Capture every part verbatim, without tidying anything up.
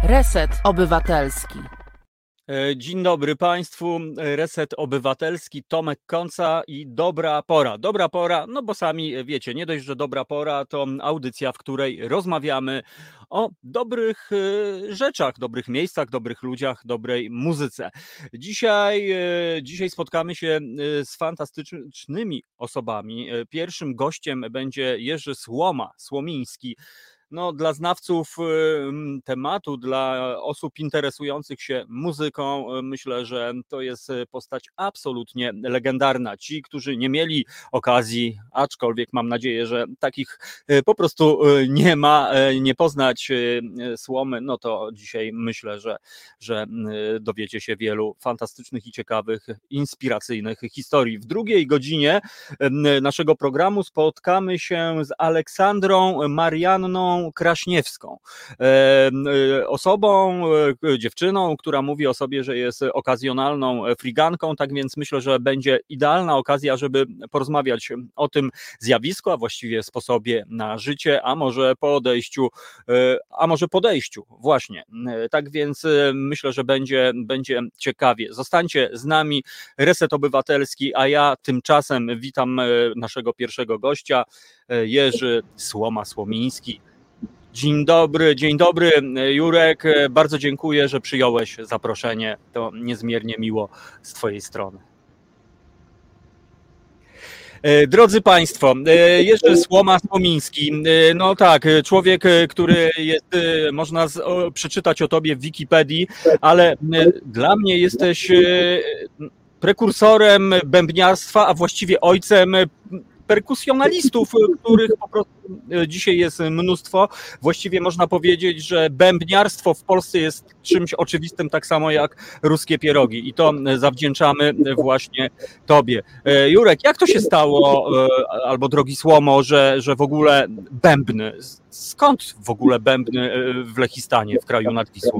Reset Obywatelski. Dzień dobry Państwu, Reset Obywatelski, Tomek Końca i Dobra Pora. Dobra Pora, no bo sami wiecie, nie dość, że Dobra Pora to audycja, w której rozmawiamy o dobrych rzeczach, dobrych miejscach, dobrych ludziach, dobrej muzyce. Dzisiaj, dzisiaj spotkamy się z fantastycznymi osobami. Pierwszym gościem będzie Jerzy Słoma, Słomiński. No, dla znawców tematu, dla osób interesujących się muzyką, myślę, że to jest postać absolutnie legendarna. Ci, którzy nie mieli okazji, aczkolwiek mam nadzieję, że takich po prostu nie ma, nie poznać Słomy, no to dzisiaj myślę, że, że dowiecie się wielu fantastycznych i ciekawych, inspiracyjnych historii. W drugiej godzinie naszego programu spotkamy się z Aleksandrą Marianną Kraśniewską, osobą, dziewczyną, która mówi o sobie, że jest okazjonalną friganką, tak więc myślę, że będzie idealna okazja, żeby porozmawiać o tym zjawisku, a właściwie sposobie na życie, a może po odejściu, a może podejściu, właśnie. Tak więc myślę, że będzie, będzie ciekawie. Zostańcie z nami, Reset Obywatelski, a ja tymczasem witam naszego pierwszego gościa, Jerzy Słoma Słomiński. Dzień dobry, dzień dobry Jurek, bardzo dziękuję, że przyjąłeś zaproszenie, to niezmiernie miło z Twojej strony. Drodzy Państwo, Jerzy Słoma Słomiński, no tak, człowiek, który jest, można z, o, przeczytać o Tobie w Wikipedii, ale dla mnie jesteś prekursorem bębniarstwa, a właściwie ojcem perkusjonalistów, których po prostu dzisiaj jest mnóstwo. Właściwie można powiedzieć, że bębniarstwo w Polsce jest czymś oczywistym, tak samo jak ruskie pierogi i to zawdzięczamy właśnie Tobie. Jurek, jak to się stało, albo drogi Słomo, że, że w ogóle bębny, skąd w ogóle bębny w Lechistanie, w kraju nad Wisłą?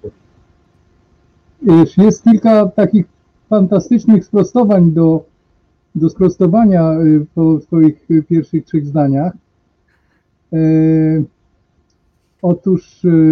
Jest kilka takich fantastycznych sprostowań do do sprostowania po swoich pierwszych trzech zdaniach. E, otóż e,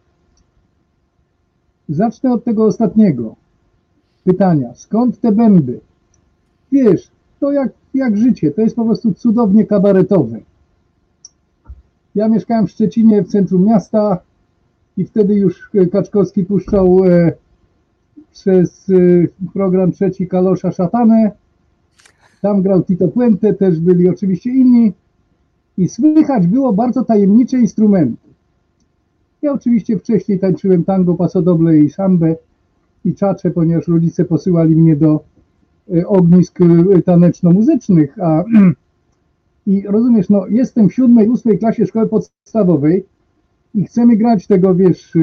zacznę od tego ostatniego pytania. Skąd te bęby? Wiesz, to jak, jak życie, to jest po prostu cudownie kabaretowe. Ja mieszkałem w Szczecinie, w centrum miasta i wtedy już Kaczkowski puszczał e, przez e, program trzeci Kalosza Szatanę. Tam grał Tito Puente, też byli oczywiście inni i słychać było bardzo tajemnicze instrumenty. Ja oczywiście wcześniej tańczyłem tango, pasodoble i sambę i czacze, ponieważ rodzice posyłali mnie do ognisk taneczno-muzycznych, a i rozumiesz, no jestem w siódmej, ósmej klasie szkoły podstawowej i chcemy grać tego, wiesz,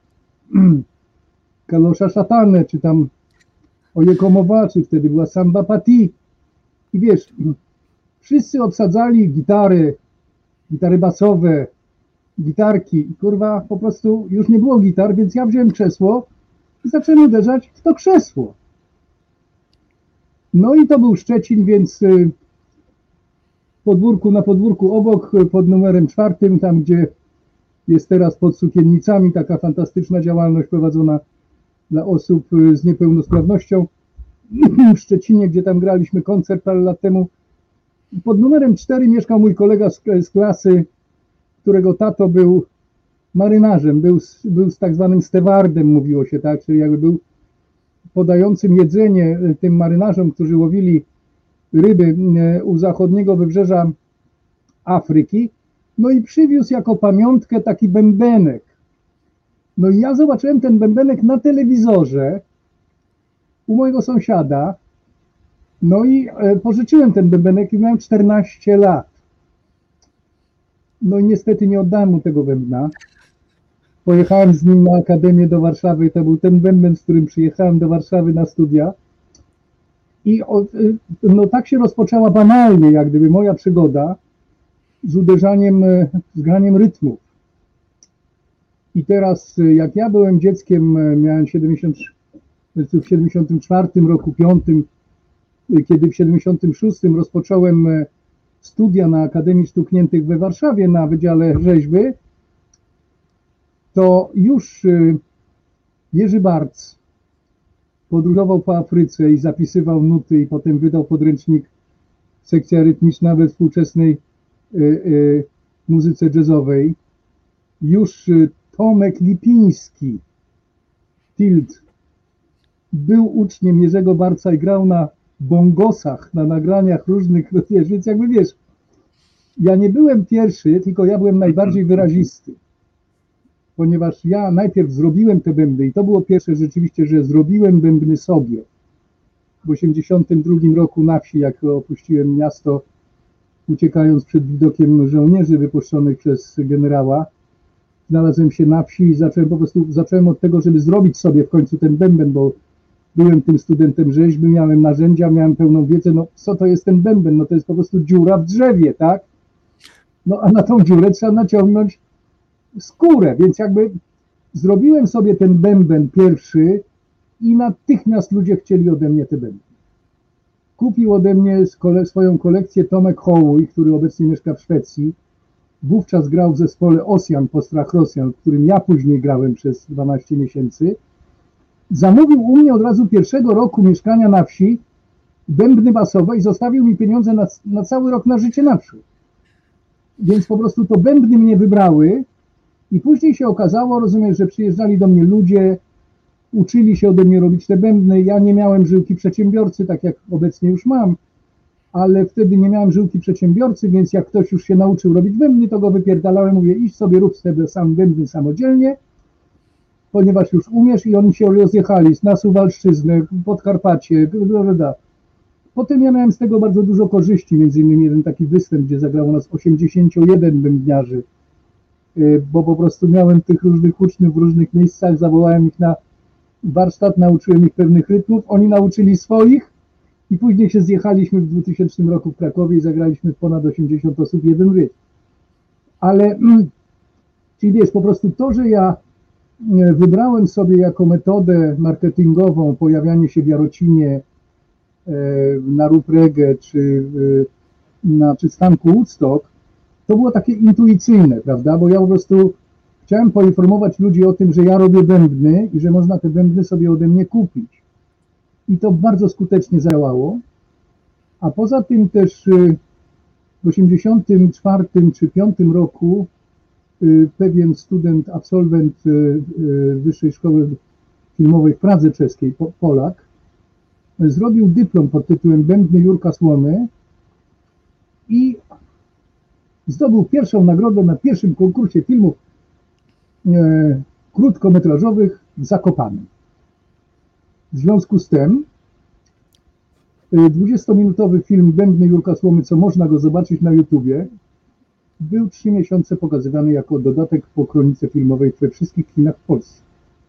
Kalosza Szatanę, czy tam Ojekomowa, czy wtedy była Samba Pati. I wiesz, wszyscy obsadzali gitary, gitary basowe, gitarki i kurwa po prostu już nie było gitar, więc ja wziąłem krzesło i zacząłem uderzać w to krzesło. No i to był Szczecin, więc podwórku, na podwórku obok, pod numerem czwartym, tam gdzie jest teraz pod Sukiennicami taka fantastyczna działalność prowadzona dla osób z niepełnosprawnością, w Szczecinie, gdzie tam graliśmy koncert parę lat temu. Pod numerem cztery mieszkał mój kolega z, z klasy, którego tato był marynarzem, był, był z tak zwanym stewardem, mówiło się tak, czyli jakby był podającym jedzenie tym marynarzom, którzy łowili ryby u zachodniego wybrzeża Afryki. No i przywiózł jako pamiątkę taki bębenek. No i ja zobaczyłem ten bębenek na telewizorze u mojego sąsiada, no i pożyczyłem ten bębenek i miałem czternaście lat. No i niestety nie oddałem mu tego bębna. Pojechałem z nim na akademię do Warszawy i to był ten bęben, z którym przyjechałem do Warszawy na studia. I no tak się rozpoczęła banalnie, jak gdyby moja przygoda z uderzaniem, z graniem rytmów. I teraz, jak ja byłem dzieckiem, miałem siedemdziesiąt, w siedemdziesiątym czwartym roku, piątym, kiedy w siedemdziesiątym szóstym rozpocząłem studia na Akademii Sztuk Pięknych we Warszawie na Wydziale Rzeźby, to już Jerzy Barc podróżował po Afryce i zapisywał nuty i potem wydał podręcznik sekcja rytmiczna we współczesnej y, y, muzyce jazzowej. Już y, Tomek Lipiński, Tilt, był uczniem Jerzego Barca i grał na bongosach, na nagraniach różnych, wiesz, więc jakby wiesz, ja nie byłem pierwszy, tylko ja byłem najbardziej wyrazisty. Ponieważ ja najpierw zrobiłem te bębny i to było pierwsze rzeczywiście, że zrobiłem bębny sobie. W osiemdziesiątym drugim roku na wsi, jak opuściłem miasto, uciekając przed widokiem żołnierzy wypuszczonych przez generała, znalazłem się na wsi i zacząłem po prostu, zacząłem od tego, żeby zrobić sobie w końcu ten bęben, bo byłem tym studentem rzeźby, miałem narzędzia, miałem pełną wiedzę, no co to jest ten bęben? No to jest po prostu dziura w drzewie, tak? No a na tą dziurę trzeba naciągnąć skórę, więc jakby zrobiłem sobie ten bęben pierwszy i natychmiast ludzie chcieli ode mnie te bębny. Kupił ode mnie swoją kolekcję Tomek Hołuj, który obecnie mieszka w Szwecji. Wówczas grał w zespole Ossian, Postrach Rosjan, w którym ja później grałem przez dwanaście miesięcy. Zamówił u mnie od razu pierwszego roku mieszkania na wsi bębny basowe i zostawił mi pieniądze na, na cały rok na życie naprzód. Więc po prostu to bębny mnie wybrały i później się okazało, rozumiesz, że przyjeżdżali do mnie ludzie, uczyli się ode mnie robić te bębny. Ja nie miałem żyłki przedsiębiorcy, tak jak obecnie już mam, ale wtedy nie miałem żyłki przedsiębiorcy, więc jak ktoś już się nauczył robić bębny, to go wypierdalałem, mówię, idź sobie, rób sobie sam bębny samodzielnie, ponieważ już umiesz, i oni się rozjechali na Suwalszczyznę, Podkarpacie, da. Potem ja miałem z tego bardzo dużo korzyści, między innymi jeden taki występ, gdzie zagrało nas osiemdziesięciu jeden bębniarzy, bo po prostu miałem tych różnych uczniów w różnych miejscach, zawołałem ich na warsztat, nauczyłem ich pewnych rytmów, oni nauczyli swoich i później się zjechaliśmy w dwutysięcznym roku w Krakowie i zagraliśmy w ponad osiemdziesiąt osób jeden rytm. Ale, czyli wiesz, po prostu to, że ja wybrałem sobie jako metodę marketingową pojawianie się w Jarocinie, na Rób Reggae czy na przystanku Woodstock, to było takie intuicyjne, prawda, bo ja po prostu chciałem poinformować ludzi o tym, że ja robię bębny i że można te bębny sobie ode mnie kupić. I to bardzo skutecznie zadziałało. A poza tym też w osiemdziesiątym czwartym czy piątym roku pewien student, absolwent Wyższej Szkoły Filmowej w Pradze Czeskiej, Polak, zrobił dyplom pod tytułem Bębny Jurka Słomy i zdobył pierwszą nagrodę na pierwszym konkursie filmów e, krótkometrażowych w Zakopanem. W związku z tym dwudziestominutowy film Bębny Jurka Słomy, co można go zobaczyć na YouTubie, był trzy miesiące pokazywany jako dodatek po kronice filmowej we wszystkich kinach w Polsce.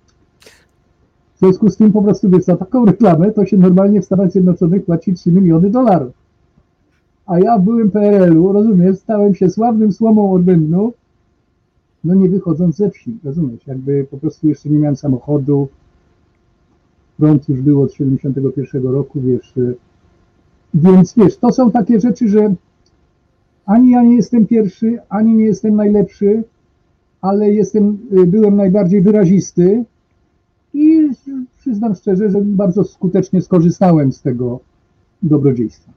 W związku z tym po prostu, wiesz, za taką reklamę to się normalnie w Stanach Zjednoczonych płaci trzy miliony dolarów. A ja w byłym P R L-u, rozumiesz, stałem się sławnym słomą od bębnu, no nie wychodząc ze wsi, rozumiesz, jakby po prostu jeszcze nie miałem samochodu, prąd już był od siedemdziesiątego pierwszego roku, wiesz, więc wiesz, to są takie rzeczy, że ani ja nie jestem pierwszy, ani nie jestem najlepszy, ale jestem, byłem najbardziej wyrazisty i przyznam szczerze, że bardzo skutecznie skorzystałem z tego dobrodziejstwa.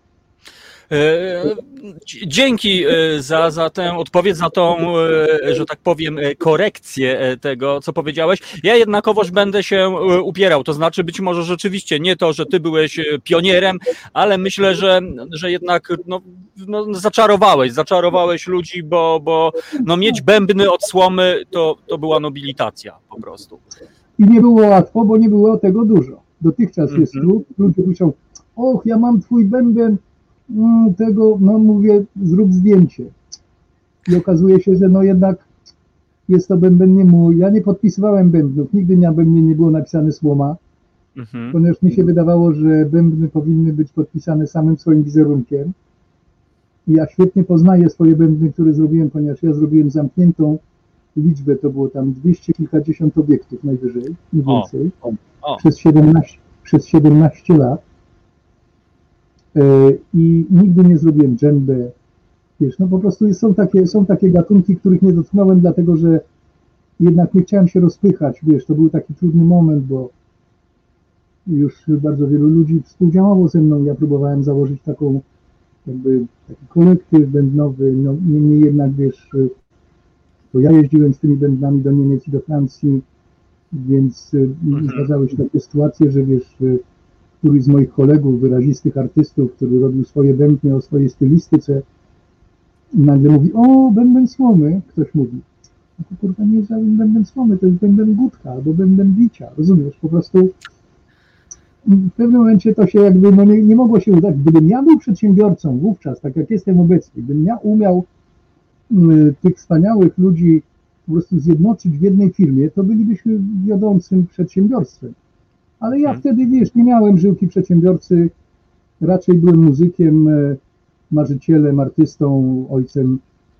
Dzięki za, za tę odpowiedź, za tą, że tak powiem, korekcję tego, co powiedziałeś. Ja jednakowoż będę się upierał, to znaczy być może rzeczywiście nie to, że ty byłeś pionierem, ale myślę, że, że jednak no, no, zaczarowałeś, zaczarowałeś ludzi, bo, bo no, mieć bębny od słomy to, to była nobilitacja po prostu. I nie było łatwo, bo nie było tego dużo. Dotychczas mm-hmm. jest lud, ludzie piszą, och, ja mam twój bęben, tego, no mówię, zrób zdjęcie. I okazuje się, że no jednak jest to bęben nie mój. Ja nie podpisywałem bębnów, nigdy na bębnie nie było napisane słoma, mhm. ponieważ mi się wydawało, że bębny powinny być podpisane samym swoim wizerunkiem. I ja świetnie poznaję swoje bębny, które zrobiłem, ponieważ ja zrobiłem zamkniętą liczbę, to było tam dwieście kilkadziesiąt obiektów najwyżej, nie więcej, o. O. Przez siedemnaście, przez siedemnaście lat. I nigdy nie zrobiłem dżembę, wiesz, no po prostu są takie, są takie gatunki, których nie dotknąłem, dlatego że jednak nie chciałem się rozpychać, wiesz, to był taki trudny moment, bo już bardzo wielu ludzi współdziałało ze mną, ja próbowałem założyć taką, jakby taki kolektyw bębnowy, no niemniej jednak, wiesz, to ja jeździłem z tymi bębnami do Niemiec i do Francji, więc mhm. zdarzały się takie sytuacje, że wiesz, któryś z moich kolegów, wyrazistych artystów, który robił swoje bębny o swojej stylistyce, nagle mówi, o, bęben słomy, ktoś mówi. A to kurwa nie jest żaden bęben słomy, to jest bęben Gutka albo bęben bicia, rozumiesz? Po prostu w pewnym momencie to się jakby, no nie, nie mogło się udać. Gdybym ja był przedsiębiorcą wówczas, tak jak jestem obecnie, gdybym ja umiał y, tych wspaniałych ludzi po prostu zjednoczyć w jednej firmie, to bylibyśmy wiodącym przedsiębiorstwem. Ale ja hmm. wtedy, wiesz, nie miałem żyłki przedsiębiorcy, raczej byłem muzykiem, marzycielem, artystą, ojcem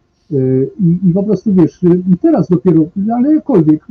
i, i po prostu, wiesz, teraz dopiero, ale jakkolwiek,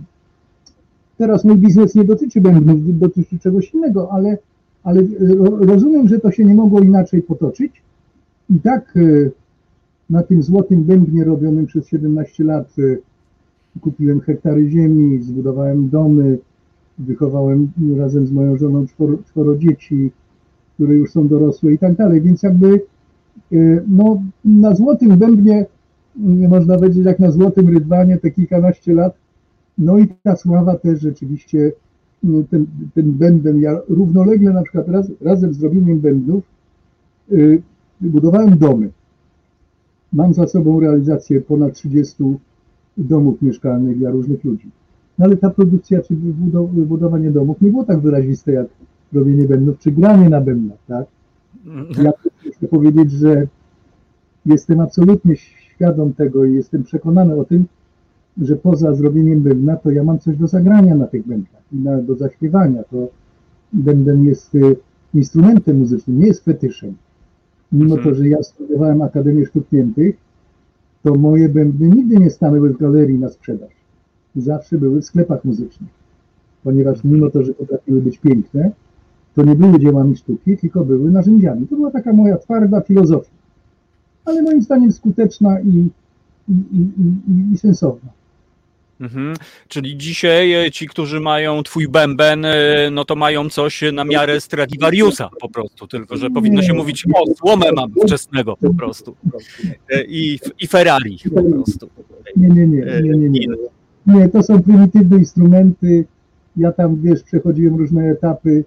teraz mój biznes nie dotyczy bębnów, dotyczy czegoś innego, ale, ale rozumiem, że to się nie mogło inaczej potoczyć i tak na tym złotym bębnie robionym przez siedemnaście lat kupiłem hektary ziemi, zbudowałem domy, wychowałem razem z moją żoną czworo, czworo dzieci, które już są dorosłe i tak dalej, więc jakby no, na złotym bębnie, można powiedzieć jak na złotym rydwanie te kilkanaście lat, no i ta sława też rzeczywiście, ten, ten bęben, ja równolegle na przykład raz, razem z robieniem bębnów yy, budowałem domy. Mam za sobą realizację ponad trzydziestu domów mieszkalnych dla różnych ludzi. No ale ta produkcja czy budowanie domów nie było tak wyraziste jak robienie bębnów czy granie na bębnach, tak? Ja chcę powiedzieć, że jestem absolutnie świadom tego i jestem przekonany o tym, że poza zrobieniem bębna, to ja mam coś do zagrania na tych bębnach i na, do zaśpiewania. To bęben jest instrumentem muzycznym, nie jest fetyszem. Mimo to, że ja studiowałem Akademię Sztuk Pięknych, to moje bębny nigdy nie stanęły w galerii na sprzedaż. Zawsze były w sklepach muzycznych. Ponieważ mimo to, że potrafiły być piękne, to nie były dziełami sztuki, tylko były narzędziami. To była taka moja twarda filozofia. Ale moim zdaniem skuteczna i, i, i, i, i sensowna. Mhm. Czyli dzisiaj ci, którzy mają twój bęben, no to mają coś na miarę Stradivariusa po prostu, tylko że powinno się mówić o, słomę mam wczesnego po prostu i, i Ferrari po prostu. Nie, nie, nie, nie, nie, nie. Nie, to są prymitywne instrumenty. Ja tam, wiesz, przechodziłem różne etapy.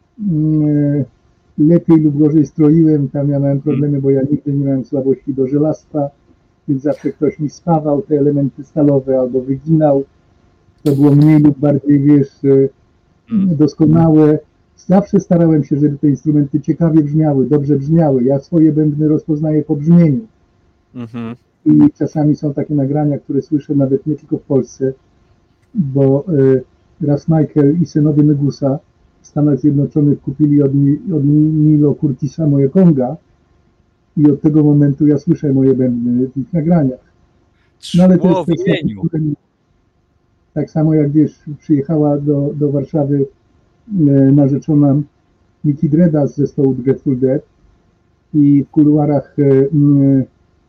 Lepiej lub gorzej stroiłem. Tam ja miałem problemy, bo ja nigdy nie miałem słabości do żelastwa, więc zawsze ktoś mi spawał te elementy stalowe albo wyginał. To było mniej lub bardziej, wiesz, doskonałe. Zawsze starałem się, żeby te instrumenty ciekawie brzmiały, dobrze brzmiały. Ja swoje bębny rozpoznaję po brzmieniu. Mhm. I czasami są takie nagrania, które słyszę nawet nie tylko w Polsce, bo y, raz Michael i synowie Negusa w Stanach Zjednoczonych kupili od, od Milo Curtisa moje konga i od tego momentu ja słyszę moje bębny w ich nagraniach. No ale to jest kwestia, tak samo jak wiesz, przyjechała do, do Warszawy y, narzeczona Nikki Dreda z zespołu Grateful Dead i w kuluarach y, y,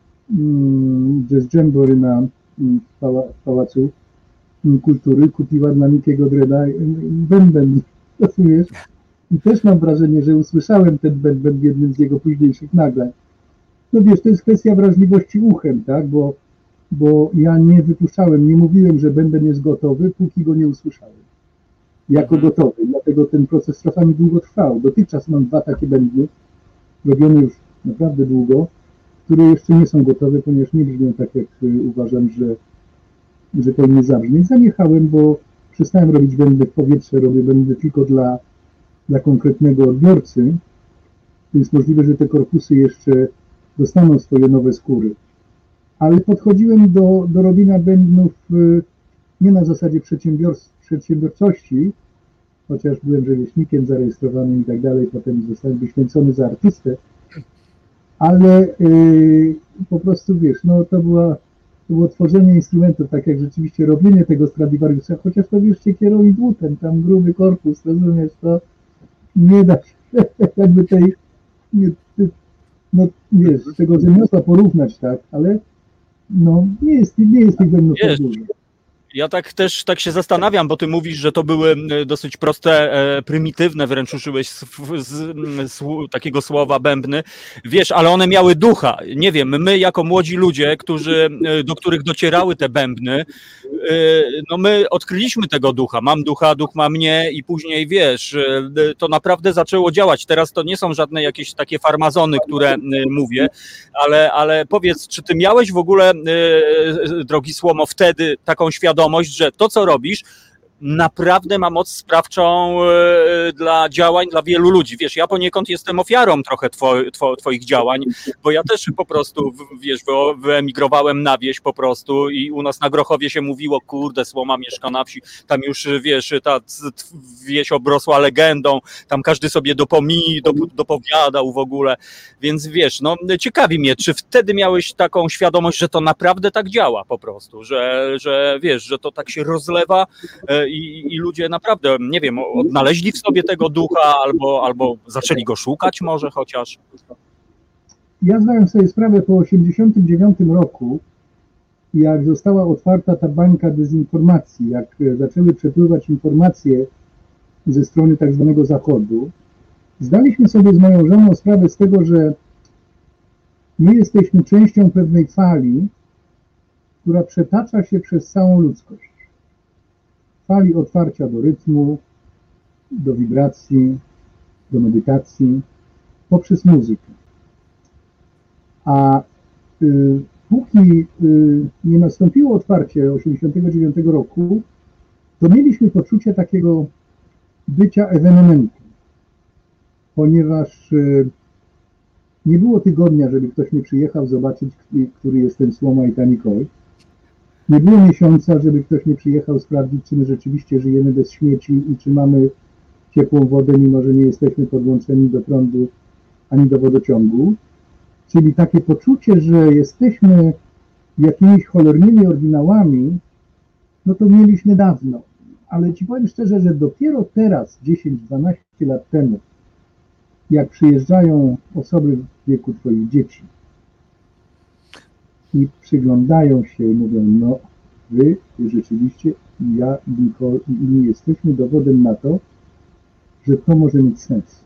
Jazz Jamboree na w, pała, w Pałacu Kultury kupiła dla Nickiego Dreda bęben, rozumiesz? I też mam wrażenie, że usłyszałem ten bęben w jednym z jego późniejszych nagrań. No wiesz, to jest kwestia wrażliwości uchem, tak? Bo, bo ja nie wypuszczałem, nie mówiłem, że bęben jest gotowy, póki go nie usłyszałem. Jako gotowy. Dlatego ten proces czasami długo trwał. Dotychczas mam dwa takie bębny, robione już naprawdę długo, które jeszcze nie są gotowe, ponieważ nie brzmią tak, jak uważam, że, że powinny zabrzmieć. Zaniechałem, bo przestałem robić bębny w powietrze, robię bębny tylko dla, dla konkretnego odbiorcy, więc możliwe, że te korpusy jeszcze dostaną swoje nowe skóry. Ale podchodziłem do, do robienia bębnów nie na zasadzie przedsiębior przedsiębiorczości, chociaż byłem rzemieślnikiem zarejestrowanym i tak dalej, potem zostałem wyświęcony za artystę, ale yy, po prostu wiesz, no to, była, to było tworzenie instrumentów, tak jak rzeczywiście robienie tego Stradivariusa, chociaż to wiesz, kierownik dłutem, tam gruby korpus, rozumiesz, to nie da się jakby tej, nie, no wiesz, tego rzemiosła porównać, tak, ale no nie jest, nie jest tych bębnów tak dużo. Ja tak też tak się zastanawiam, bo ty mówisz, że to były dosyć proste, e, prymitywne, wręcz użyłeś z, z, z, takiego słowa bębny. Wiesz, ale one miały ducha. Nie wiem, my jako młodzi ludzie, którzy, do których docierały te bębny, e, no my odkryliśmy tego ducha. Mam ducha, duch ma mnie i później, wiesz, e, to naprawdę zaczęło działać. Teraz to nie są żadne jakieś takie farmazony, które e, mówię, ale, ale powiedz, czy ty miałeś w ogóle, e, drogi Słomo, wtedy taką świadomość, że to, co robisz, naprawdę ma moc sprawczą e, dla działań, dla wielu ludzi. Wiesz, ja poniekąd jestem ofiarą trochę two, two, twoich działań, bo ja też po prostu, wiesz, wyemigrowałem na wieś po prostu i u nas na Grochowie się mówiło, kurde, Słoma mieszka na wsi, tam już, wiesz, ta wieś obrosła legendą, tam każdy sobie dopomi, dop, dopowiadał w ogóle, więc wiesz, no ciekawi mnie, czy wtedy miałeś taką świadomość, że to naprawdę tak działa po prostu, że, że wiesz, że to tak się rozlewa I, i ludzie naprawdę, nie wiem, odnaleźli w sobie tego ducha albo, albo zaczęli go szukać może chociaż? Ja zdałem sobie sprawę po osiemdziesiątym dziewiątym roku, jak została otwarta ta bańka dezinformacji, jak zaczęły przepływać informacje ze strony tak zwanego Zachodu, zdaliśmy sobie z moją żoną sprawę z tego, że my jesteśmy częścią pewnej fali, która przetacza się przez całą ludzkość. Fali otwarcia do rytmu, do wibracji, do medytacji poprzez muzykę. A y, póki y, nie nastąpiło otwarcie osiemdziesiątego dziewiątego roku, to mieliśmy poczucie takiego bycia ewenementem, ponieważ y, nie było tygodnia, żeby ktoś nie przyjechał zobaczyć, który jest ten Słoma i ta Nicole. Nie było miesiąca, żeby ktoś nie przyjechał sprawdzić, czy my rzeczywiście żyjemy bez śmieci i czy mamy ciepłą wodę, mimo że nie jesteśmy podłączeni do prądu ani do wodociągu. Czyli takie poczucie, że jesteśmy jakimiś cholernymi oryginałami, no to mieliśmy dawno. Ale ci powiem szczerze, że dopiero teraz, dziesięć dwanaście lat temu, jak przyjeżdżają osoby w wieku twoich dzieci, i przyglądają się i mówią, no wy rzeczywiście, ja i Nicole i inni jesteśmy dowodem na to, że to może mieć sens.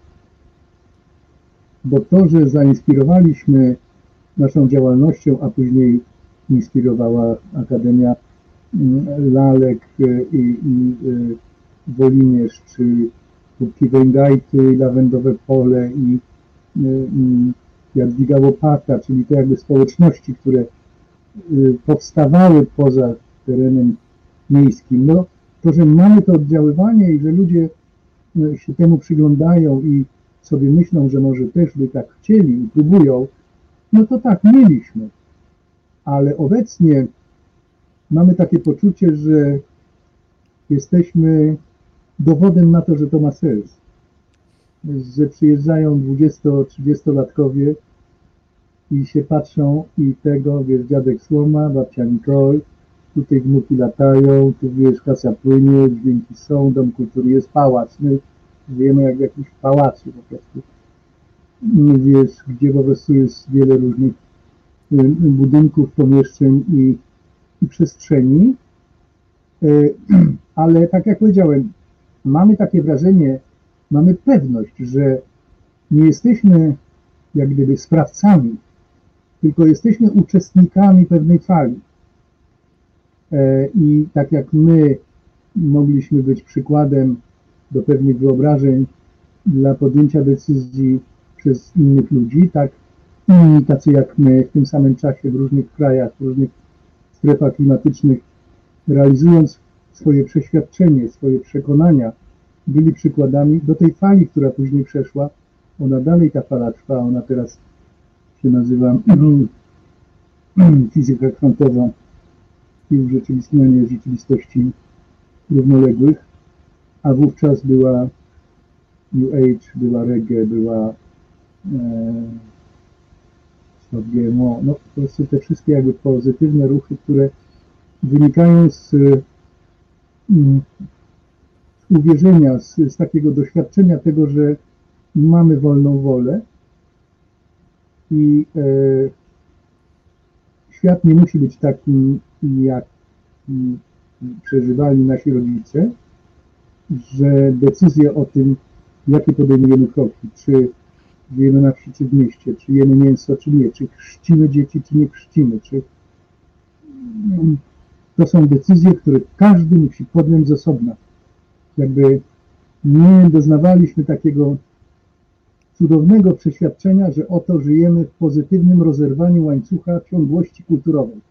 Bo to, że zainspirowaliśmy naszą działalnością, a później inspirowała Akademia Lalek i, i Wolimierz, czy Kubki Węgajty, Lawendowe Pole i, i Jadwiga Łopata, czyli te jakby społeczności, które powstawały poza terenem miejskim. No, to, że mamy to oddziaływanie i że ludzie się temu przyglądają i sobie myślą, że może też by tak chcieli i próbują, no to tak, mieliśmy. Ale obecnie mamy takie poczucie, że jesteśmy dowodem na to, że to ma sens. Że przyjeżdżają dwudziesto-trzydziestolatkowie i się patrzą i tego, wiesz, dziadek Słoma, babcia Nicole, tutaj wnuki latają, tu wiesz, kasa płynie, dźwięki są, dom kultury jest, pałac. My żyjemy jak w jakimś pałacu po prostu. Wiesz, gdzie po prostu jest wiele różnych budynków, pomieszczeń i, i przestrzeni. Ale tak jak powiedziałem, mamy takie wrażenie, mamy pewność, że nie jesteśmy jak gdyby sprawcami, tylko jesteśmy uczestnikami pewnej fali. I tak jak my mogliśmy być przykładem do pewnych wyobrażeń dla podjęcia decyzji przez innych ludzi, tak inni tacy jak my w tym samym czasie w różnych krajach, w różnych strefach klimatycznych, realizując swoje przeświadczenie, swoje przekonania, byli przykładami do tej fali, która później przeszła. Ona dalej, ta fala trwa, ona teraz się nazywa fizyka kwantowa i urzeczywistnianie rzeczywistości równoległych, a wówczas była New Age, była reggae, była e, G M O, no po prostu te wszystkie jakby pozytywne ruchy, które wynikają z, z uwierzenia, z, z takiego doświadczenia tego, że mamy wolną wolę i e, świat nie musi być taki, jak przeżywali nasi rodzice, że decyzje o tym, jakie podejmujemy kroki, czy żyjemy na wsi, czy w mieście, czy jemy mięso, czy nie, czy chrzcimy dzieci, czy nie chrzcimy, czy... To są decyzje, które każdy musi podjąć z osobna. Jakby nie doznawaliśmy takiego cudownego przeświadczenia, że oto żyjemy w pozytywnym rozerwaniu łańcucha ciągłości kulturowej.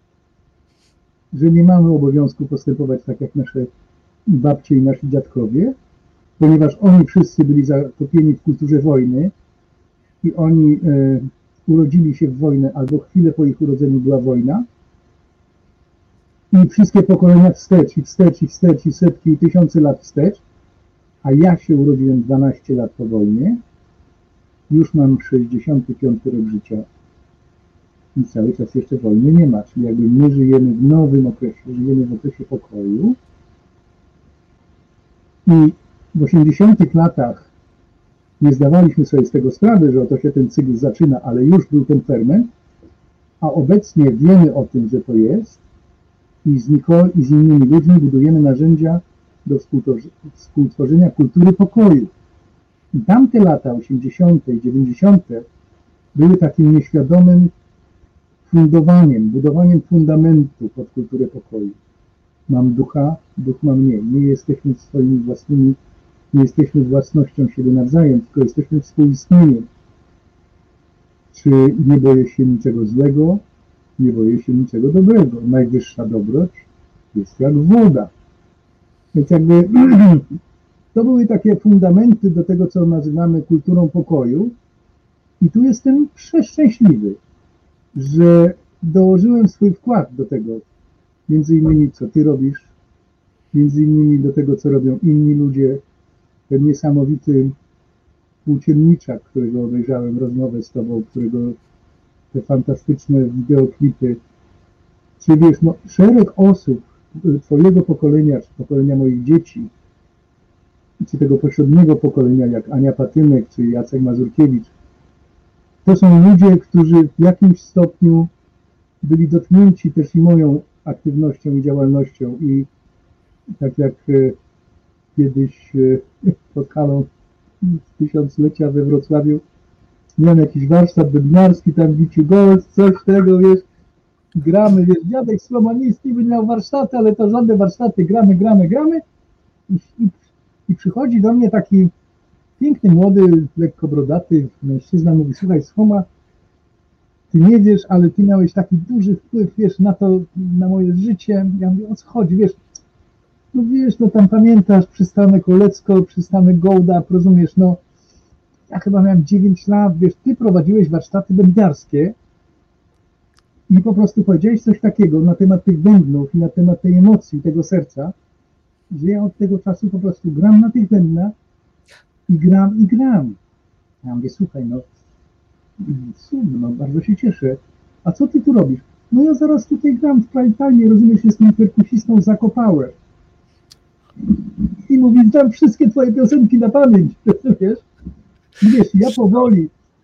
Że nie mamy obowiązku postępować tak jak nasze babcie i nasi dziadkowie, ponieważ oni wszyscy byli zatopieni w kulturze wojny i oni e, urodzili się w wojnę albo chwilę po ich urodzeniu była wojna i wszystkie pokolenia wstecz i wstecz i wstecz i setki i tysiące lat wstecz, a ja się urodziłem dwanaście lat po wojnie, już mam sześćdziesiąty piąty rok życia i cały czas jeszcze wojny nie ma, czyli jakby my żyjemy w nowym okresie, żyjemy w okresie pokoju i w osiemdziesiątych latach nie zdawaliśmy sobie z tego sprawy, że oto się ten cykl zaczyna, ale już był ten ferment, a obecnie wiemy o tym, że to jest i z Nicole i z innymi ludźmi budujemy narzędzia do współtworzenia kultury pokoju. I tamte lata osiemdziesiąte i dziewięćdziesiąte były takim nieświadomym fundowaniem, budowaniem fundamentu pod kulturę pokoju. Mam ducha, duch ma mnie. Nie jesteśmy swoimi własnymi, nie jesteśmy własnością siebie nawzajem, tylko jesteśmy współistnieniem. Czy nie boję się niczego złego? Nie boję się niczego dobrego. Najwyższa dobroć jest jak woda. Więc jakby to były takie fundamenty do tego, co nazywamy kulturą pokoju. I tu jestem przeszczęśliwy, że dołożyłem swój wkład do tego. Między innymi, co ty robisz, między innymi do tego, co robią inni ludzie. Ten niesamowity Płócienniczak, którego obejrzałem rozmowę z tobą, którego te fantastyczne wideoklipy. Czy wiesz, no, szereg osób twojego pokolenia, czy pokolenia moich dzieci, czy tego pośredniego pokolenia, jak Ania Patymek, czy Jacek Mazurkiewicz, to są ludzie, którzy w jakimś stopniu byli dotknięci też i moją aktywnością i działalnością i tak jak e, kiedyś e, pod halą tysiąclecia we Wrocławiu miałem jakiś warsztat webinarski, tam Wiciu Gold, coś tego, wiesz, gramy, wiesz, dziadek Slomanicki by miał warsztaty, ale to żadne warsztaty, gramy, gramy, gramy i, i, i przychodzi do mnie taki piękny, młody, lekko brodaty mężczyzna, mówi, słuchaj, Schoma, ty nie wiesz, ale ty miałeś taki duży wpływ, wiesz, na to, na moje życie. Ja mówię, o co chodzi, wiesz, no wiesz, no tam pamiętasz przystanek Olecko, przystanek Gołda, rozumiesz, no ja chyba miałem dziewięć lat, wiesz, ty prowadziłeś warsztaty bębniarskie i po prostu powiedziałeś coś takiego na temat tych bębnów i na temat tej emocji, tego serca, że ja od tego czasu po prostu gram na tych bębnach i gram, i gram. Ja mówię, słuchaj, no, no, bardzo się cieszę. A co ty tu robisz? No ja zaraz tutaj gram w prime time, rozumiesz, jestem perkusistą Zako Power. I mówi, znam wszystkie twoje piosenki na pamięć, wiesz? I wiesz, ja powoli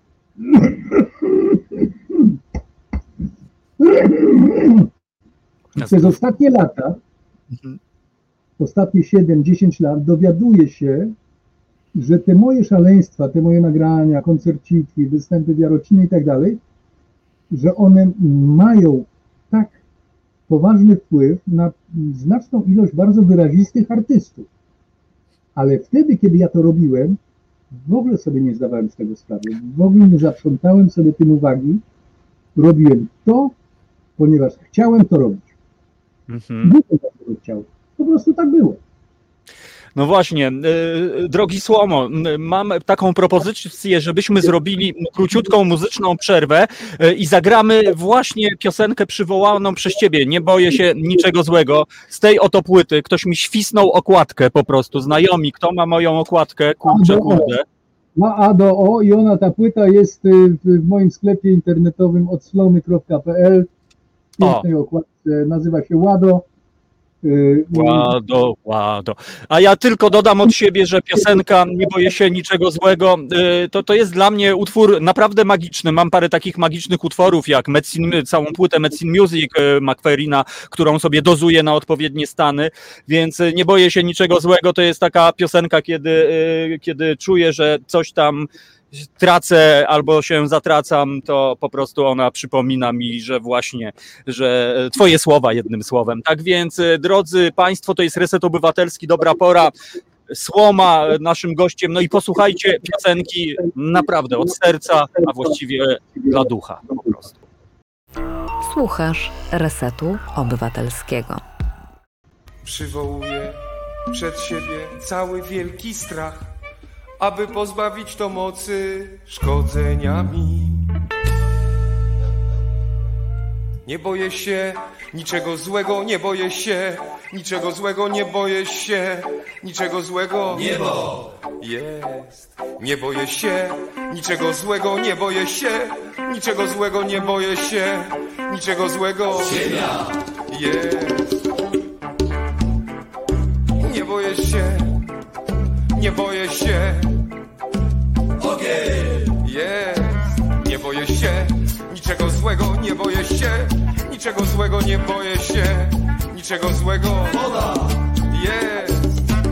przez ostatnie lata, ostatnie siedem dziesięć lat dowiaduję się, że te moje szaleństwa, te moje nagrania, koncerciki, występy w Jarocinie i tak dalej, że one mają tak poważny wpływ na znaczną ilość bardzo wyrazistych artystów. Ale wtedy, kiedy ja to robiłem, w ogóle sobie nie zdawałem z tego sprawy, w ogóle nie zaprzątałem sobie tym uwagi, robiłem to, ponieważ chciałem to robić. Mhm. Nie to, co chciał. Po prostu tak było. No właśnie, drogi Słomo, mam taką propozycję, żebyśmy zrobili króciutką muzyczną przerwę i zagramy właśnie piosenkę przywołaną przez ciebie. Nie boję się niczego złego. Z tej oto płyty ktoś mi świsnął okładkę po prostu. Znajomi, kto ma moją okładkę? Kurczę, kurde. Ma A do O i ona, ta płyta jest w moim sklepie internetowym odslomy kropka p l. W pięknej okładce, nazywa się Łado. Łado, łado. A ja tylko dodam od siebie, że piosenka Nie boję się niczego złego, to, to jest dla mnie utwór naprawdę magiczny. Mam parę takich magicznych utworów, jak Medicine, całą płytę Medicine Music McFerrina, którą sobie dozuję na odpowiednie stany, więc Nie boję się niczego złego to jest taka piosenka, kiedy, kiedy czuję, że coś tam tracę albo się zatracam, to po prostu ona przypomina mi, że właśnie, że twoje słowa jednym słowem. Tak więc, drodzy Państwo, to jest Reset Obywatelski, dobra pora. Słoma naszym gościem, no i posłuchajcie piosenki naprawdę od serca, a właściwie dla ducha po prostu. Słuchasz Resetu Obywatelskiego. Przywołuję przed siebie cały wielki strach, aby pozbawić to mocy szkodzenia mi. Nie boję się niczego złego, nie boję się niczego złego, nie boję się niczego złego. Niebo jest. Nie boję się niczego złego, nie boję się niczego złego, nie boję się niczego złego. Ziemia jest. Nie boję się, nie boję się. Ogień jest. Nie boję się niczego złego, nie boję się niczego złego, nie boję się niczego złego. Woda jest.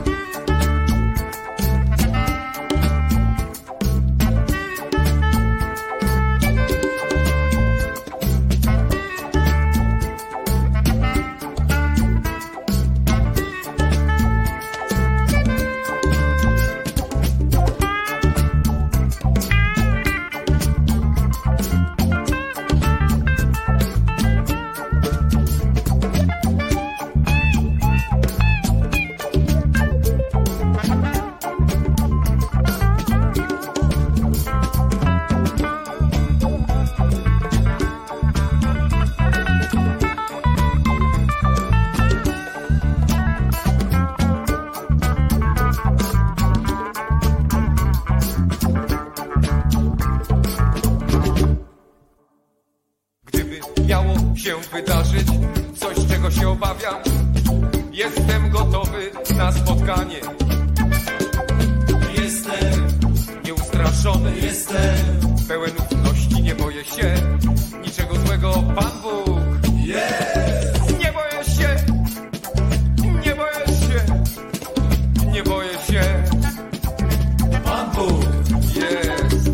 Wydarzyć coś, czego się obawiam. Jestem gotowy na spotkanie. Jestem nieustraszony, jestem pełen ufności, nie boję się niczego złego. Pan Bóg jest. Nie boję się, nie boję się, nie boję się. Pan Bóg jest.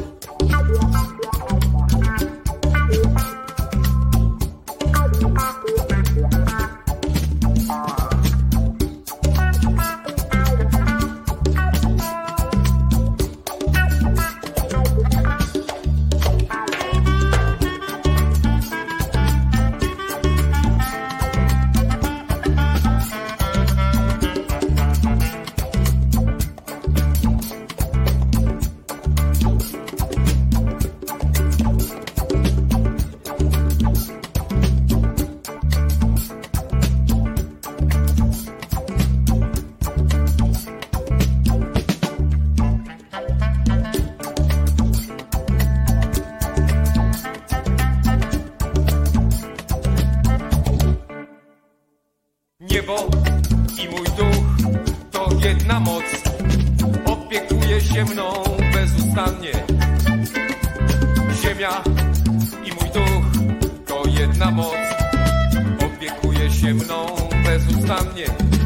Niebo i mój duch to jedna moc, opiekuje się mną bezustannie. Ziemia i mój duch to jedna moc, opiekuje się mną bezustannie.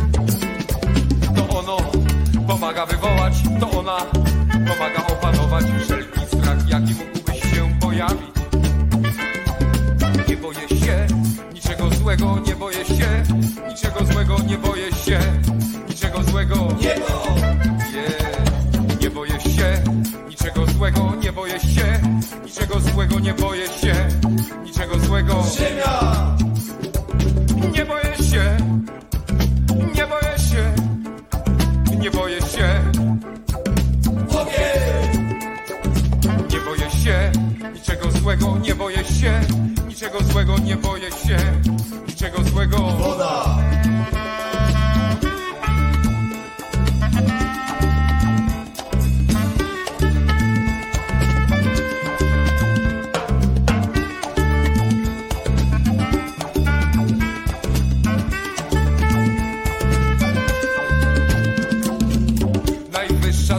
To ono pomaga wywołać, to ona pomaga opanować wszelki strach, jaki mógłby się pojawić. Nie boję się niczego złego, nie boję się niczego złego, nie boję się niczego złego. Niebo jest. Nie boję się niczego złego, nie boję się niczego złego, nie boję się niczego złego. Ziemia. Nie boję się, nie boję się, nie boję się. Ogień. Nie boję się niczego złego, nie boję się niczego złego, nie boję się niczego złego. Woda.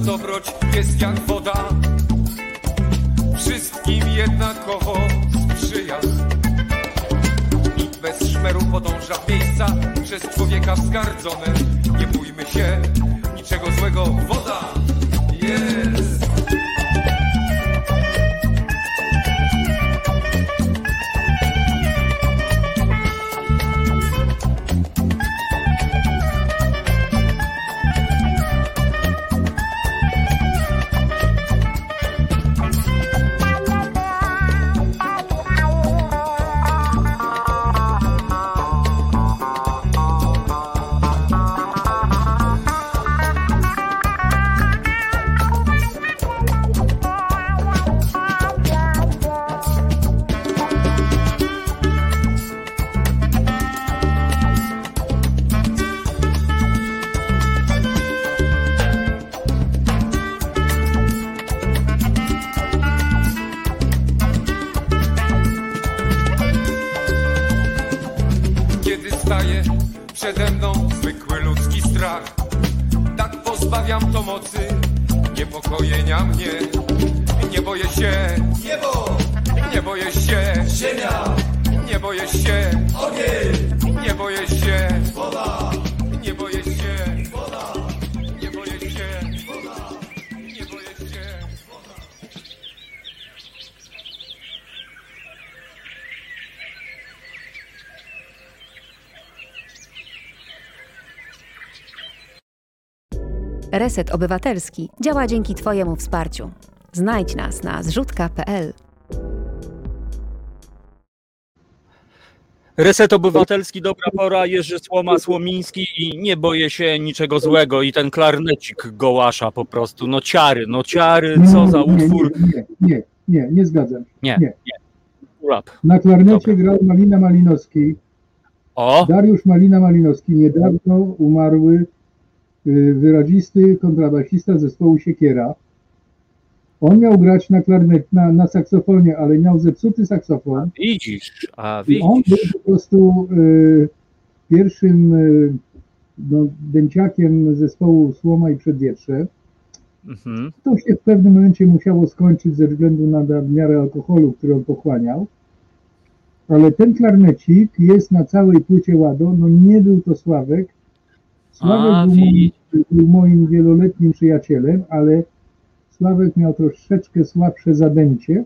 dobroć jest jak woda, wszystkim jednakowo sprzyja i bez szmeru podąża w miejsca przez człowieka wzgardzone. Nie bójmy się niczego złego, woda jest. Przede mną zwykły ludzki strach, tak pozbawiam to mocy niepokojenia mnie. Nie boję się niebo, nie boję się ziemia, nie boję się ogień, nie boję się woda, nie boję się woda, nie boję się woda, nie boję się woda. Reset Obywatelski działa dzięki Twojemu wsparciu. Znajdź nas na zrzutka kropka pe el. Reset Obywatelski, dobra pora, Jerzy Słoma, Słomiński i nie boję się niczego złego. I ten klarnecik gołasza po prostu. No ciary, no ciary, co za utwór. Nie, nie, nie, nie, nie zgadzam. Nie, nie. nie. Rap. Na klarnecie Dobra. grał Malina Malinowski. O! Dariusz Malina Malinowski, niedawno umarły wyrazisty kontrabasista zespołu Siekiera. On miał grać na klarnet, na, na saksofonie, ale miał zepsuty saksofon. Widzisz, a I on był widzisz. po prostu y, pierwszym y, no, dęciakiem zespołu Słoma i Przedwietrze. Mhm. To się w pewnym momencie musiało skończyć ze względu na nadmiarę alkoholu, który on pochłaniał. Ale ten klarnecik jest na całej płycie Łado. No nie był to Sławek. Sławek A, był, moim, widz. był moim wieloletnim przyjacielem, ale Sławek miał troszeczkę słabsze zadęcie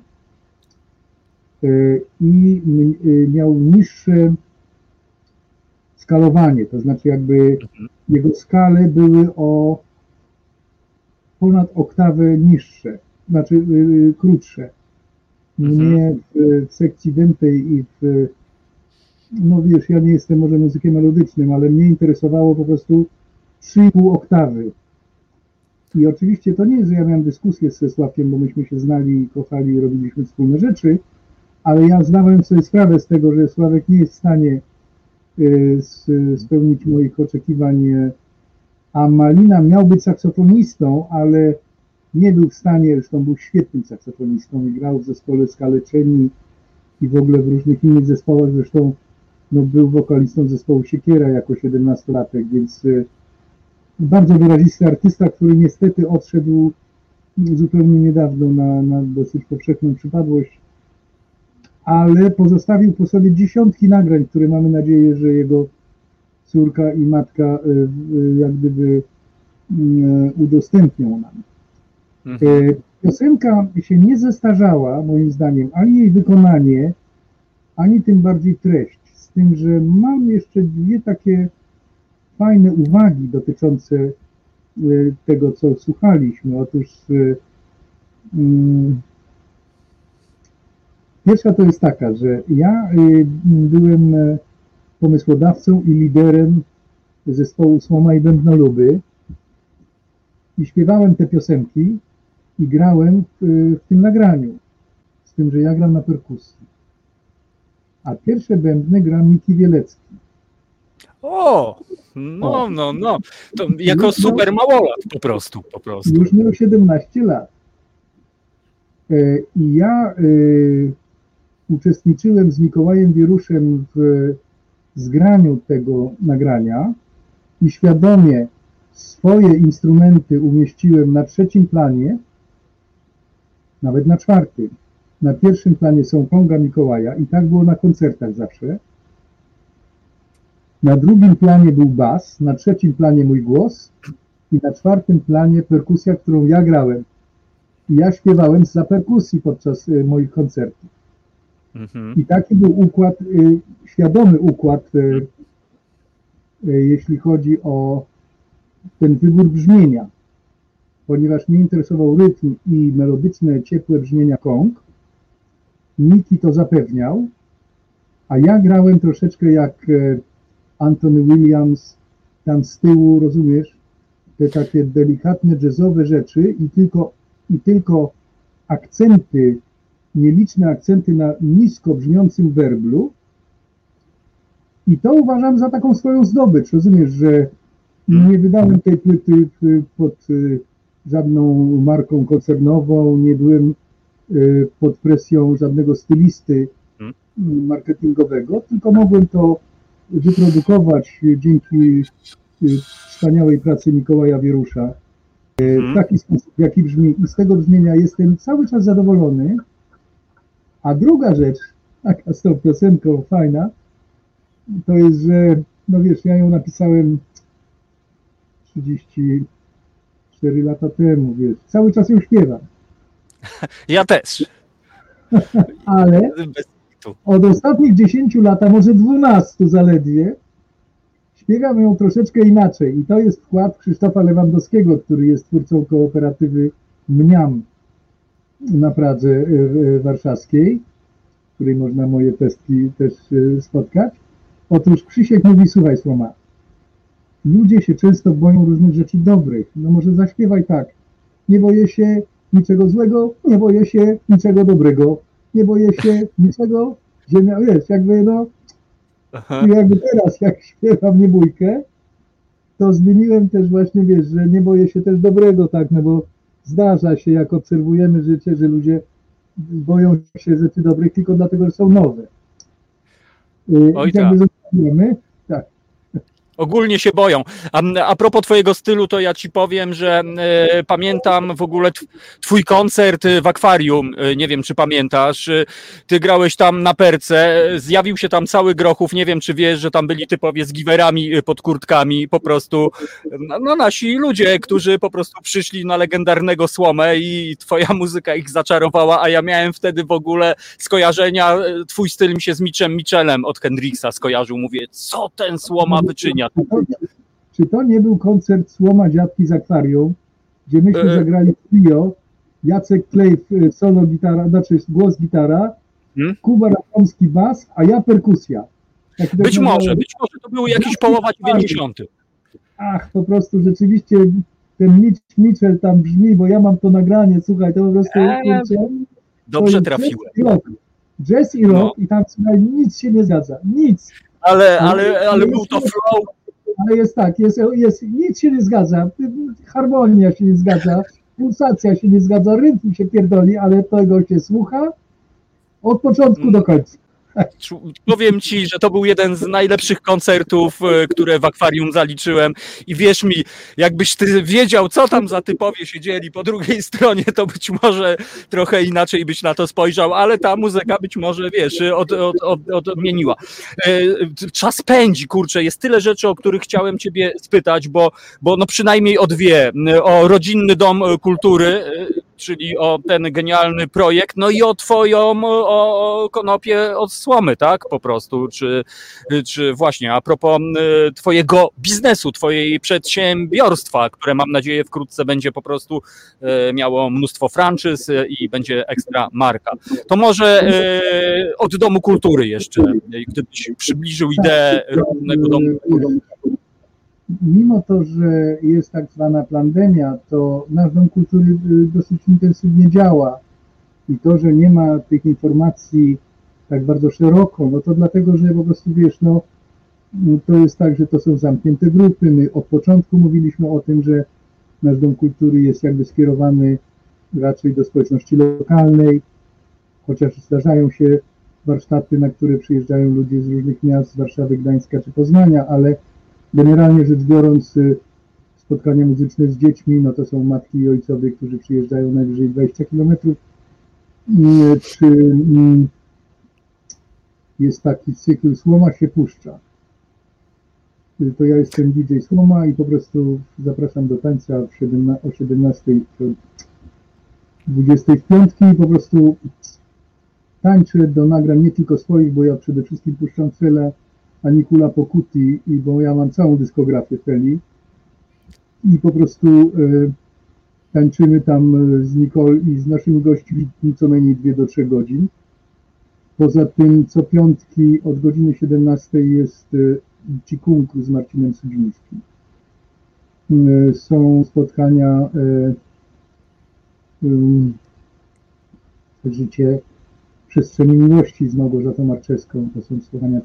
yy, i yy, miał niższe skalowanie, to znaczy jakby Mhm. jego skale były o ponad oktawę niższe, znaczy yy, krótsze. Mnie w, w sekcji dętej i w, no wiesz, ja nie jestem może muzykiem melodycznym, ale mnie interesowało po prostu trzy i pół oktawy. I oczywiście to nie jest, że ja miałem dyskusję ze Sławkiem, bo myśmy się znali, kochali i robiliśmy wspólne rzeczy, ale ja zdałem sobie sprawę z tego, że Sławek nie jest w stanie y, spełnić moich oczekiwań, a Malina miał być saksofonistą, ale nie był w stanie, zresztą był świetnym saksofonistą i grał w zespole Skaleczeni i w ogóle w różnych innych zespołach, zresztą no, był wokalistą zespołu Siekiera jako siedemnastolatek, więc y, bardzo wyrazisty artysta, który niestety odszedł zupełnie niedawno na, na dosyć powszechną przypadłość, ale pozostawił po sobie dziesiątki nagrań, które mamy nadzieję, że jego córka i matka y, y, jak gdyby y, udostępnią nam. Mhm. Y, piosenka się nie zestarzała, moim zdaniem, ani jej wykonanie, ani tym bardziej treść, z tym, że mam jeszcze dwie takie fajne uwagi dotyczące y, tego, co słuchaliśmy. Otóż y, y, pierwsza to jest taka, że ja y, byłem pomysłodawcą i liderem zespołu Słoma i Bębnoluby i śpiewałem te piosenki i grałem w, w tym nagraniu, z tym, że ja gram na perkusji. A pierwsze bębny gra Miki Wielecki. O! No, no, no. To jako super małolat po prostu, po prostu. Już miał siedemnaście lat. E, I ja e, uczestniczyłem z Mikołajem Wieruszem w zgraniu tego nagrania i świadomie swoje instrumenty umieściłem na trzecim planie, nawet na czwartym. Na pierwszym planie są konga Mikołaja i tak było na koncertach zawsze. Na drugim planie był bas, na trzecim planie mój głos i na czwartym planie perkusja, którą ja grałem. I ja śpiewałem zza perkusji podczas y, moich koncertów. Mhm. I taki był układ, y, świadomy układ, y, y, jeśli chodzi o ten wybór brzmienia. Ponieważ mnie interesował rytm i melodyczne, ciepłe brzmienia kong, Miki to zapewniał, a ja grałem troszeczkę jak y, Anthony Williams, tam z tyłu, rozumiesz, te takie delikatne jazzowe rzeczy i tylko, i tylko akcenty, nieliczne akcenty na nisko brzmiącym werblu. I to uważam za taką swoją zdobycz, rozumiesz, że nie wydałem tej płyty pod żadną marką koncernową, nie byłem pod presją żadnego stylisty marketingowego, tylko mogłem to wyprodukować dzięki wspaniałej pracy Mikołaja Wierusza w taki sposób, jaki brzmi. I z tego brzmienia jestem cały czas zadowolony. A druga rzecz, taka z tą piosenką fajna, to jest, że no wiesz, ja ją napisałem trzydzieści cztery lata temu, wiesz, cały czas ją śpiewam. Ja też. Ale od ostatnich dziesięciu lat, a może dwunastu zaledwie, śpiewam ją troszeczkę inaczej i to jest wkład Krzysztofa Lewandowskiego, który jest twórcą kooperatywy Mniam na Pradze Warszawskiej, w której można moje pestki też spotkać. Otóż Krzysiek mówi, słuchaj Słoma, ludzie się często boją różnych rzeczy dobrych, no może zaśpiewaj tak, nie boję się niczego złego, nie boję się niczego dobrego, nie boję się niczego, ziemia, wiesz, jakby no, i jakby teraz jak śpiewam niebójkę, to zmieniłem też właśnie, wiesz, że nie boję się też dobrego, tak, no bo zdarza się, jak obserwujemy życie, że ludzie boją się rzeczy dobrych tylko dlatego, że są nowe. Oj, I jakby zostawiamy, tak. Ogólnie się boją. A, a propos twojego stylu, to ja ci powiem, że e, pamiętam w ogóle tw- twój koncert w akwarium, e, nie wiem czy pamiętasz, e, ty grałeś tam na perce, e, zjawił się tam cały Grochów, nie wiem czy wiesz, że tam byli typowie z giwerami e, pod kurtkami, po prostu no, no nasi ludzie, którzy po prostu przyszli na legendarnego Słomę i twoja muzyka ich zaczarowała, a ja miałem wtedy w ogóle skojarzenia, e, twój styl mi się z Mitchem Mitchellem od Hendrixa skojarzył, mówię, co ten Słoma wyczynia. Czy to, czy to nie był koncert Słoma Dziadki z akwarium, gdzie myśmy E- zagrali trio, Jacek Klejf solo gitara, znaczy głos gitara, Hmm? Kuba Radomski bas, a ja perkusja. Tak to Być nazywało- może, być może to były jakieś połowa dziewięćdziesiątych. Ach, po prostu rzeczywiście ten Mitch Mitchell tam brzmi, bo ja mam to nagranie, słuchaj, to po prostu Eee, kurczę, to Dobrze jest trafiłem. Jazz i rock, jazz i rock i tam słuchaj, nic się nie zgadza, nic. Ale, ale, ale był to flow. Ale jest tak, jest, jest, nic się nie zgadza, harmonia się nie zgadza, pulsacja się nie zgadza, rytm się pierdoli, ale tego się słucha od początku do końca. Powiem ci, że to był jeden z najlepszych koncertów, e, które w akwarium zaliczyłem i wierz mi, jakbyś ty wiedział, co tam za typowie siedzieli po drugiej stronie, to być może trochę inaczej byś na to spojrzał, ale ta muzyka być może, wiesz, od, od, od, odmieniła. E, Czas pędzi, kurczę, jest tyle rzeczy, o których chciałem ciebie spytać, bo, bo no przynajmniej o dwie, o Rodzinny Dom Kultury, e, czyli o ten genialny projekt, no i o twoją, o, o konopię od słomy, tak, po prostu, czy, czy właśnie a propos y, twojego biznesu, twojej przedsiębiorstwa, które mam nadzieję wkrótce będzie po prostu y, miało mnóstwo franczyz y, i będzie ekstra marka. To może y, od Domu Kultury jeszcze, y, gdybyś przybliżył ideę Rodzinnego Domu Kultury. Mimo to, że jest tak zwana pandemia, to nasz Dom Kultury dosyć intensywnie działa i to, że nie ma tych informacji tak bardzo szeroko, no to dlatego, że po prostu wiesz, no to jest tak, że to są zamknięte grupy. My od początku mówiliśmy o tym, że nasz Dom Kultury jest jakby skierowany raczej do społeczności lokalnej, chociaż zdarzają się warsztaty, na które przyjeżdżają ludzie z różnych miast, z Warszawy, Gdańska czy Poznania, ale generalnie rzecz biorąc spotkania muzyczne z dziećmi, no to są matki i ojcowie, którzy przyjeżdżają najwyżej dwadzieścia kilometrów. Czy jest taki cykl Słoma się puszcza. To ja jestem D J Słoma i po prostu zapraszam do tańca o siedemnastej, dwudziestej w piątki i po prostu tańczę do nagrań nie tylko swoich, bo ja przede wszystkim puszczam Fela, Anikula Pokuti, i bo ja mam całą dyskografię Feli i po prostu y, tańczymy tam z Nicole i z naszymi gośćmi co najmniej dwie do trzech godzin. Poza tym co piątki od godziny siedemnastej jest y, Cikung z Marcinem Sudzińskim. Y, są spotkania y, y, Życie Przestrzeni Miłości z Małgorzatą Marczewską. To są spotkania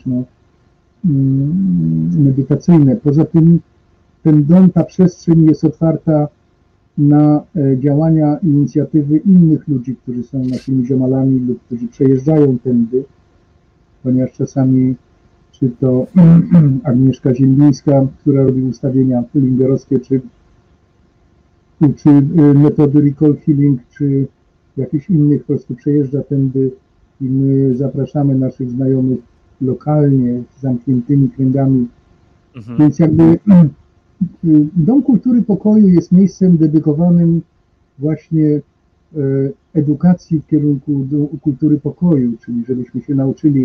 psychologiczno-medytacyjne. Poza tym ten dom, ta przestrzeń jest otwarta na działania i inicjatywy innych ludzi, którzy są naszymi ziomalami lub którzy przejeżdżają tędy, ponieważ czasami czy to Agnieszka Ziembińska, która robi ustawienia healingerowskie, czy, czy metody Recall Healing, czy jakichś innych, po prostu przejeżdża tędy i my zapraszamy naszych znajomych lokalnie, z zamkniętymi kręgami. Mhm. Więc jakby Dom Kultury Pokoju jest miejscem dedykowanym właśnie edukacji w kierunku kultury pokoju, czyli żebyśmy się nauczyli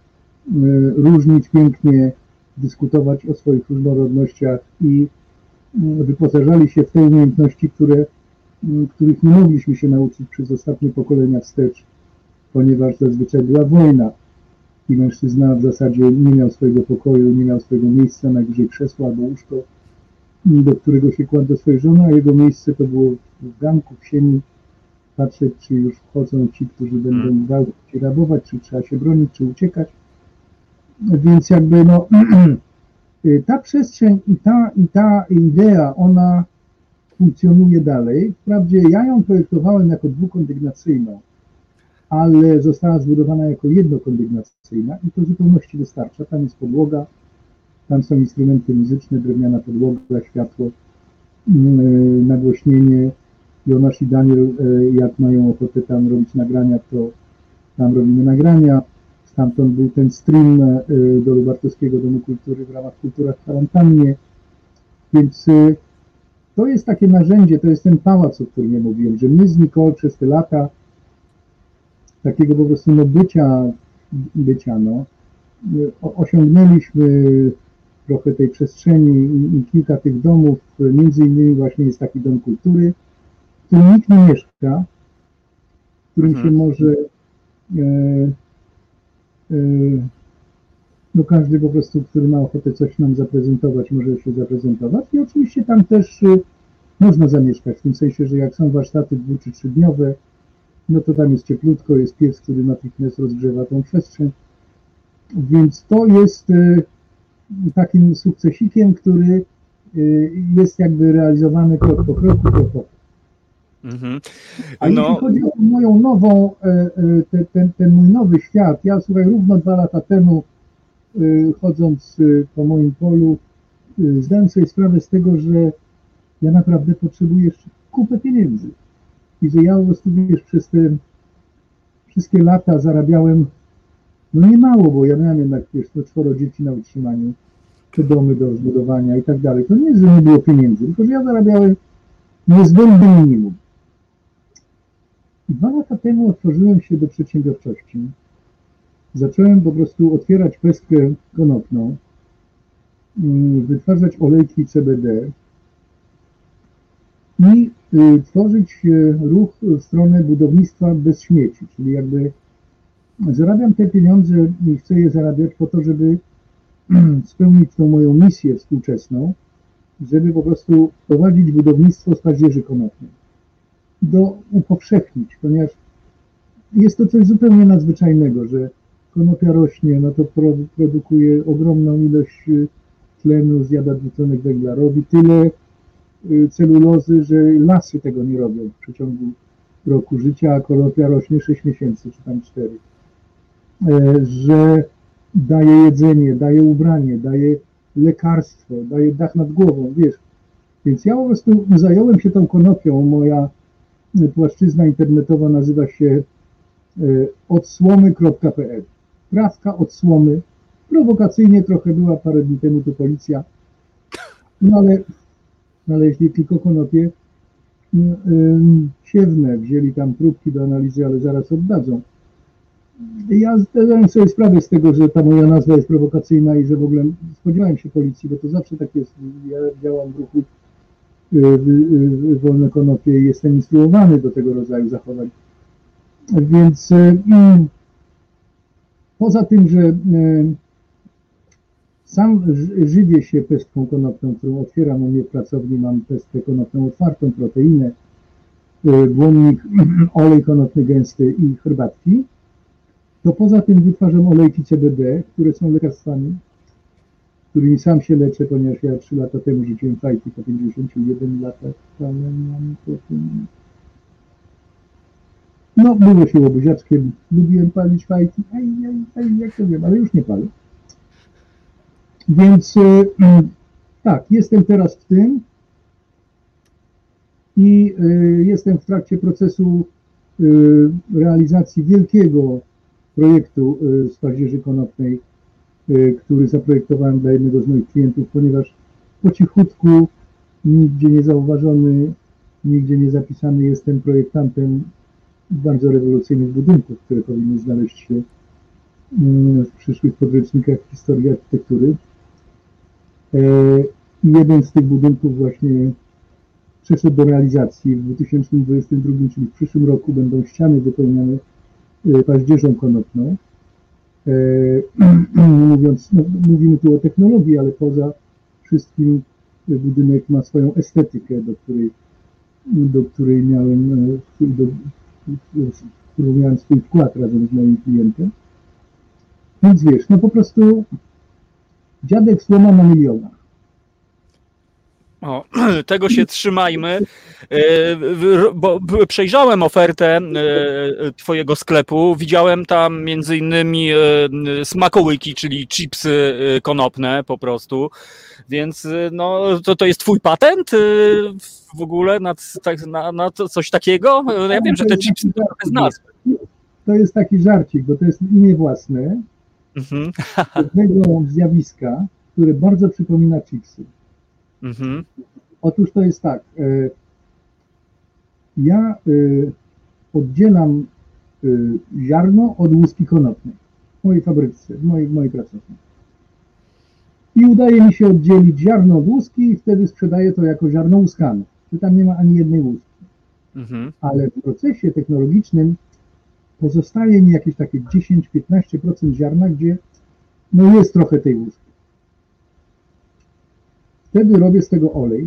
różnić pięknie, dyskutować o swoich różnorodnościach i wyposażali się w te umiejętności, które, których nie mogliśmy się nauczyć przez ostatnie pokolenia wstecz, ponieważ zazwyczaj była wojna i mężczyzna w zasadzie nie miał swojego pokoju, nie miał swojego miejsca, najwyżej krzesła albo łóżko, do którego się kładł do swojej żony, a jego miejsce to było w ganku, w sieni, patrzeć, czy już wchodzą ci, którzy będą walczyć i rabować, czy trzeba się bronić, czy uciekać. Więc jakby no, ta przestrzeń i ta, i ta idea, ona funkcjonuje dalej. Wprawdzie ja ją projektowałem jako dwukondygnacyjną, ale została zbudowana jako jednokondygnacyjna i to w zupełności wystarcza. Tam jest podłoga, tam są instrumenty muzyczne, drewniana podłoga, światło, nagłośnienie. Jonasz i Daniel, jak mają ochotę tam robić nagrania, to tam robimy nagrania. Stamtąd był ten stream do Lubartowskiego Domu Kultury w ramach Kultura w kwarantannie. Więc to jest takie narzędzie, to jest ten pałac, o którym ja mówiłem, że my z Nicole przez te lata takiego po prostu no bycia, bycia no, osiągnęliśmy trochę tej przestrzeni i, i kilka tych domów, między innymi właśnie jest taki dom kultury, w którym nikt nie mieszka, w którym mhm. się może e, e, no każdy po prostu, który ma ochotę coś nam zaprezentować, może się zaprezentować i oczywiście tam też e, można zamieszkać, w tym sensie, że jak są warsztaty dwu czy trzydniowe, no to tam jest cieplutko, jest pies, który natychmiast rozgrzewa tą przestrzeń, więc to jest e, takim sukcesikiem, który e, jest jakby realizowany krok po kroku, krok po kroku. Mm-hmm. A no. Jeśli chodzi o moją nową, te, ten, ten mój nowy świat, ja słuchaj, równo dwa lata temu chodząc po moim polu, zdałem sobie sprawę z tego, że ja naprawdę potrzebuję jeszcze kupę pieniędzy i że ja po prostu wiesz, przez te wszystkie lata zarabiałem no nie mało, bo ja miałem jednak wiesz, to czworo dzieci na utrzymaniu, czy domy do zbudowania i tak dalej. To nie jest, że nie było pieniędzy, tylko że ja zarabiałem niezbędne minimum. Dwa lata temu otworzyłem się do przedsiębiorczości. Zacząłem po prostu otwierać peskę konopną, wytwarzać olejki C B D i tworzyć ruch w stronę budownictwa bez śmieci, czyli jakby zarabiam te pieniądze i chcę je zarabiać po to, żeby spełnić tą moją misję współczesną, żeby po prostu prowadzić budownictwo z paździerzy konopnej. Do upowszechnić, ponieważ jest to coś zupełnie nadzwyczajnego, że konopia rośnie, no to pro, produkuje ogromną ilość tlenu, zjada dwutlenek węgla, robi tyle celulozy, że lasy tego nie robią w przeciągu roku życia, a konopia rośnie sześć miesięcy, czy tam cztery. Że daje jedzenie, daje ubranie, daje lekarstwo, daje dach nad głową, wiesz. Więc ja po prostu zająłem się tą konopią. Moja płaszczyzna internetowa nazywa się odsłomy kropka pe el. Trawka od słomy. Prowokacyjnie trochę była, parę dni temu tu policja. No ale, ale jeśli tylko konopie siewne wzięli tam próbki do analizy, ale zaraz oddadzą. Ja zdałem sobie sprawę z tego, że ta moja nazwa jest prowokacyjna i że w ogóle spodziewałem się policji, bo to zawsze tak jest. Ja działam w ruchu Wolne Konopie i jestem instruowany do tego rodzaju zachowań. Więc poza tym, że sam żywię się pestką konopną, którą otwieram u mnie w pracowni, mam pestkę konopną otwartą, proteinę, błonnik, olej konopny gęsty i herbatki, to poza tym wytwarzam olejki ce be de, które są lekarstwami, którymi sam się leczę, ponieważ ja trzy lata temu rzuciłem fajki po pięćdziesięciu jeden latach. No, było się łobuziaczkiem, lubiłem palić fajki, aj, aj, aj, jak to wiem, ale już nie palę. Więc tak, jestem teraz w tym i jestem w trakcie procesu realizacji wielkiego projektu z paździerzy konopnej, który zaprojektowałem dla jednego z moich klientów, ponieważ po cichutku, nigdzie nie zauważony, nigdzie nie zapisany, jestem projektantem bardzo rewolucyjnych budynków, które powinny znaleźć się w przyszłych podręcznikach historii architektury. I jeden z tych budynków właśnie przeszedł do realizacji. W dwa tysiące dwudziestym drugim, czyli w przyszłym roku, będą ściany wypełnione paździerzą konopną. Mówiąc, no, mówimy tu o technologii, ale poza wszystkim budynek ma swoją estetykę, do której, do której miałem, do, w którą miałem swój wkład razem z moim klientem. Więc wiesz, no po prostu dziadek słoma na milionach. O, tego się trzymajmy, bo przejrzałem ofertę twojego sklepu, widziałem tam między innymi smakołyki, czyli chipsy konopne po prostu, więc no, to, to jest twój patent w ogóle na, na, na coś takiego? Ja wiem, że te chipsy to bez nazwy. To jest taki żarcik, bo to jest imię własne mhm. pewnego zjawiska, które bardzo przypomina chipsy. Mhm. Otóż to jest tak, ja oddzielam ziarno od łuski konopnej w mojej fabryce, w mojej, w mojej pracowni. I udaje mi się oddzielić ziarno od łuski i wtedy sprzedaję to jako ziarno łuskane. Czy tam nie ma ani jednej łuski. Mhm. Ale w procesie technologicznym pozostaje mi jakieś takie dziesięć do piętnastu procent ziarna, gdzie no jest trochę tej łuski. Wtedy robię z tego olej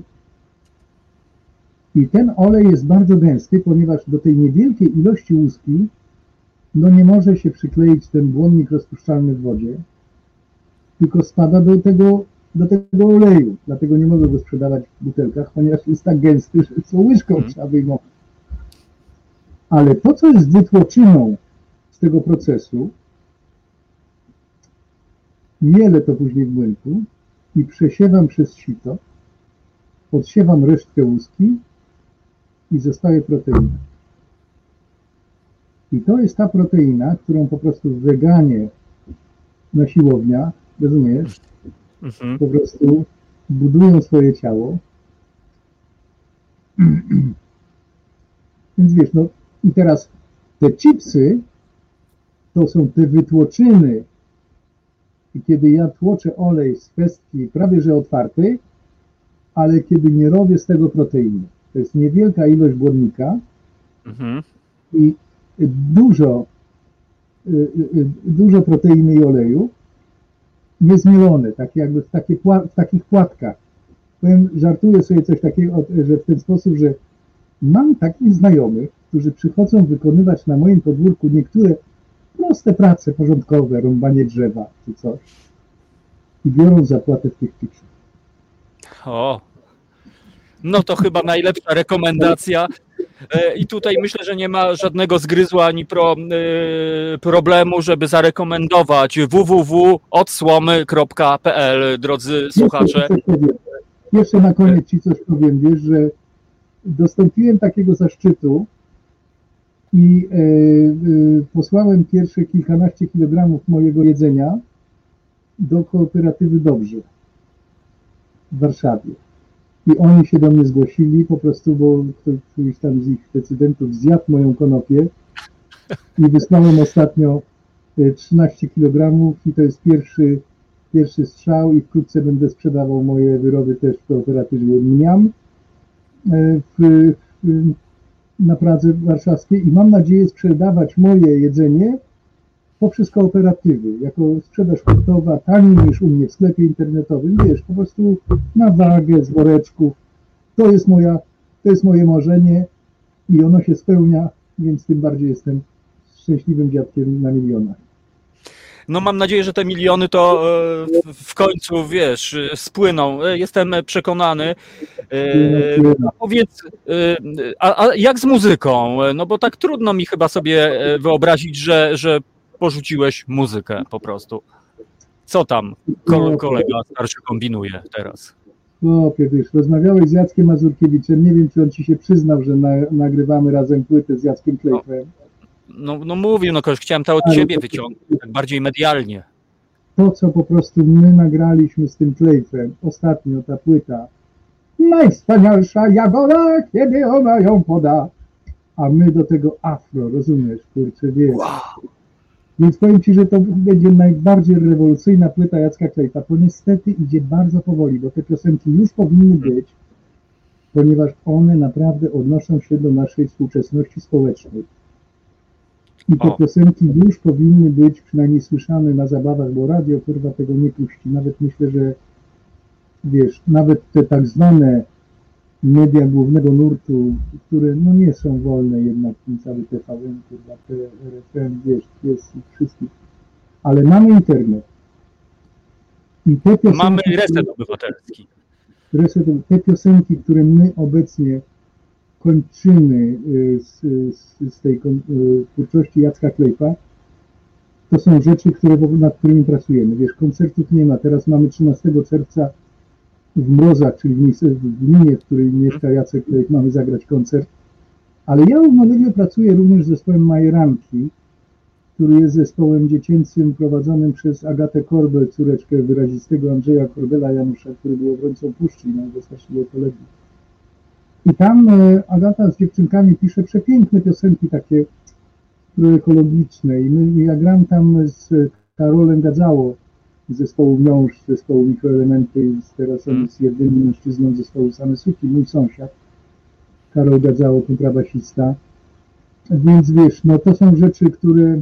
i ten olej jest bardzo gęsty, ponieważ do tej niewielkiej ilości łuski no nie może się przykleić ten błonnik rozpuszczalny w wodzie, tylko spada do tego, do tego oleju. Dlatego nie mogę go sprzedawać w butelkach, ponieważ jest tak gęsty, że co łyżką hmm. trzeba wyjmować. Ale to, co jest wytłoczyną z tego procesu, mielę to później w młynku i przesiewam przez sito, odsiewam resztkę łuski i zostaje proteina. I to jest ta proteina, którą po prostu weganie na siłowniach, rozumiesz, mhm. po prostu budują swoje ciało. Więc wiesz, no i teraz te chipsy to są te wytłoczyny. I kiedy ja tłoczę olej z pestki prawie że otwartej, ale kiedy nie robię z tego proteiny. To jest niewielka ilość błonnika mhm. i dużo, dużo proteiny i oleju, niezmielone, takie jakby w, takie, w takich płatkach. Powiem, żartuję sobie coś takiego, że w ten sposób, że mam takich znajomych, którzy przychodzą wykonywać na moim podwórku niektóre proste prace porządkowe, rąbanie drzewa czy coś i biorą zapłatę w tych chipsach. O, no to chyba najlepsza rekomendacja. I tutaj myślę, że nie ma żadnego zgryzła ani pro, y, problemu, żeby zarekomendować w w w kropka odsłomy kropka pe el, drodzy słuchacze. Jeszcze na koniec Ci coś powiem, wiesz, że dostąpiłem takiego zaszczytu i e, e, posłałem pierwsze kilkanaście kilogramów mojego jedzenia do kooperatywy Dobrze w Warszawie. I oni się do mnie zgłosili po prostu, bo któryś tam z ich decydentów zjadł moją konopię i wysłałem ostatnio trzynaście kilogramów i to jest pierwszy, pierwszy strzał i wkrótce będę sprzedawał moje wyroby też w kooperatywie Mniam w, w, na Pradze Warszawskiej i mam nadzieję sprzedawać moje jedzenie poprzez kooperatywy, jako sprzedaż hurtowa, taniej niż u mnie w sklepie internetowym, wiesz, po prostu na wagę z woreczków. To jest moja, to jest moje marzenie i ono się spełnia, więc tym bardziej jestem szczęśliwym dziadkiem na milionach. No mam nadzieję, że te miliony to w końcu, wiesz, spłyną. Jestem przekonany. A powiedz, a, a jak z muzyką? No bo tak trudno mi chyba sobie wyobrazić, że, że porzuciłeś muzykę po prostu. Co tam kolega starszy kombinuje teraz? No, wiesz, rozmawiałeś z Jackiem Mazurkiewiczem. Nie wiem, czy on ci się przyznał, że na, nagrywamy razem płytę z Jackiem Klejfem. No, no mówił, no kogoś chciałem to od ciebie wyciągnąć, tak bardziej medialnie. To, co po prostu my nagraliśmy z tym Klejfem, ostatnio ta płyta, najwspanialsza jagoda, kiedy ona ją poda, a my do tego afro, rozumiesz, kurczę, wiesz. Wow. Więc powiem ci, że to będzie najbardziej rewolucyjna płyta Jacka Klejfa. To niestety idzie bardzo powoli, bo te piosenki już powinny być, ponieważ one naprawdę odnoszą się do naszej współczesności społecznej. I te o. piosenki już powinny być przynajmniej słyszane na zabawach, bo radio kurwa tego nie puści. Nawet myślę, że wiesz, nawet te tak zwane media głównego nurtu, które no nie są wolne jednak, ten cały T V N, kurwa, T R F M, wiesz, jest wszystkich. Ale mamy internet. I te piosenki, mamy reset obywatelski. Reset, te piosenki, które my obecnie kończymy z, z, z tej twórczości Jacka Klejfa, to są rzeczy, które, nad którymi pracujemy. Wiesz, koncertów nie ma. Teraz mamy trzynastego czerwca w Mrozach, czyli w gminie, w której mieszka Jacek Klejf, mamy zagrać koncert. Ale ja równolegle pracuję również z zespołem Majeranki, który jest zespołem dziecięcym prowadzonym przez Agatę Korbel, córeczkę wyrazistego Andrzeja Korbela Janusza, który był obrońcą Puszczy, najwystarszego kolegi. I tam Agata z dziewczynkami pisze przepiękne piosenki takie ekologiczne. I my, ja gram tam z Karolem Gadzało z zespołu Miąższ, z zespołu Mikroelementy i teraz on jest jedynym mężczyzną zespołu Same Suki, mój sąsiad. Karol Gadzało, kontrabasista. Więc wiesz, no to są rzeczy, które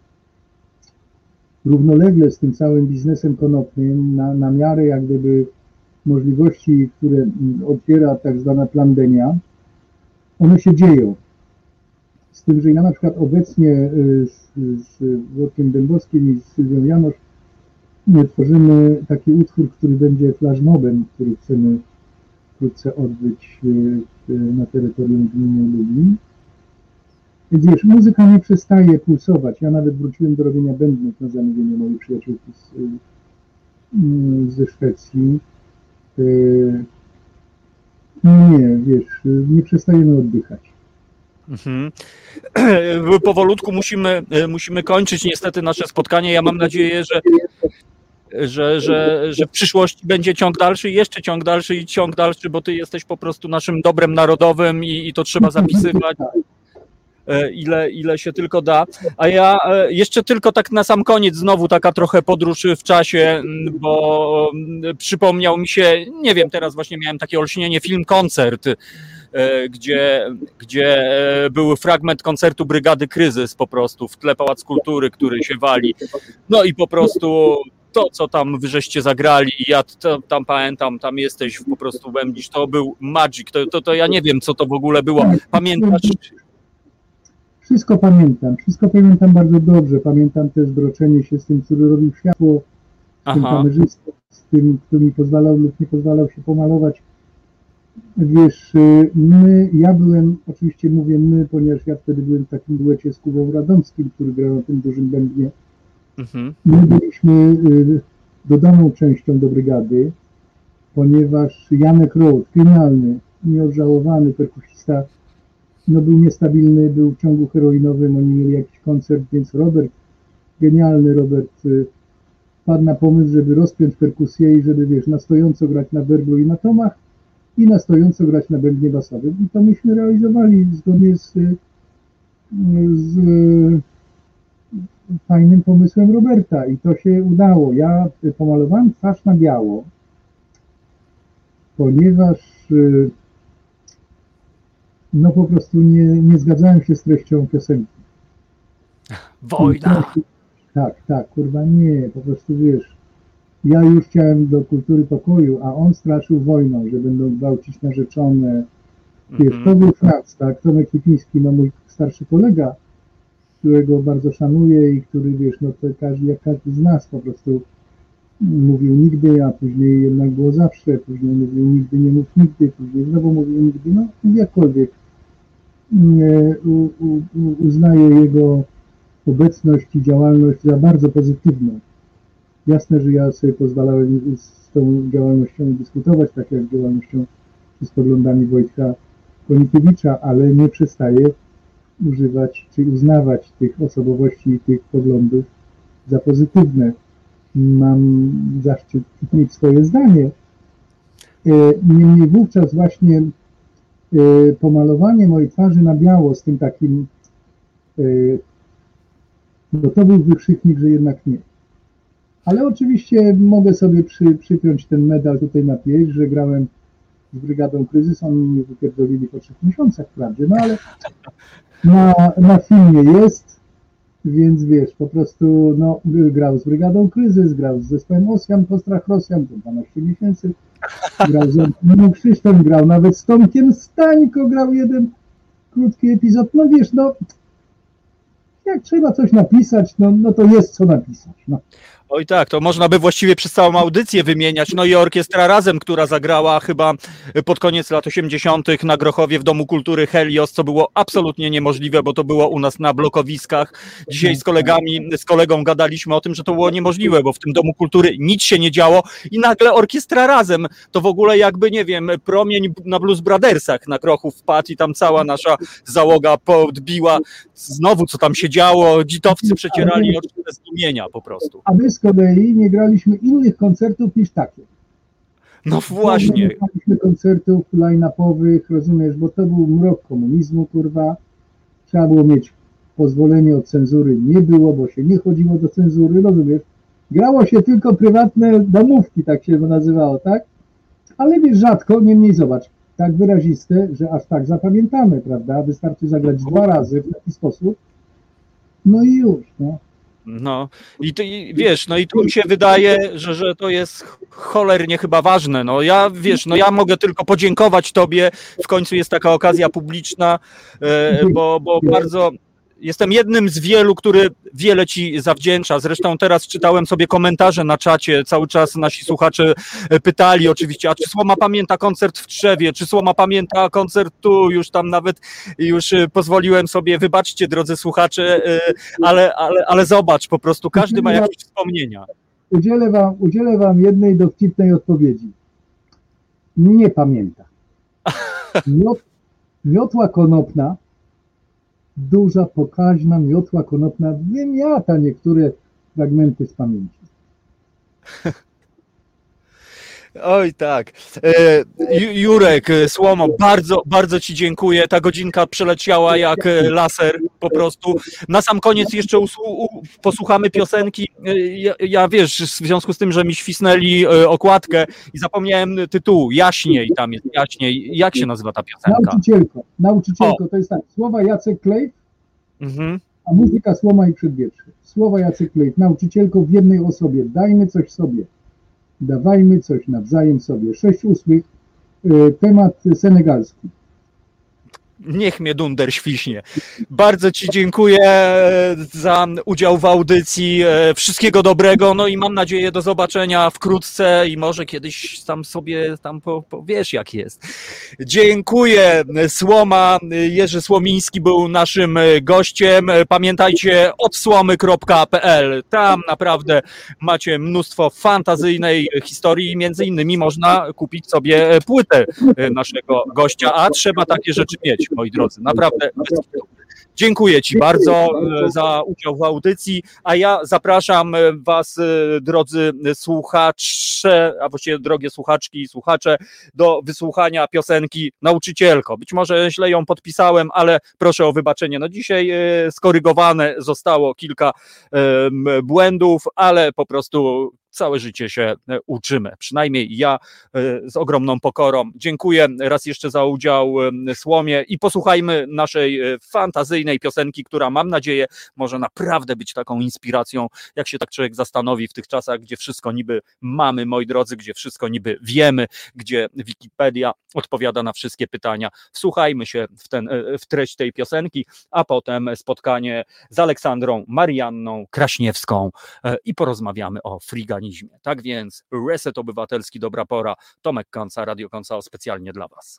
równolegle z tym całym biznesem konopnym na, na miarę jak gdyby możliwości, które otwiera tak zwana pandemia, one się dzieją. Z tym, że ja na przykład obecnie z, z Włodkiem Dębowskim i z Sylwią Janosz tworzymy taki utwór, który będzie flashmobem, który chcemy wkrótce odbyć na terytorium gminy Lublin. Więc wiesz, muzyka nie przestaje pulsować. Ja nawet wróciłem do robienia bębnów na zamówienie mojej przyjaciółki z, ze Szwecji. Nie, wiesz, nie przestajemy oddychać. Mhm. Powolutku musimy, musimy kończyć niestety nasze spotkanie. Ja mam nadzieję, że, że, że, że w przyszłości będzie ciąg dalszy, jeszcze ciąg dalszy i ciąg dalszy, bo ty jesteś po prostu naszym dobrem narodowym i, i to trzeba zapisywać. Ile, ile się tylko da. A ja jeszcze tylko tak na sam koniec znowu taka trochę podróż w czasie, bo przypomniał mi się, nie wiem, teraz właśnie miałem takie olśnienie, film Koncert, gdzie, gdzie był fragment koncertu Brygady Kryzys po prostu w tle Pałac Kultury, który się wali. No i po prostu to, co tam wyżeście zagrali i ja to, tam pamiętam, tam jesteś po prostu będziesz, to był magic, to, to, to ja nie wiem, co to w ogóle było. Pamiętasz? Wszystko pamiętam, wszystko pamiętam bardzo dobrze. Pamiętam też droczenie się z tym, który robił światło, z tym kamerzystą, z tym, kto mi pozwalał lub nie pozwalał się pomalować. Wiesz, my, ja byłem, oczywiście mówię my, ponieważ ja wtedy byłem w takim duecie z Kubą Radomskim, który grał na tym dużym bębnie. Mhm. My byliśmy dodaną częścią do brygady ponieważ Janek Roth, genialny, nieodżałowany perkusista, no był niestabilny, był w ciągu heroinowym, oni mieli jakiś koncert, więc Robert, genialny Robert, y, padł na pomysł, żeby rozpiąć perkusję i żeby, wiesz, na stojąco grać na werblu i na tomach i na stojąco grać na bębnie basowym. I to myśmy realizowali zgodnie z, z fajnym pomysłem Roberta i to się udało. Ja pomalowałem twarz na biało, ponieważ no po prostu nie, nie zgadzałem się z treścią piosenki. Wojna! Tak, tak, kurwa nie, po prostu wiesz, ja już chciałem do kultury pokoju, a on straszył wojną, że będą gwałcić narzeczone. Wiesz, to był Franc, tak, Tomek Lipiński, no mój starszy kolega, którego bardzo szanuję i który, wiesz, no to każdy, jak każdy z nas po prostu mówił nigdy, a później jednak było zawsze, później mówił nigdy, nie mów nigdy, później znowu mówił nigdy, no jakkolwiek nie, u, u, uznaję jego obecność i działalność za bardzo pozytywną. Jasne, że ja sobie pozwalałem z tą działalnością dyskutować, tak jak z działalnością czy z poglądami Wojtka Konikiewicza, ale nie przestaję używać czy uznawać tych osobowości i tych poglądów za pozytywne. Mam zaszczyt mieć swoje zdanie. Niemniej wówczas właśnie pomalowanie mojej twarzy na biało z tym takim, no to był wykrzyknik, że jednak nie. Ale oczywiście mogę sobie przy, przypiąć ten medal tutaj na pieśń, że grałem z Brygadą Kryzys, oni mnie wypierdolili po trzech miesiącach wprawdzie, no ale na, na filmie jest, więc wiesz, po prostu no, grał z Brygadą Kryzys, grał z zespołem Osjan po strach Rosjan, to dwanaście miesięcy, grał z Antonią Krzysztofem, grał nawet z Tomkiem Stańko, grał jeden krótki epizod, no wiesz, no jak trzeba coś napisać, no, no to jest co napisać. No. Oj tak, to można by właściwie przez całą audycję wymieniać. No i Orkiestra Razem, która zagrała chyba pod koniec lat osiemdziesiątych na Grochowie w Domu Kultury Helios, co było absolutnie niemożliwe, bo to było u nas na blokowiskach. Dzisiaj z kolegami, z kolegą gadaliśmy o tym, że to było niemożliwe, bo w tym Domu Kultury nic się nie działo i nagle Orkiestra Razem, to w ogóle jakby, nie wiem, promień na Blues Brothersach na Grochów wpadł i tam cała nasza załoga podbiła. Znowu co tam się działo, dzitowcy przecierali oczy ze zdumienia po prostu. A my z kolei nie graliśmy innych koncertów niż takie. No właśnie. Nie graliśmy koncertów line-upowych, rozumiesz, bo to był mrok komunizmu, kurwa. Trzeba było mieć pozwolenie od cenzury, nie było, bo się nie chodziło do cenzury, rozumiesz. Grało się tylko prywatne domówki, tak się to nazywało, tak? Ale wiesz, rzadko, niemniej zobacz, tak wyraziste, że aż tak zapamiętamy, prawda? Wystarczy zagrać dwa razy w taki sposób, no i już, no. No i, ty, i wiesz, no i tu mi się wydaje, że, że to jest cholernie chyba ważne. No ja wiesz, no ja mogę tylko podziękować tobie, w końcu jest taka okazja publiczna, bo, bo bardzo jestem jednym z wielu, który wiele ci zawdzięcza. Zresztą teraz czytałem sobie komentarze na czacie, cały czas nasi słuchacze pytali oczywiście, a czy Słoma pamięta koncert w Trzewie, czy Słoma pamięta koncert tu, już tam nawet już pozwoliłem sobie, wybaczcie drodzy słuchacze, ale, ale, ale zobacz, po prostu każdy ma jakieś wspomnienia. Udzielę wam, udzielę wam jednej dowcipnej odpowiedzi. Nie pamięta. Miot, miotła konopna, duża, pokaźna miotła konopna wymiata niektóre fragmenty z pamięci. Oj tak. Jurek, Słomo, bardzo, bardzo ci dziękuję. Ta godzinka przeleciała jak laser po prostu. Na sam koniec jeszcze posłuchamy piosenki. Ja, ja wiesz, w związku z tym, że mi świsnęli okładkę i zapomniałem tytułu. Jaśniej tam jest, jaśniej. Jak się nazywa ta piosenka? Nauczycielko. Nauczycielko, o. To jest tak. Słowa Jacek Klejf, mhm. A muzyka Słoma i Przedwietrze. Słowa Jacek Klejf. Nauczycielko w jednej osobie. Dajmy coś sobie. Dawajmy coś nawzajem sobie. Sześć ósmych, temat senegalski. Niech mnie dunder świśnie. Bardzo Ci dziękuję za udział w audycji. Wszystkiego dobrego. No i mam nadzieję do zobaczenia wkrótce i może kiedyś tam sobie tam po, po, wiesz jak jest. Dziękuję. Słoma, Jerzy Słomiński był naszym gościem. Pamiętajcie odsłomy kropka p l. Tam naprawdę macie mnóstwo fantazyjnej historii. Między innymi można kupić sobie płytę naszego gościa, a trzeba takie rzeczy mieć, moi drodzy. Naprawdę. Dziękuję Ci bardzo za udział w audycji, a ja zapraszam Was, drodzy słuchacze, a właściwie drogie słuchaczki i słuchacze, do wysłuchania piosenki Nauczycielko. Być może źle ją podpisałem, ale proszę o wybaczenie. No dzisiaj skorygowane zostało kilka błędów, ale po prostu całe życie się uczymy. Przynajmniej ja z ogromną pokorą. Dziękuję raz jeszcze za udział Słomie i posłuchajmy naszej fantazyjnej piosenki, która mam nadzieję może naprawdę być taką inspiracją, jak się tak człowiek zastanowi w tych czasach, gdzie wszystko niby mamy, moi drodzy, gdzie wszystko niby wiemy, gdzie Wikipedia odpowiada na wszystkie pytania. Wsłuchajmy się w, ten, w treść tej piosenki, a potem spotkanie z Aleksandrą Marianną Kraśniewską i porozmawiamy o friganizmie. Tak więc Reset Obywatelski, dobra pora. Tomek Konca, Radio Konca specjalnie dla Was.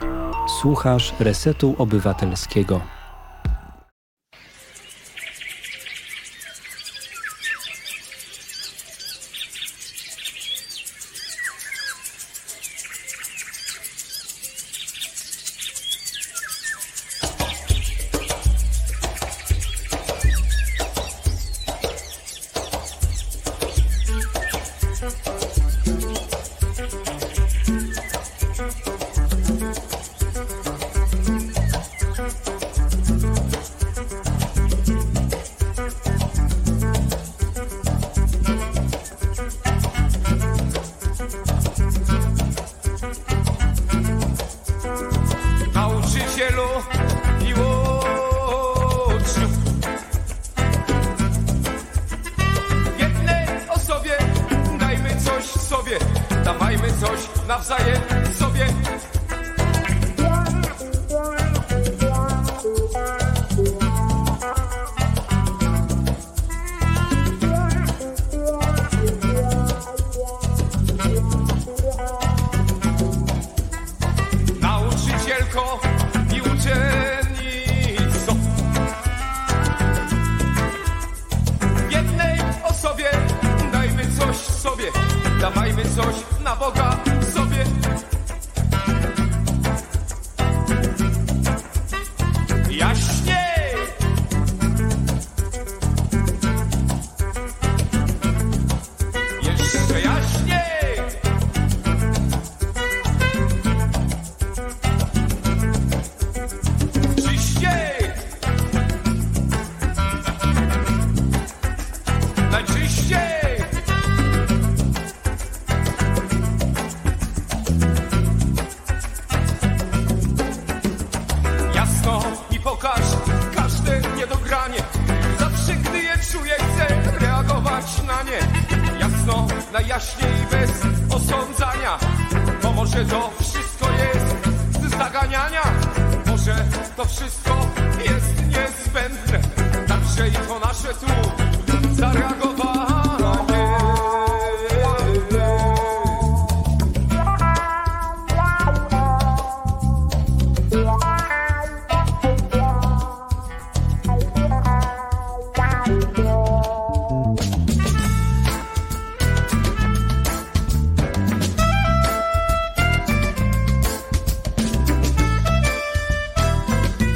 Słuchasz Resetu Obywatelskiego.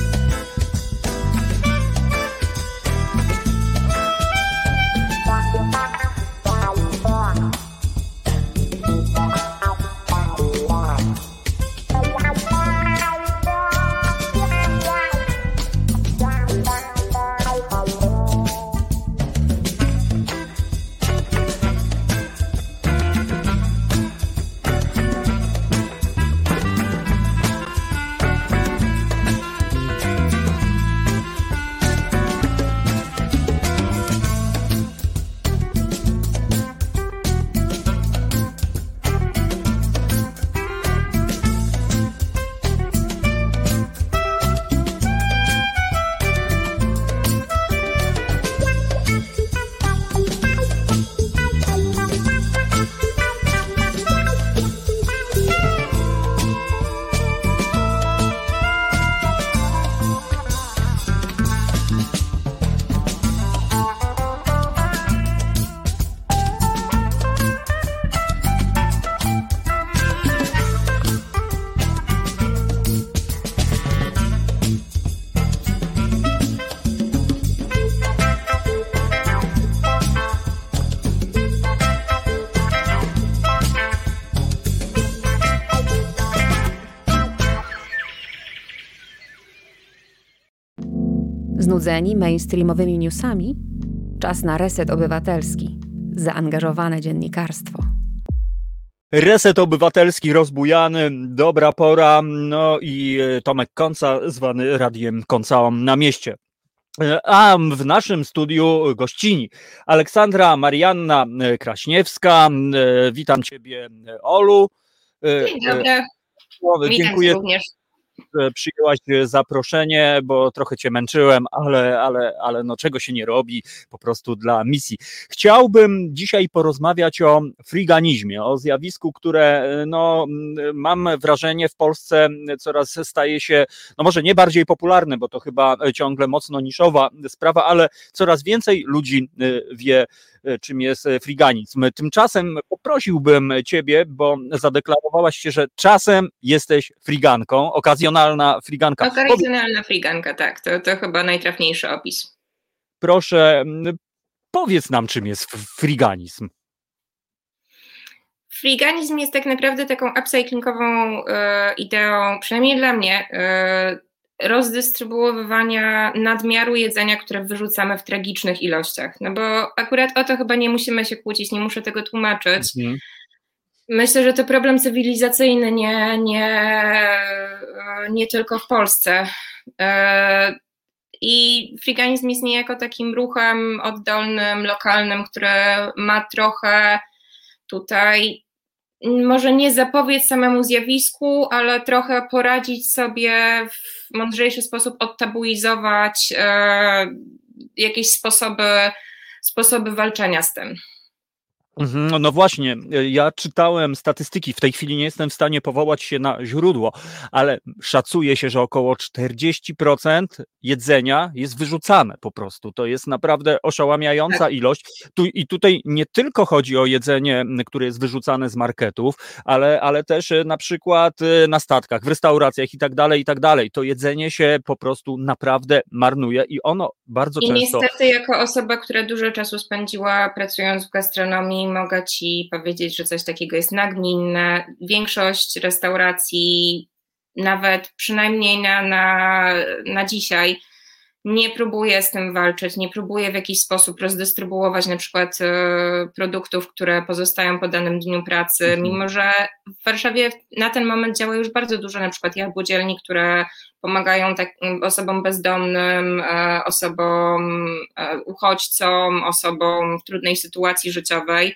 Bye. Znudzeni mainstreamowymi newsami? Czas na Reset Obywatelski. Zaangażowane dziennikarstwo. Reset Obywatelski rozbujany, dobra pora, no i Tomek Konca, zwany Radiem Konca na mieście. A w naszym studiu gościni Aleksandra Marianna Kraśniewska. Witam Ciebie, Olu. Dzień dobry. Witam Dziękuję, również. że przyjęłaś zaproszenie, bo trochę Cię męczyłem, ale, ale, ale no czego się nie robi, po prostu dla misji. Chciałbym dzisiaj porozmawiać o friganizmie, o zjawisku, które no, mam wrażenie w Polsce coraz staje się, no może nie bardziej popularne, bo to chyba ciągle mocno niszowa sprawa, ale coraz więcej ludzi wie, czym jest friganizm. Tymczasem poprosiłbym Ciebie, bo zadeklarowałaś się, że czasem jesteś friganką, okazjonalna friganka. Okazjonalna friganka, tak, to, to chyba najtrafniejszy opis. Proszę, powiedz nam, czym jest friganizm. Friganizm jest tak naprawdę taką upcyclingową e, ideą, przynajmniej dla mnie, e, rozdystrybuowywania nadmiaru jedzenia, które wyrzucamy w tragicznych ilościach. No bo akurat o to chyba nie musimy się kłócić, nie muszę tego tłumaczyć. Mhm. Myślę, że to problem cywilizacyjny, nie, nie, nie tylko w Polsce. I friganizm jest niejako takim ruchem oddolnym, lokalnym, który ma trochę tutaj może nie zapowiedź samemu zjawisku, ale trochę poradzić sobie w mądrzejszy sposób, odtabuizować e, jakieś sposoby, sposoby walczenia z tym. No właśnie, ja czytałem statystyki, w tej chwili nie jestem w stanie powołać się na źródło, ale szacuje się, że około czterdzieści procent jedzenia jest wyrzucane po prostu. To jest naprawdę oszałamiająca tak. ilość. Tu, I tutaj nie tylko chodzi o jedzenie, które jest wyrzucane z marketów, ale, ale też na przykład na statkach, w restauracjach i tak dalej, i tak dalej. To jedzenie się po prostu naprawdę marnuje i ono bardzo I często... I niestety jako osoba, która dużo czasu spędziła pracując w gastronomii, mogę Ci powiedzieć, że coś takiego jest nagminne. Większość restauracji, nawet przynajmniej na, na, na dzisiaj, nie próbuje z tym walczyć, nie próbuje w jakiś sposób rozdystrybuować na przykład y, produktów, które pozostają po danym dniu pracy, mhm. mimo że w Warszawie na ten moment działa już bardzo dużo na przykład jabłodzielni, które pomagają tak, osobom bezdomnym, y, osobom y, uchodźcom, osobom w trudnej sytuacji życiowej.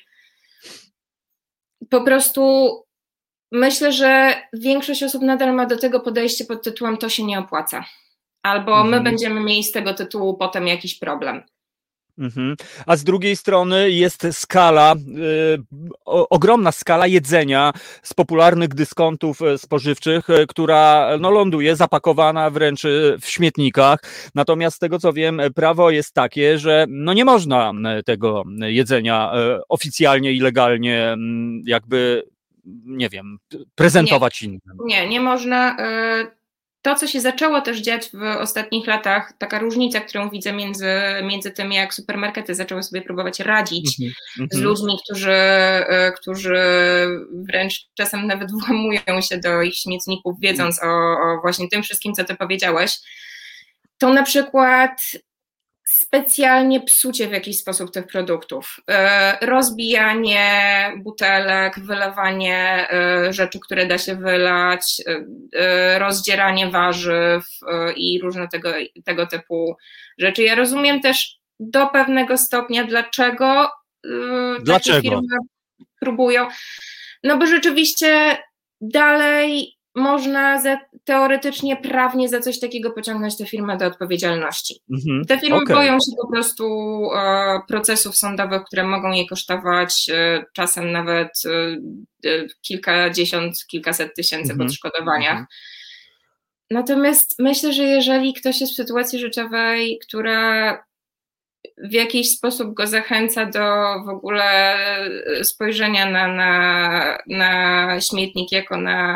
Po prostu myślę, że większość osób nadal ma do tego podejście pod tytułem to się nie opłaca. Albo my mhm. będziemy mieli z tego tytułu potem jakiś problem. Mhm. A z drugiej strony jest skala, y, o, ogromna skala jedzenia z popularnych dyskontów spożywczych, y, która no, ląduje zapakowana wręcz w śmietnikach. Natomiast z tego co wiem, prawo jest takie, że no, nie można tego jedzenia y, oficjalnie i legalnie y, jakby, nie wiem, prezentować nie, innym. Nie, nie można... Y- To, co się zaczęło też dziać w ostatnich latach, taka różnica, którą widzę między, między tym, jak supermarkety zaczęły sobie próbować radzić mm-hmm. z ludźmi, którzy, którzy wręcz czasem nawet włamują się do ich śmietników, wiedząc o, o właśnie tym wszystkim, co ty powiedziałeś, to na przykład specjalnie psucie w jakiś sposób tych produktów, rozbijanie butelek, wylewanie rzeczy, które da się wylać, rozdzieranie warzyw i różne tego, tego typu rzeczy. Ja rozumiem też do pewnego stopnia, dlaczego, dlaczego? takie firmy próbują, no bo rzeczywiście dalej można za, teoretycznie, prawnie za coś takiego pociągnąć tę firmę do odpowiedzialności. Mm-hmm. Te firmy okay. boją się po prostu e, procesów sądowych, które mogą je kosztować e, czasem nawet e, kilkadziesiąt, kilkaset tysięcy mm-hmm. w odszkodowaniach. Mm-hmm. Natomiast myślę, że jeżeli ktoś jest w sytuacji życiowej, która w jakiś sposób go zachęca do w ogóle spojrzenia na, na, na śmietnik jako na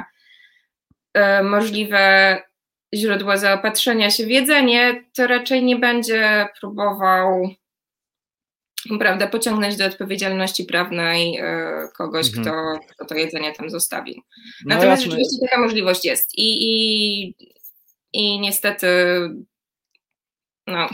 możliwe źródło zaopatrzenia się w jedzenie, to raczej nie będzie próbował, prawda, pociągnąć do odpowiedzialności prawnej kogoś, mhm. kto, kto to jedzenie tam zostawił. No Natomiast jasne. Rzeczywiście taka możliwość jest i, i, i niestety no...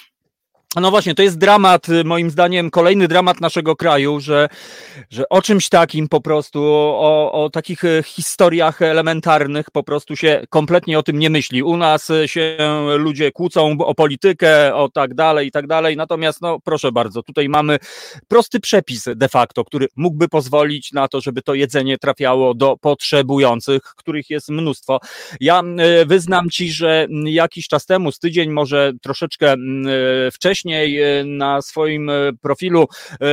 No właśnie, to jest dramat, moim zdaniem, kolejny dramat naszego kraju, że, że o czymś takim po prostu, o, o takich historiach elementarnych po prostu się kompletnie o tym nie myśli. U nas się ludzie kłócą o politykę, o tak dalej i tak dalej, natomiast no proszę bardzo, tutaj mamy prosty przepis de facto, który mógłby pozwolić na to, żeby to jedzenie trafiało do potrzebujących, których jest mnóstwo. Ja wyznam ci, że jakiś czas temu, z tydzień, może troszeczkę wcześniej, na swoim profilu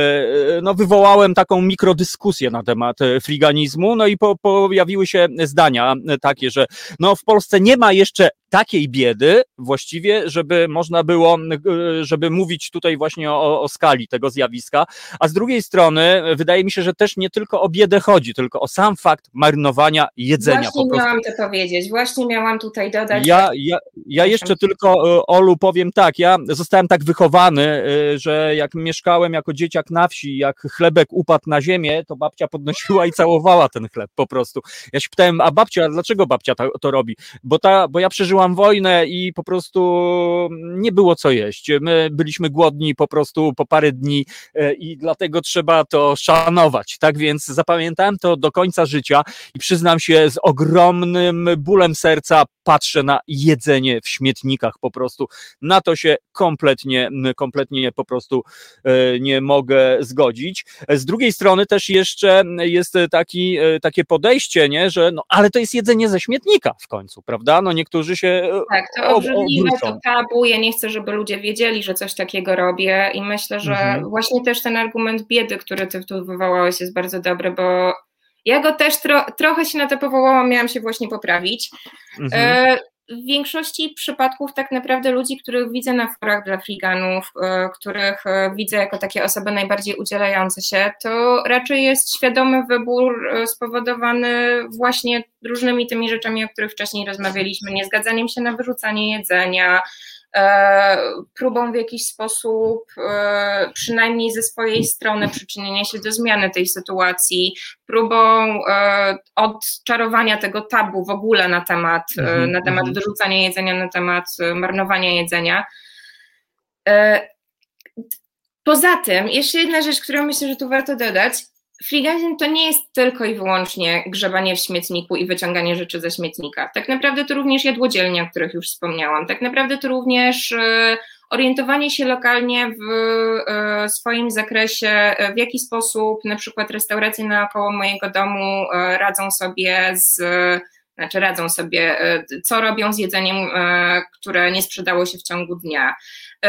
no, wywołałem taką mikrodyskusję na temat friganizmu, no i po, pojawiły się zdania takie, że no, w Polsce nie ma jeszcze takiej biedy właściwie, żeby można było, żeby mówić tutaj właśnie o, o skali tego zjawiska, a z drugiej strony wydaje mi się, że też nie tylko o biedę chodzi, tylko o sam fakt marnowania jedzenia. Właśnie po prostu. miałam to powiedzieć, właśnie miałam tutaj dodać. Ja, ja, ja jeszcze tylko, Olu, powiem tak, ja zostałem tak wychowany, że jak mieszkałem jako dzieciak na wsi, jak chlebek upadł na ziemię, to babcia podnosiła i całowała ten chleb po prostu. Ja się pytałem, a babcia, dlaczego babcia to, to robi? Bo, ta, bo ja przeżyłam wojnę i po prostu nie było co jeść. My byliśmy głodni po prostu po parę dni i dlatego trzeba to szanować. Tak więc zapamiętałem to do końca życia i przyznam się, z ogromnym bólem serca patrzę na jedzenie w śmietnikach po prostu. Na to się kompletnie, kompletnie po prostu nie mogę zgodzić. Z drugiej strony też jeszcze jest taki, takie podejście, nie, że no, ale to jest jedzenie ze śmietnika w końcu, prawda? No niektórzy się tak, to obrzydliwe, to tabu, ja nie chcę, żeby ludzie wiedzieli, że coś takiego robię i myślę, że mhm. właśnie też ten argument biedy, który ty tu wywołałeś, jest bardzo dobry, bo ja go też tro, trochę się na to powołałam, miałam się właśnie poprawić. Mhm. E, w większości przypadków tak naprawdę ludzi, których widzę na forach dla friganów, e, których e, widzę jako takie osoby najbardziej udzielające się, to raczej jest świadomy wybór e, spowodowany właśnie różnymi tymi rzeczami, o których wcześniej rozmawialiśmy, niezgadzaniem się na wyrzucanie jedzenia, E, próbą w jakiś sposób, e, przynajmniej ze swojej strony, przyczynienia się do zmiany tej sytuacji, próbą e, odczarowania tego tabu w ogóle na temat, mm-hmm. na temat wyrzucania jedzenia, na temat marnowania jedzenia. E, poza tym, jeszcze jedna rzecz, którą myślę, że tu warto dodać, friganizm to nie jest tylko i wyłącznie grzebanie w śmietniku i wyciąganie rzeczy ze śmietnika. Tak naprawdę to również jadłodzielnie, o których już wspomniałam. Tak naprawdę to również y, orientowanie się lokalnie w y, swoim zakresie, w jaki sposób na przykład restauracje naokoło mojego domu y, radzą sobie z... Znaczy radzą sobie, y, co robią z jedzeniem, y, które nie sprzedało się w ciągu dnia. Y,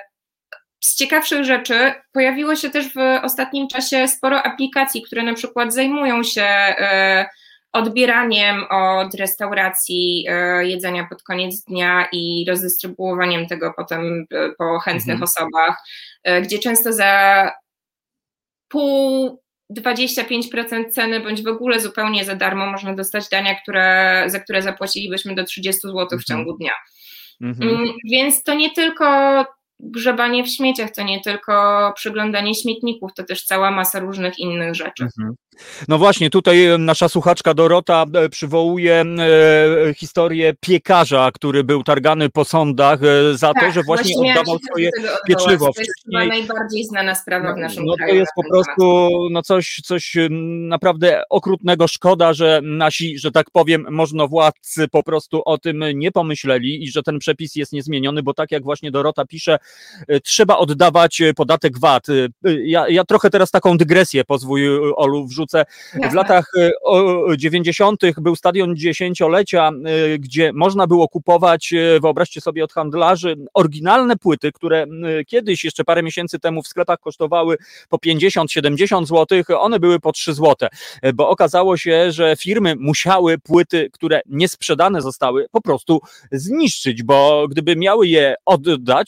Z ciekawszych rzeczy pojawiło się też w ostatnim czasie sporo aplikacji, które na przykład zajmują się odbieraniem od restauracji jedzenia pod koniec dnia i rozdystrybuowaniem tego potem po chętnych mhm. osobach, gdzie często za pół, dwadzieścia pięć procent ceny bądź w ogóle zupełnie za darmo można dostać dania, które, za które zapłacilibyśmy do trzydzieści złotych mhm. w ciągu dnia. Mhm. Więc to nie tylko grzebanie w śmieciach, to nie tylko przyglądanie śmietników, to też cała masa różnych innych rzeczy. Mhm. No właśnie, tutaj nasza słuchaczka Dorota przywołuje e, historię piekarza, który był targany po sądach e, za tak, to, że właśnie, właśnie oddawał swoje pieczywo. To jest chyba najbardziej znana sprawa w naszym no, kraju. No to jest po prostu no coś, coś naprawdę okrutnego. Szkoda, że nasi, że tak powiem, możnowładcy po prostu o tym nie pomyśleli i że ten przepis jest niezmieniony, bo tak jak właśnie Dorota pisze, trzeba oddawać podatek V A T. Ja, ja trochę teraz taką dygresję pozwól, Olu, wrzucę. W latach dziewięćdziesiątych był stadion dziesięciolecia, gdzie można było kupować, wyobraźcie sobie, od handlarzy oryginalne płyty, które kiedyś, jeszcze parę miesięcy temu w sklepach kosztowały po pięćdziesiąt siedemdziesiąt złotych, one były po trzy złote, bo okazało się, że firmy musiały płyty, które niesprzedane zostały, po prostu zniszczyć, bo gdyby miały je oddać, na przykład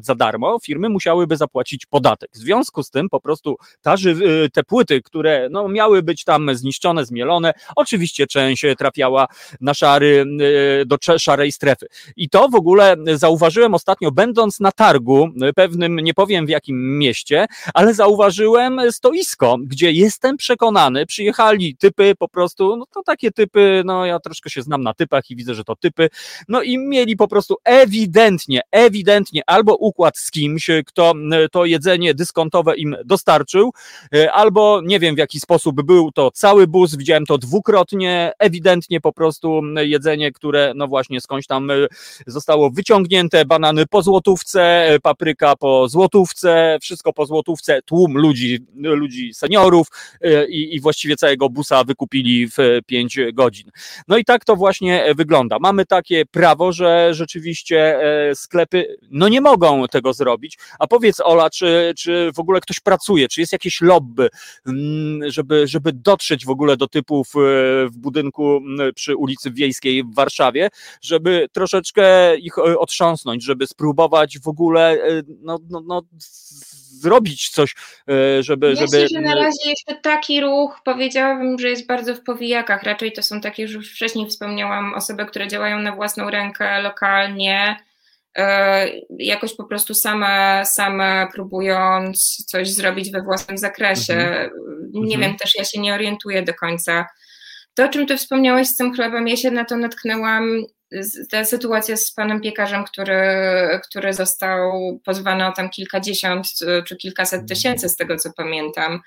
za darmo, firmy musiałyby zapłacić podatek. W związku z tym po prostu ta, te płyty, które no, miały być tam zniszczone, zmielone, oczywiście część trafiała na szary, do szarej strefy. I to w ogóle zauważyłem ostatnio, będąc na targu, pewnym, nie powiem w jakim mieście, ale zauważyłem stoisko, gdzie jestem przekonany, przyjechali typy po prostu, no to takie typy, no ja troszkę się znam na typach i widzę, że to typy, no i mieli po prostu ewidentnie, ewidentnie albo układ z kimś, kto to jedzenie dyskontowe im dostarczył, albo nie wiem w jaki sposób był to cały bus, widziałem to dwukrotnie, ewidentnie po prostu jedzenie, które no właśnie skądś tam zostało wyciągnięte, banany po złotówce, papryka po złotówce, wszystko po złotówce, tłum ludzi, ludzi seniorów i, i właściwie całego busa wykupili w pięć godzin. No i tak to właśnie wygląda. Mamy takie prawo, że rzeczywiście sklepy no nie mogą tego zrobić. A powiedz, Ola, czy, czy w ogóle ktoś pracuje, czy jest jakieś lobby, żeby, żeby dotrzeć w ogóle do typów w budynku przy ulicy Wiejskiej w Warszawie, żeby troszeczkę ich otrząsnąć, żeby spróbować w ogóle no, no, no, zrobić coś, żeby... Myślę, żeby... że na razie jeszcze taki ruch, powiedziałabym, że jest bardzo w powijakach. Raczej to są takie, już wcześniej wspomniałam, osoby, które działają na własną rękę lokalnie, jakoś po prostu same, same próbując coś zrobić we własnym zakresie. Mhm. Nie mhm. wiem, też ja się nie orientuję do końca. To, o czym ty wspomniałeś z tym chlebem, ja się na to natknęłam, ta sytuacja z panem piekarzem, który, który został pozwany o tam kilkadziesiąt czy kilkaset tysięcy, z tego co pamiętam.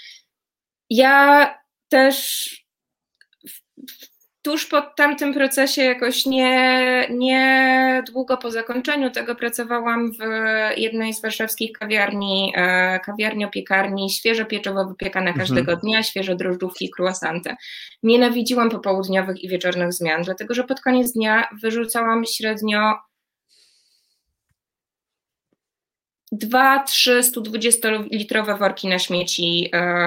Ja też tuż po tamtym procesie jakoś nie, nie długo po zakończeniu tego pracowałam w jednej z warszawskich kawiarni, kawiarnio-piekarni, świeże pieczywo wypiekane każdego mhm. dnia, świeże drożdżówki i croissanty. Nienawidziłam popołudniowych i wieczornych zmian, dlatego że pod koniec dnia wyrzucałam średnio dwa, trzy sto dwudziestolitrowe worki na śmieci,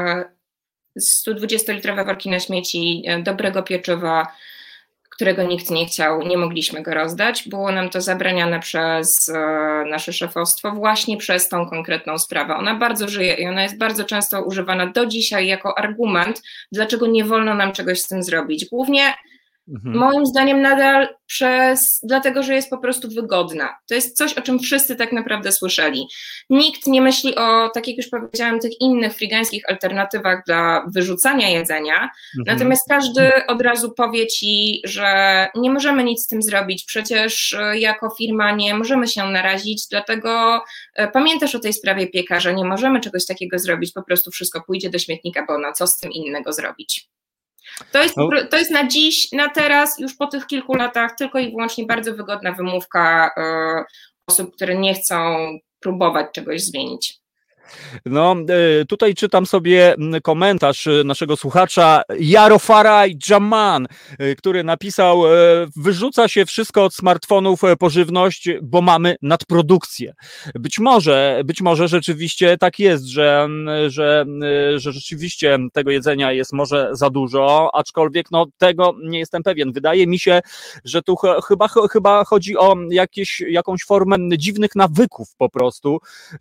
sto dwudziestolitrowe worki na śmieci dobrego pieczywa, którego nikt nie chciał, nie mogliśmy go rozdać. Było nam to zabraniane przez nasze szefostwo właśnie przez tą konkretną sprawę. Ona bardzo żyje i ona jest bardzo często używana do dzisiaj jako argument, dlaczego nie wolno nam czegoś z tym zrobić. Głównie Mhm. moim zdaniem nadal przez, dlatego, że jest po prostu wygodna. To jest coś, o czym wszyscy tak naprawdę słyszeli. Nikt nie myśli o, tak jak już powiedziałam, tych innych frigańskich alternatywach dla wyrzucania jedzenia, mhm. natomiast każdy od razu powie ci, że nie możemy nic z tym zrobić, przecież jako firma nie możemy się narazić, dlatego pamiętasz o tej sprawie piekarza, nie możemy czegoś takiego zrobić, po prostu wszystko pójdzie do śmietnika, bo no co z tym innego zrobić? To jest, to jest na dziś, na teraz, już po tych kilku latach tylko i wyłącznie bardzo wygodna wymówka y, osób, które nie chcą próbować czegoś zmienić. No, tutaj czytam sobie komentarz naszego słuchacza Jarofaraj Jaman, który napisał: wyrzuca się wszystko od smartfonów, pożywność, bo mamy nadprodukcję. Być może, być może rzeczywiście tak jest, że, że, że rzeczywiście tego jedzenia jest może za dużo, aczkolwiek no, tego nie jestem pewien. Wydaje mi się, że tu ch- chyba, ch- chyba chodzi o jakieś, jakąś formę dziwnych nawyków po prostu,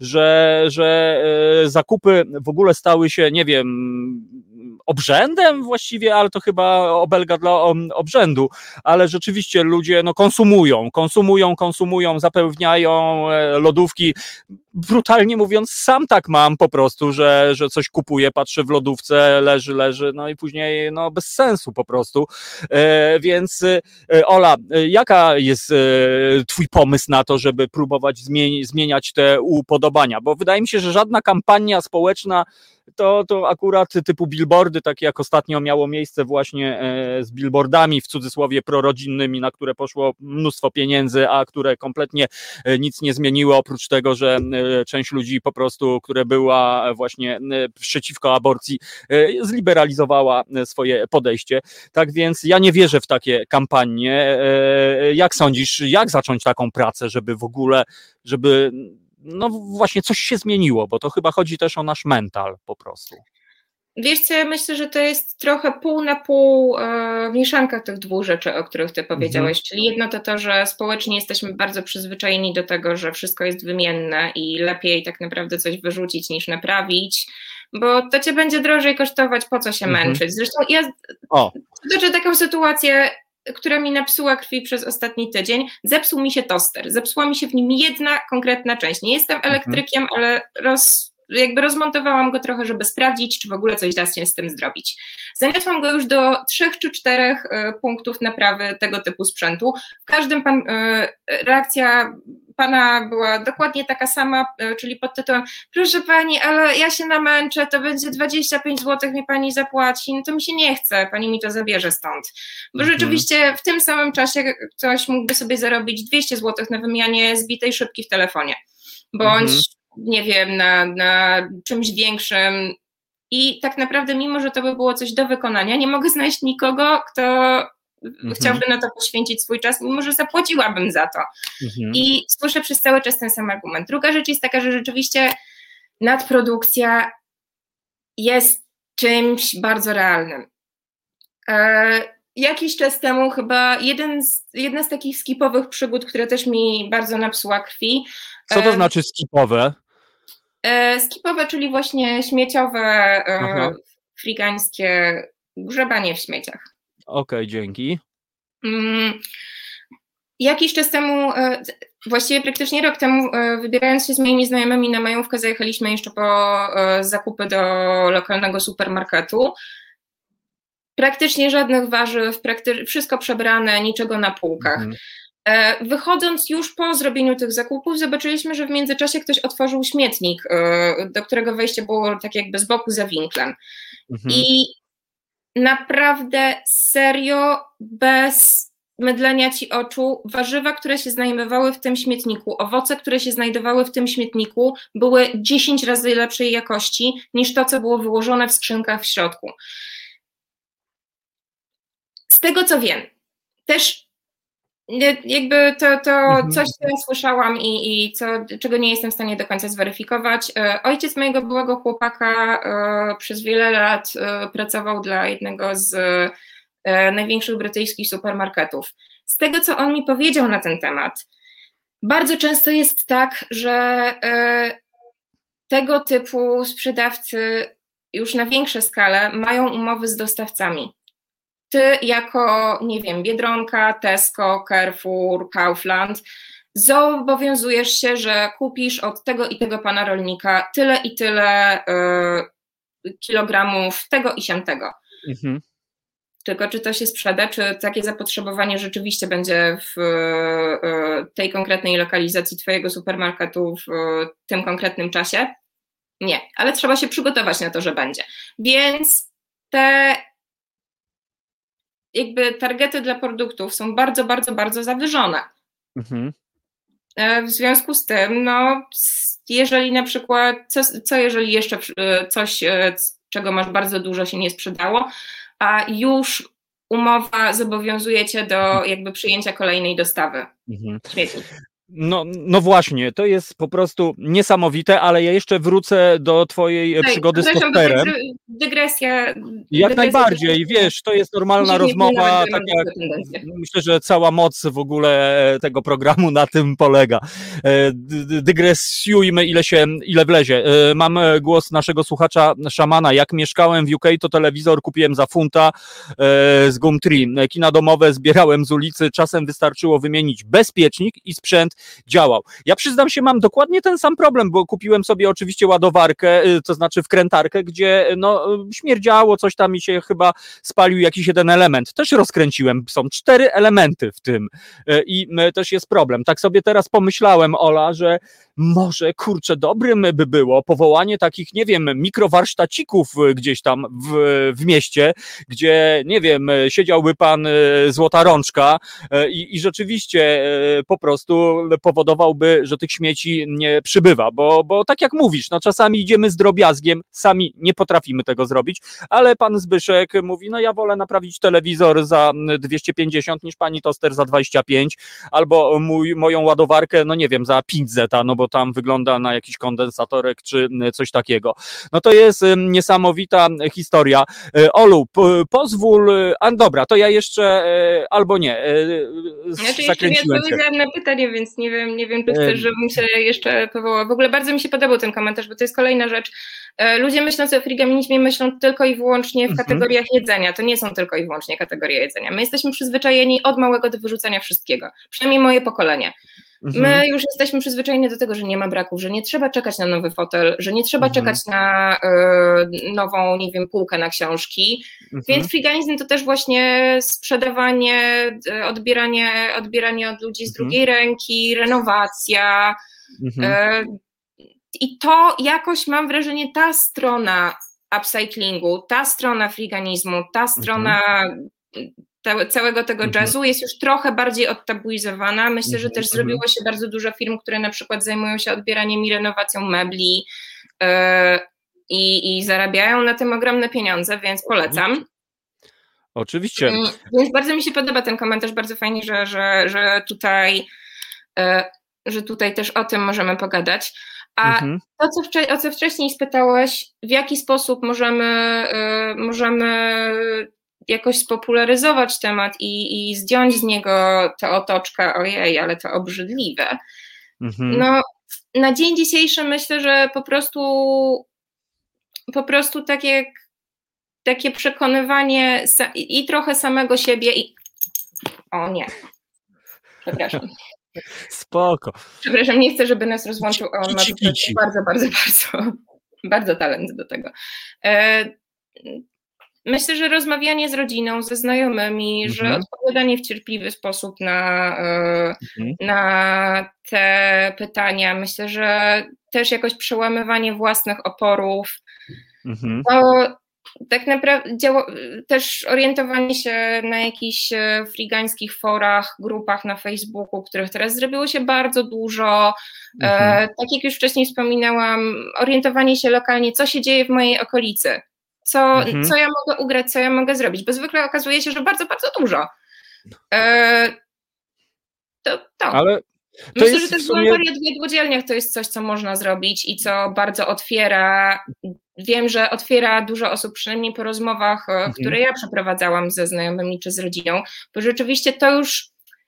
że, że zakupy w ogóle stały się, nie wiem, obrzędem właściwie, ale to chyba obelga dla obrzędu, ale rzeczywiście ludzie no, konsumują, konsumują, konsumują, zapełniają lodówki. Brutalnie mówiąc, sam tak mam po prostu, że, że coś kupuję, patrzę w lodówce, leży, leży, no i później no bez sensu po prostu. E, więc e, Ola, jaka jest e, twój pomysł na to, żeby próbować zmieni- zmieniać te upodobania? Bo wydaje mi się, że żadna kampania społeczna to, to akurat typu billboardy, takie jak ostatnio miało miejsce właśnie z billboardami w cudzysłowie prorodzinnymi, na które poszło mnóstwo pieniędzy, a które kompletnie nic nie zmieniły, oprócz tego, że część ludzi po prostu, która była właśnie przeciwko aborcji, zliberalizowała swoje podejście. Tak więc ja nie wierzę w takie kampanie. Jak sądzisz, jak zacząć taką pracę, żeby w ogóle, żeby no właśnie coś się zmieniło, bo to chyba chodzi też o nasz mental po prostu. Wiesz co, ja myślę, że to jest trochę pół na pół e, mieszanka tych dwóch rzeczy, o których ty powiedziałeś, mhm. czyli jedno to to, że społecznie jesteśmy bardzo przyzwyczajeni do tego, że wszystko jest wymienne i lepiej tak naprawdę coś wyrzucić niż naprawić, bo to cię będzie drożej kosztować, po co się mhm. męczyć. Zresztą ja przytoczę taką sytuację, która mi napsuła krwi przez ostatni tydzień. Zepsuł mi się toster, zepsuła mi się w nim jedna konkretna część. Nie jestem elektrykiem, mhm. ale roz... jakby rozmontowałam go trochę, żeby sprawdzić, czy w ogóle coś da się z tym zrobić. Zaniosłam go już do trzech czy czterech y, punktów naprawy tego typu sprzętu. W każdym pan, y, reakcja pana była dokładnie taka sama, y, czyli pod tytułem: proszę pani, ale ja się namęczę, to będzie dwadzieścia pięć złotych, mi pani zapłaci, no to mi się nie chce, pani mi to zabierze stąd. Bo mhm. rzeczywiście w tym samym czasie ktoś mógłby sobie zarobić dwieście złotych na wymianie zbitej szybki w telefonie. Bądź mhm. nie wiem, na, na czymś większym i tak naprawdę mimo, że to by było coś do wykonania, nie mogę znaleźć nikogo, kto mhm. chciałby na to poświęcić swój czas, mimo że zapłaciłabym za to. Mhm. I słyszę przez cały czas ten sam argument. Druga rzecz jest taka, że rzeczywiście nadprodukcja jest czymś bardzo realnym. E, jakiś czas temu chyba jeden z, jedna z takich skipowych przygód, która też mi bardzo napsuła krwi. Co to e, znaczy skipowe? Skipowe, czyli właśnie śmieciowe, Aha. frigańskie grzebanie w śmieciach. Okej, okay, dzięki. Hmm. Jakiś czas temu, właściwie praktycznie rok temu, wybierając się z moimi znajomymi na majówkę, zajechaliśmy jeszcze po zakupy do lokalnego supermarketu. Praktycznie żadnych warzyw, prakty- wszystko przebrane, niczego na półkach. Mhm. Wychodząc już po zrobieniu tych zakupów, zobaczyliśmy, że w międzyczasie ktoś otworzył śmietnik, do którego wejście było tak jakby z boku za winklem. Mhm. I naprawdę serio, bez mydlenia ci oczu, warzywa, które się znajdowały w tym śmietniku, owoce, które się znajdowały w tym śmietniku, były dziesięć razy lepszej jakości niż to, co było wyłożone w skrzynkach w środku. Z tego, co wiem, też jakby to, to coś, co ja słyszałam i, i co, czego nie jestem w stanie do końca zweryfikować. Ojciec mojego byłego chłopaka przez wiele lat pracował dla jednego z największych brytyjskich supermarketów. Z tego, co on mi powiedział na ten temat, bardzo często jest tak, że tego typu sprzedawcy już na większe skale mają umowy z dostawcami. Ty jako, nie wiem, Biedronka, Tesco, Carrefour, Kaufland zobowiązujesz się, że kupisz od tego i tego pana rolnika tyle i tyle y, kilogramów tego i siamtego. Mhm. Tylko czy to się sprzeda, czy takie zapotrzebowanie rzeczywiście będzie w y, tej konkretnej lokalizacji twojego supermarketu w y, tym konkretnym czasie? Nie, ale trzeba się przygotować na to, że będzie. Więc te jakby targety dla produktów są bardzo, bardzo, bardzo zawyżone. Mhm. W związku z tym, no, jeżeli na przykład, co, co jeżeli jeszcze coś, czego masz bardzo dużo, się nie sprzedało, a już umowa zobowiązuje cię do jakby przyjęcia kolejnej dostawy mhm. śmietnik. No, no właśnie, to jest po prostu niesamowite, ale ja jeszcze wrócę do twojej tak, przygody z tosterem. Dygresja. Jak dygresja najbardziej, dygresja. Wiesz, to jest normalna rozmowa, tak jak myślę, że cała moc w ogóle tego programu na tym polega. Dygresjujmy ile się, ile wlezie. Mam głos naszego słuchacza Szamana. Jak mieszkałem w U K, to telewizor kupiłem za funta z Gumtree. Kina domowe zbierałem z ulicy, czasem wystarczyło wymienić bezpiecznik i sprzęt działał. Ja przyznam się, mam dokładnie ten sam problem, bo kupiłem sobie oczywiście ładowarkę, to znaczy wkrętarkę, gdzie no śmierdziało, coś tam mi się chyba spalił jakiś jeden element. Też rozkręciłem, są cztery elementy w tym i też jest problem. Tak sobie teraz pomyślałem, Ola, że może, kurczę, dobrym by było powołanie takich, nie wiem, mikrowarsztacików gdzieś tam w, w mieście, gdzie, nie wiem, siedziałby pan Złota Rączka i, i rzeczywiście po prostu powodowałby, że tych śmieci nie przybywa, bo, bo tak jak mówisz, no czasami idziemy z drobiazgiem, sami nie potrafimy tego zrobić, ale pan Zbyszek mówi, no ja wolę naprawić telewizor za dwieście pięćdziesiąt niż pani toster za dwadzieścia pięć, albo mój, moją ładowarkę, no nie wiem, za pięć zeta, no bo tam wygląda na jakiś kondensatorek czy coś takiego. No to jest niesamowita historia. Olu, po, pozwól, a dobra, to ja jeszcze, albo nie, znaczy, zakręciłem jeszcze nie odpowiedziałam na pytanie, więc nie wiem, nie wiem, czy chcesz, żebym się jeszcze powołała. W ogóle bardzo mi się podobał ten komentarz, bo to jest kolejna rzecz. Ludzie myśląc o frigaminizmie myślą tylko i wyłącznie w Mhm. kategoriach jedzenia. To nie są tylko i wyłącznie kategorie jedzenia. My jesteśmy przyzwyczajeni od małego do wyrzucania wszystkiego. Przynajmniej moje pokolenie. My już jesteśmy przyzwyczajeni do tego, że nie ma braków, że nie trzeba czekać na nowy fotel, że nie trzeba Mhm. czekać na y, nową, nie wiem, półkę na książki. Mhm. Więc friganizm to też właśnie sprzedawanie, y, odbieranie, odbieranie od ludzi z Mhm. drugiej ręki, renowacja. Mhm. Y, I to jakoś mam wrażenie, ta strona upcyclingu, ta strona friganizmu, ta strona te, całego tego Mhm. jazzu jest już trochę bardziej odtabuizowana. Myślę, że też Mhm. zrobiło się bardzo dużo firm, które na przykład zajmują się odbieraniem i renowacją mebli yy, i, i zarabiają na tym ogromne pieniądze, więc polecam. Oczywiście. Yy, więc bardzo mi się podoba ten komentarz, bardzo fajnie, że, że, że, tutaj, yy, że tutaj też o tym możemy pogadać. A Mhm. to, co wcze- o co wcześniej spytałeś, w jaki sposób możemy, yy, możemy jakoś spopularyzować temat i, i zdjąć z niego tę otoczkę, ojej, ale to obrzydliwe. Mhm. No, na dzień dzisiejszy myślę, że po prostu po prostu takie, takie przekonywanie sa- i trochę samego siebie i... O nie, przepraszam. Spoko. Przepraszam, nie chcę, żeby nas rozłączył, a on ma Kici, po prostu kici. bardzo, bardzo, bardzo, bardzo talent do tego. E, myślę, że rozmawianie z rodziną, ze znajomymi, Mhm. że odpowiadanie w cierpliwy sposób na, e, Mhm. na te pytania, myślę, że też jakoś przełamywanie własnych oporów, Mhm. to tak naprawdę działa, też orientowanie się na jakichś e, frigańskich forach, grupach na Facebooku, których teraz zrobiło się bardzo dużo. E, Mhm. tak jak już wcześniej wspominałam, orientowanie się lokalnie, co się dzieje w mojej okolicy, co, Mhm. co ja mogę ugrać, co ja mogę zrobić, bo zwykle okazuje się, że bardzo, bardzo dużo. E, to, to. Ale to Myślę, jest że w też sumie... wolontariat w jadłodzielniach to jest coś, co można zrobić i co bardzo otwiera, wiem, że otwiera dużo osób, przynajmniej po rozmowach, mhm. które ja przeprowadzałam ze znajomymi czy z rodziną, bo rzeczywiście to już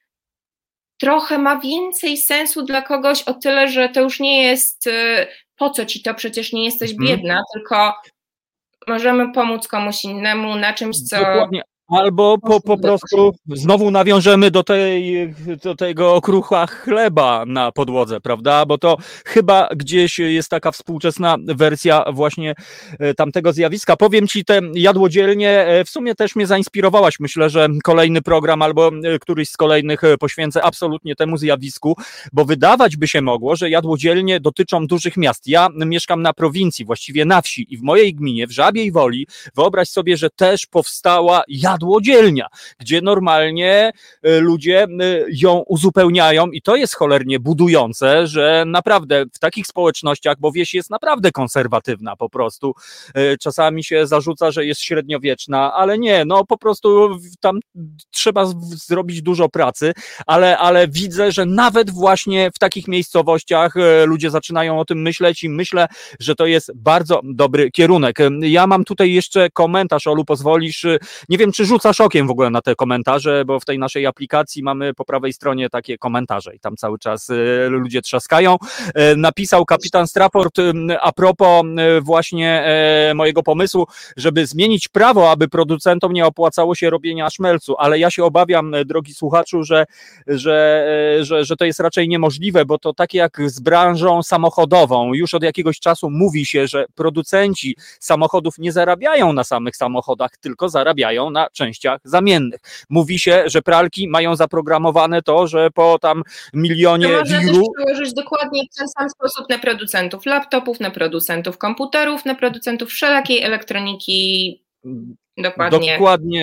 trochę ma więcej sensu dla kogoś o tyle, że to już nie jest po co ci to, przecież nie jesteś Mhm. biedna, tylko możemy pomóc komuś innemu na czymś, co... Dokładnie. Albo po, po prostu znowu nawiążemy do, tej, do tego okrucha chleba na podłodze, prawda? Bo to chyba gdzieś jest taka współczesna wersja właśnie tamtego zjawiska. Powiem ci, te jadłodzielnie w sumie też mnie zainspirowałaś. Myślę, że kolejny program albo któryś z kolejnych poświęcę absolutnie temu zjawisku, bo wydawać by się mogło, że jadłodzielnie dotyczą dużych miast. Ja mieszkam na prowincji, właściwie na wsi i w mojej gminie, w Żabiej Woli, wyobraź sobie, że też powstała jadłodzielnia. Jadłodzielnia, gdzie normalnie ludzie ją uzupełniają i to jest cholernie budujące, że naprawdę w takich społecznościach, bo wieś jest naprawdę konserwatywna po prostu, czasami się zarzuca, że jest średniowieczna, ale nie, no po prostu tam trzeba zrobić dużo pracy, ale, ale widzę, że nawet właśnie w takich miejscowościach ludzie zaczynają o tym myśleć i myślę, że to jest bardzo dobry kierunek. Ja mam tutaj jeszcze komentarz, Olu, pozwolisz, nie wiem, czy rzucasz okiem w ogóle na te komentarze, bo w tej naszej aplikacji mamy po prawej stronie takie komentarze i tam cały czas y, ludzie trzaskają. Y, napisał kapitan Strafford y, a propos y, właśnie y, mojego pomysłu, żeby zmienić prawo, aby producentom nie opłacało się robienia szmelcu, ale ja się obawiam, y, drogi słuchaczu, że, że, y, że, że to jest raczej niemożliwe, bo to tak jak z branżą samochodową. Już od jakiegoś czasu mówi się, że producenci samochodów nie zarabiają na samych samochodach, tylko zarabiają na częściach zamiennych. Mówi się, że pralki mają zaprogramowane to, że po tam milionie to można wiru... też przełożyć dokładnie w ten sam sposób na producentów laptopów, na producentów komputerów, na producentów wszelakiej elektroniki. Dokładnie. Dokładnie.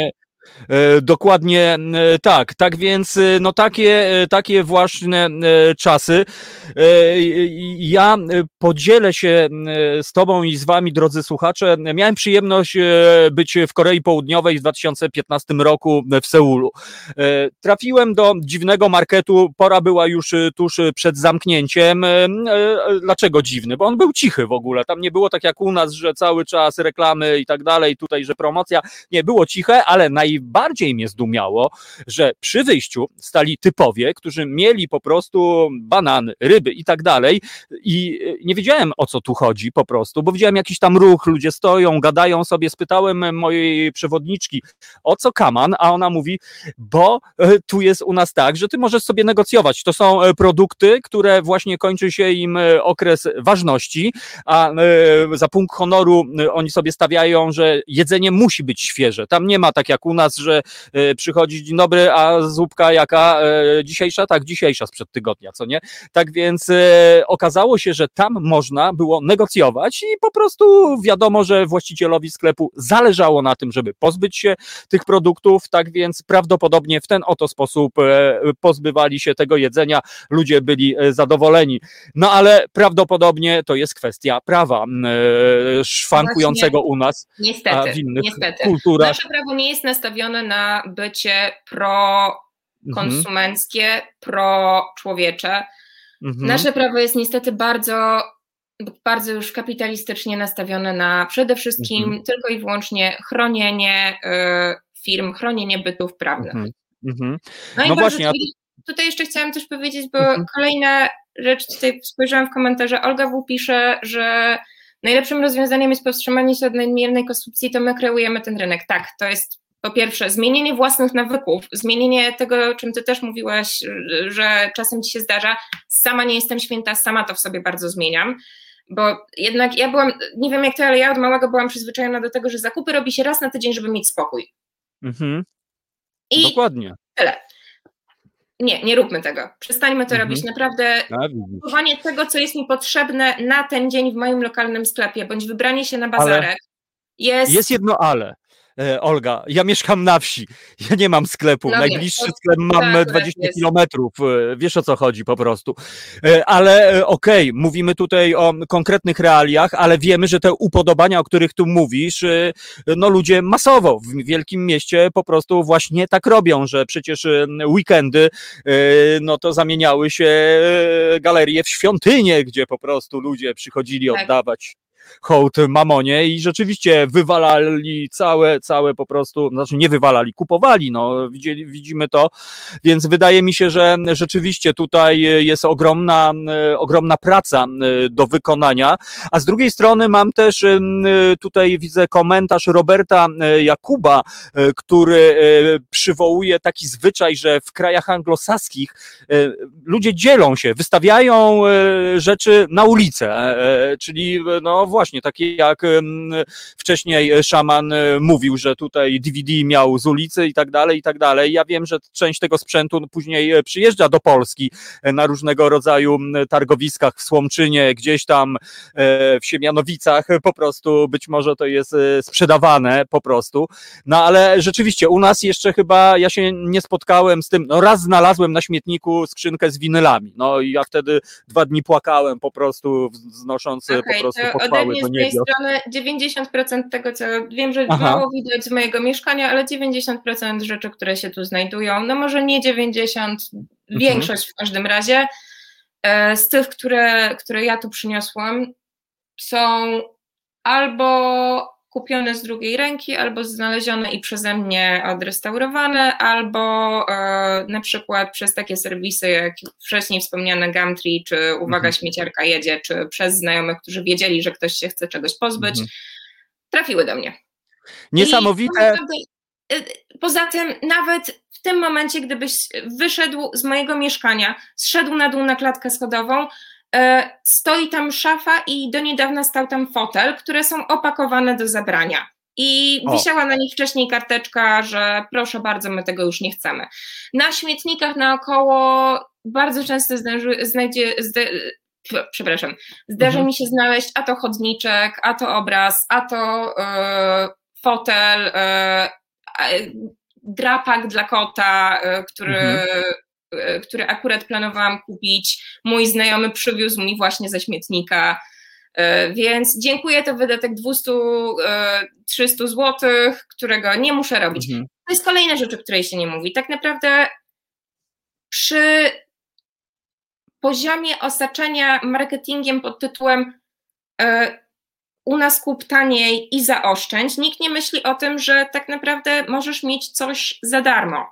E, dokładnie e, tak, tak więc e, no takie, e, takie właśnie e, czasy. E, ja e, podzielę się e, z tobą i z wami, drodzy słuchacze. Miałem przyjemność e, być w Korei Południowej w dwa tysiące piętnastym roku w Seulu. E, trafiłem do dziwnego marketu, pora była już e, tuż przed zamknięciem. E, e, dlaczego dziwny? Bo on był cichy w ogóle, tam nie było tak jak u nas, że cały czas reklamy i tak dalej, tutaj, że promocja. Nie, było ciche, ale najbardziej mnie zdumiało, że przy wyjściu stali typowie, którzy mieli po prostu banany, ryby i tak dalej i nie wiedziałem, o co tu chodzi po prostu, bo widziałem jakiś tam ruch, ludzie stoją, gadają sobie, spytałem mojej przewodniczki, o co kaman, a ona mówi, bo tu jest u nas tak, że ty możesz sobie negocjować, to są produkty, które właśnie kończy się im okres ważności, a za punkt honoru oni sobie stawiają, że jedzenie musi być świeże. Tam nie ma tak jak u nas, że przychodzi dzień dobry, a zupka jaka dzisiejsza? Tak, dzisiejsza sprzed tygodnia, co nie? Tak więc okazało się, że tam można było negocjować i po prostu wiadomo, że właścicielowi sklepu zależało na tym, żeby pozbyć się tych produktów, tak więc prawdopodobnie w ten oto sposób pozbywali się tego jedzenia, ludzie byli zadowoleni. No ale prawdopodobnie to jest kwestia prawa szwankującego u nas, niestety, a w innych niestety. kulturach. Nasze prawo nie jest nastawione na bycie pro-konsumenckie, mhm. pro-człowiecze. Mhm. Nasze prawo jest niestety bardzo, bardzo już kapitalistycznie nastawione na przede wszystkim mhm. tylko i wyłącznie chronienie y, firm, chronienie bytów prawnych. Mhm. Mhm. No, no i właśnie. Tutaj, tutaj jeszcze chciałam też powiedzieć, bo mhm. kolejna rzecz, tutaj spojrzałam w komentarze, Olga W. pisze, że najlepszym rozwiązaniem jest powstrzymanie się od nadmiernej konsumpcji, to my kreujemy ten rynek. Tak, to jest po pierwsze zmienienie własnych nawyków, zmienienie tego, o czym ty też mówiłaś, że czasem ci się zdarza, sama nie jestem święta, sama to w sobie bardzo zmieniam, bo jednak ja byłam, nie wiem jak ty, ale ja od małego byłam przyzwyczajona do tego, że zakupy robi się raz na tydzień, żeby mieć spokój. Mhm. I dokładnie. Tyle. Nie, nie róbmy tego. Przestańmy to mhm. robić. Naprawdę kupowanie tego, co jest mi potrzebne na ten dzień w moim lokalnym sklepie, bądź wybranie się na bazarek. Ale jest... Jest jedno ale. Olga, ja mieszkam na wsi, ja nie mam sklepu, no najbliższy wiem, sklep mam tak, dwadzieścia kilometrów, wiesz o co chodzi po prostu, ale okej, okay, mówimy tutaj o konkretnych realiach, ale wiemy, że te upodobania, o których tu mówisz, no ludzie masowo w wielkim mieście po prostu właśnie tak robią, że przecież weekendy, no to zamieniały się galerie w świątynie, gdzie po prostu ludzie przychodzili tak. oddawać hołd mamonie i rzeczywiście wywalali całe, całe po prostu, znaczy nie wywalali, kupowali, no widzieli, widzimy to, więc wydaje mi się, że rzeczywiście tutaj jest ogromna, ogromna praca do wykonania, a z drugiej strony mam też tutaj widzę komentarz Roberta Jakuba, który przywołuje taki zwyczaj, że w krajach anglosaskich ludzie dzielą się, wystawiają rzeczy na ulicę, czyli no właśnie, takie jak wcześniej szaman mówił, że tutaj D V D miał z ulicy i tak dalej, i tak dalej. Ja wiem, że część tego sprzętu później przyjeżdża do Polski na różnego rodzaju targowiskach w Słomczynie, gdzieś tam w Siemianowicach, po prostu być może to jest sprzedawane po prostu. No ale rzeczywiście u nas jeszcze chyba, ja się nie spotkałem z tym, no raz znalazłem na śmietniku skrzynkę z winylami, no i ja wtedy dwa dni płakałem po prostu, znosząc okay, po prostu pochwały. Z tej strony dziewięćdziesiąt procent tego, co wiem, że Aha. mało widać z mojego mieszkania, ale dziewięćdziesiąt procent rzeczy, które się tu znajdują, no może nie dziewięćdziesiąt procent, mhm. większość w każdym razie, z tych, które, które ja tu przyniosłam, są albo kupione z drugiej ręki, albo znalezione i przeze mnie odrestaurowane, albo e, na przykład przez takie serwisy jak wcześniej wspomniane Gumtree, czy Uwaga, mhm. śmieciarka jedzie, czy przez znajomych, którzy wiedzieli, że ktoś się chce czegoś pozbyć, mhm. trafiły do mnie. Niesamowite. I naprawdę, poza tym nawet w tym momencie, gdybyś wyszedł z mojego mieszkania, zszedł na dół na klatkę schodową, stoi tam szafa i do niedawna stał tam fotel, które są opakowane do zabrania. I o. wisiała na nich wcześniej karteczka, że proszę bardzo, my tego już nie chcemy. Na śmietnikach naokoło bardzo często zdarzy, znajdzie, zda, przepraszam, zdarzy mhm. mi się znaleźć a to chodniczek, a to obraz, a to yy, fotel, yy, drapak dla kota, który, Mhm. który akurat planowałam kupić. Mój znajomy przywiózł mi właśnie ze śmietnika. Więc dziękuję, to wydatek dwieście trzysta złotych, którego nie muszę robić. Mhm. To jest kolejna rzecz, o której się nie mówi. Tak naprawdę przy poziomie osaczenia marketingiem pod tytułem u nas kup taniej i zaoszczędź, nikt nie myśli o tym, że tak naprawdę możesz mieć coś za darmo.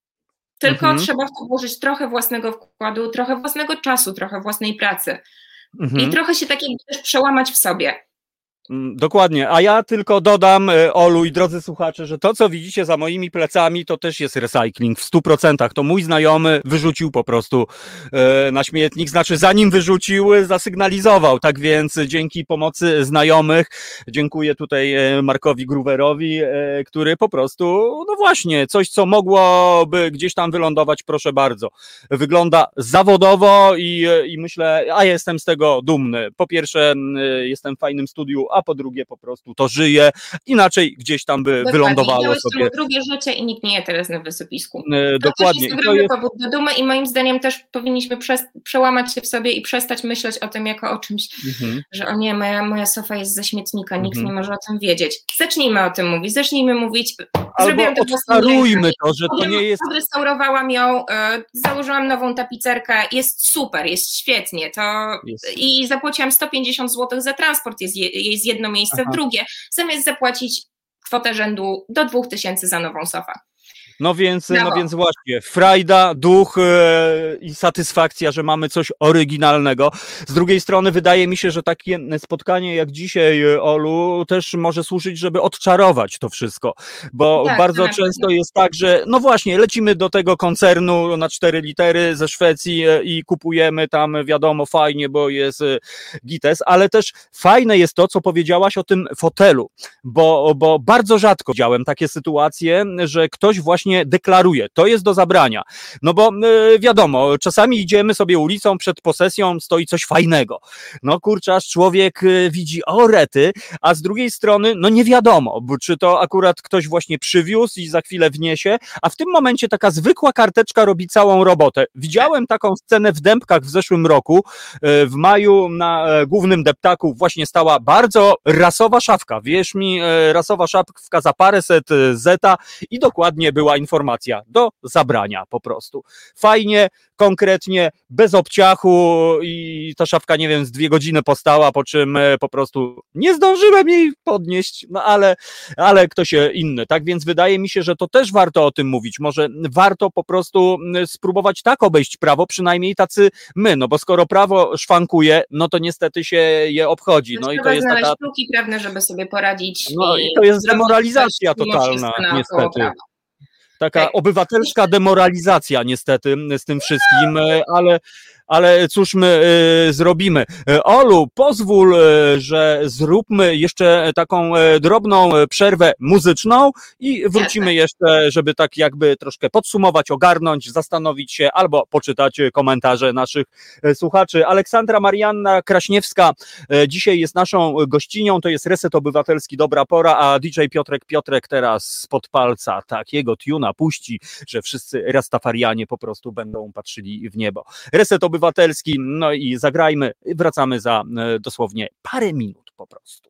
Tylko Mhm. trzeba w to włożyć trochę własnego wkładu, trochę własnego czasu, trochę własnej pracy. Mhm. I trochę się tak jakby też przełamać w sobie. Mm, Dokładnie, a ja tylko dodam, e, Olu i drodzy słuchacze, że to, co widzicie za moimi plecami, to też jest recycling w stu procentach. To mój znajomy wyrzucił po prostu e, na śmietnik, znaczy zanim wyrzucił, e, zasygnalizował. Tak więc dzięki pomocy znajomych, dziękuję tutaj e, Markowi Gruwerowi, e, który po prostu, no właśnie, coś, co mogłoby gdzieś tam wylądować, proszę bardzo. Wygląda zawodowo i, e, i myślę, a jestem z tego dumny. Po pierwsze, m, e, jestem w fajnym studiu, a po drugie po prostu to żyje, inaczej gdzieś tam by Dokładnie. wylądowało Miałeś sobie. samo drugie życie i nikt nie je teraz na wysypisku. E, To Dokładnie. też I jest to ogromny jest, powód do dumy i moim zdaniem też powinniśmy przez, przełamać się w sobie i przestać myśleć o tym jako o czymś, mhm. że o nie, moja, moja sofa jest ze śmietnika, nikt Mhm. nie może o tym wiedzieć. Zacznijmy o tym mówić, zacznijmy mówić. Albo Zrobiłam to własnymi odczarujmy rękami. to, że to nie jest... Odrestaurowałam ją, y, założyłam nową tapicerkę, jest super, jest świetnie. To Jest. i zapłaciłam sto pięćdziesiąt złotych za transport, jest, je, jest jedno miejsce Aha. w drugie, zamiast zapłacić kwotę rzędu do dwóch tysięcy za nową sofę. No więc, Brawo. no więc właśnie, frajda, duch e, i satysfakcja, że mamy coś oryginalnego. Z drugiej strony wydaje mi się, że takie spotkanie jak dzisiaj, e, Olu, też może służyć, żeby odczarować to wszystko, bo Tak, bardzo to na często pewno. jest tak, że no właśnie, lecimy do tego koncernu na cztery litery ze Szwecji e, i kupujemy tam, wiadomo, fajnie, bo jest e, gites, ale też fajne jest to, co powiedziałaś o tym fotelu, bo, bo bardzo rzadko widziałem takie sytuacje, że ktoś właśnie deklaruje, to jest do zabrania. No bo y, wiadomo, czasami idziemy sobie ulicą, przed posesją stoi coś fajnego. No kurczę, aż człowiek y, widzi o rety, a z drugiej strony, no nie wiadomo, bo czy to akurat ktoś właśnie przywiózł i za chwilę wniesie, a w tym momencie taka zwykła karteczka robi całą robotę. Widziałem taką scenę w Dębkach w zeszłym roku, y, w maju na y, głównym deptaku właśnie stała bardzo rasowa szafka, wierz mi, y, rasowa szafka za paręset y, zeta i dokładnie była informacja do zabrania po prostu. Fajnie, konkretnie, bez obciachu i ta szafka, nie wiem, z dwie godziny postała, po czym e, po prostu nie zdążyłem jej podnieść, no ale, ale ktoś inny. Tak więc wydaje mi się, że to też warto o tym mówić. Może warto po prostu spróbować tak obejść prawo, przynajmniej tacy my, no bo skoro prawo szwankuje, no to niestety się je obchodzi. No i to Trzeba jest znaleźć taka... luki prawne, żeby sobie poradzić. No i to jest zrobić demoralizacja coś mimo totalna, wszystko naokoło niestety. prawa. Taka Tak. obywatelska demoralizacja niestety z tym wszystkim, ale, ale cóż my y, zrobimy. Olu, pozwól, y, że zróbmy jeszcze taką y, drobną przerwę muzyczną i wrócimy jeszcze, żeby tak jakby troszkę podsumować, ogarnąć, zastanowić się albo poczytać komentarze naszych słuchaczy. Aleksandra Marianna Kraśniewska y, dzisiaj jest naszą gościnią, to jest Reset Obywatelski, dobra pora, a D J Piotrek Piotrek teraz spod palca takiego tuna puści, że wszyscy rastafarianie po prostu będą patrzyli w niebo. Reset Obywatelski, no i zagrajmy, wracamy za e, dosłownie parę minut po prostu.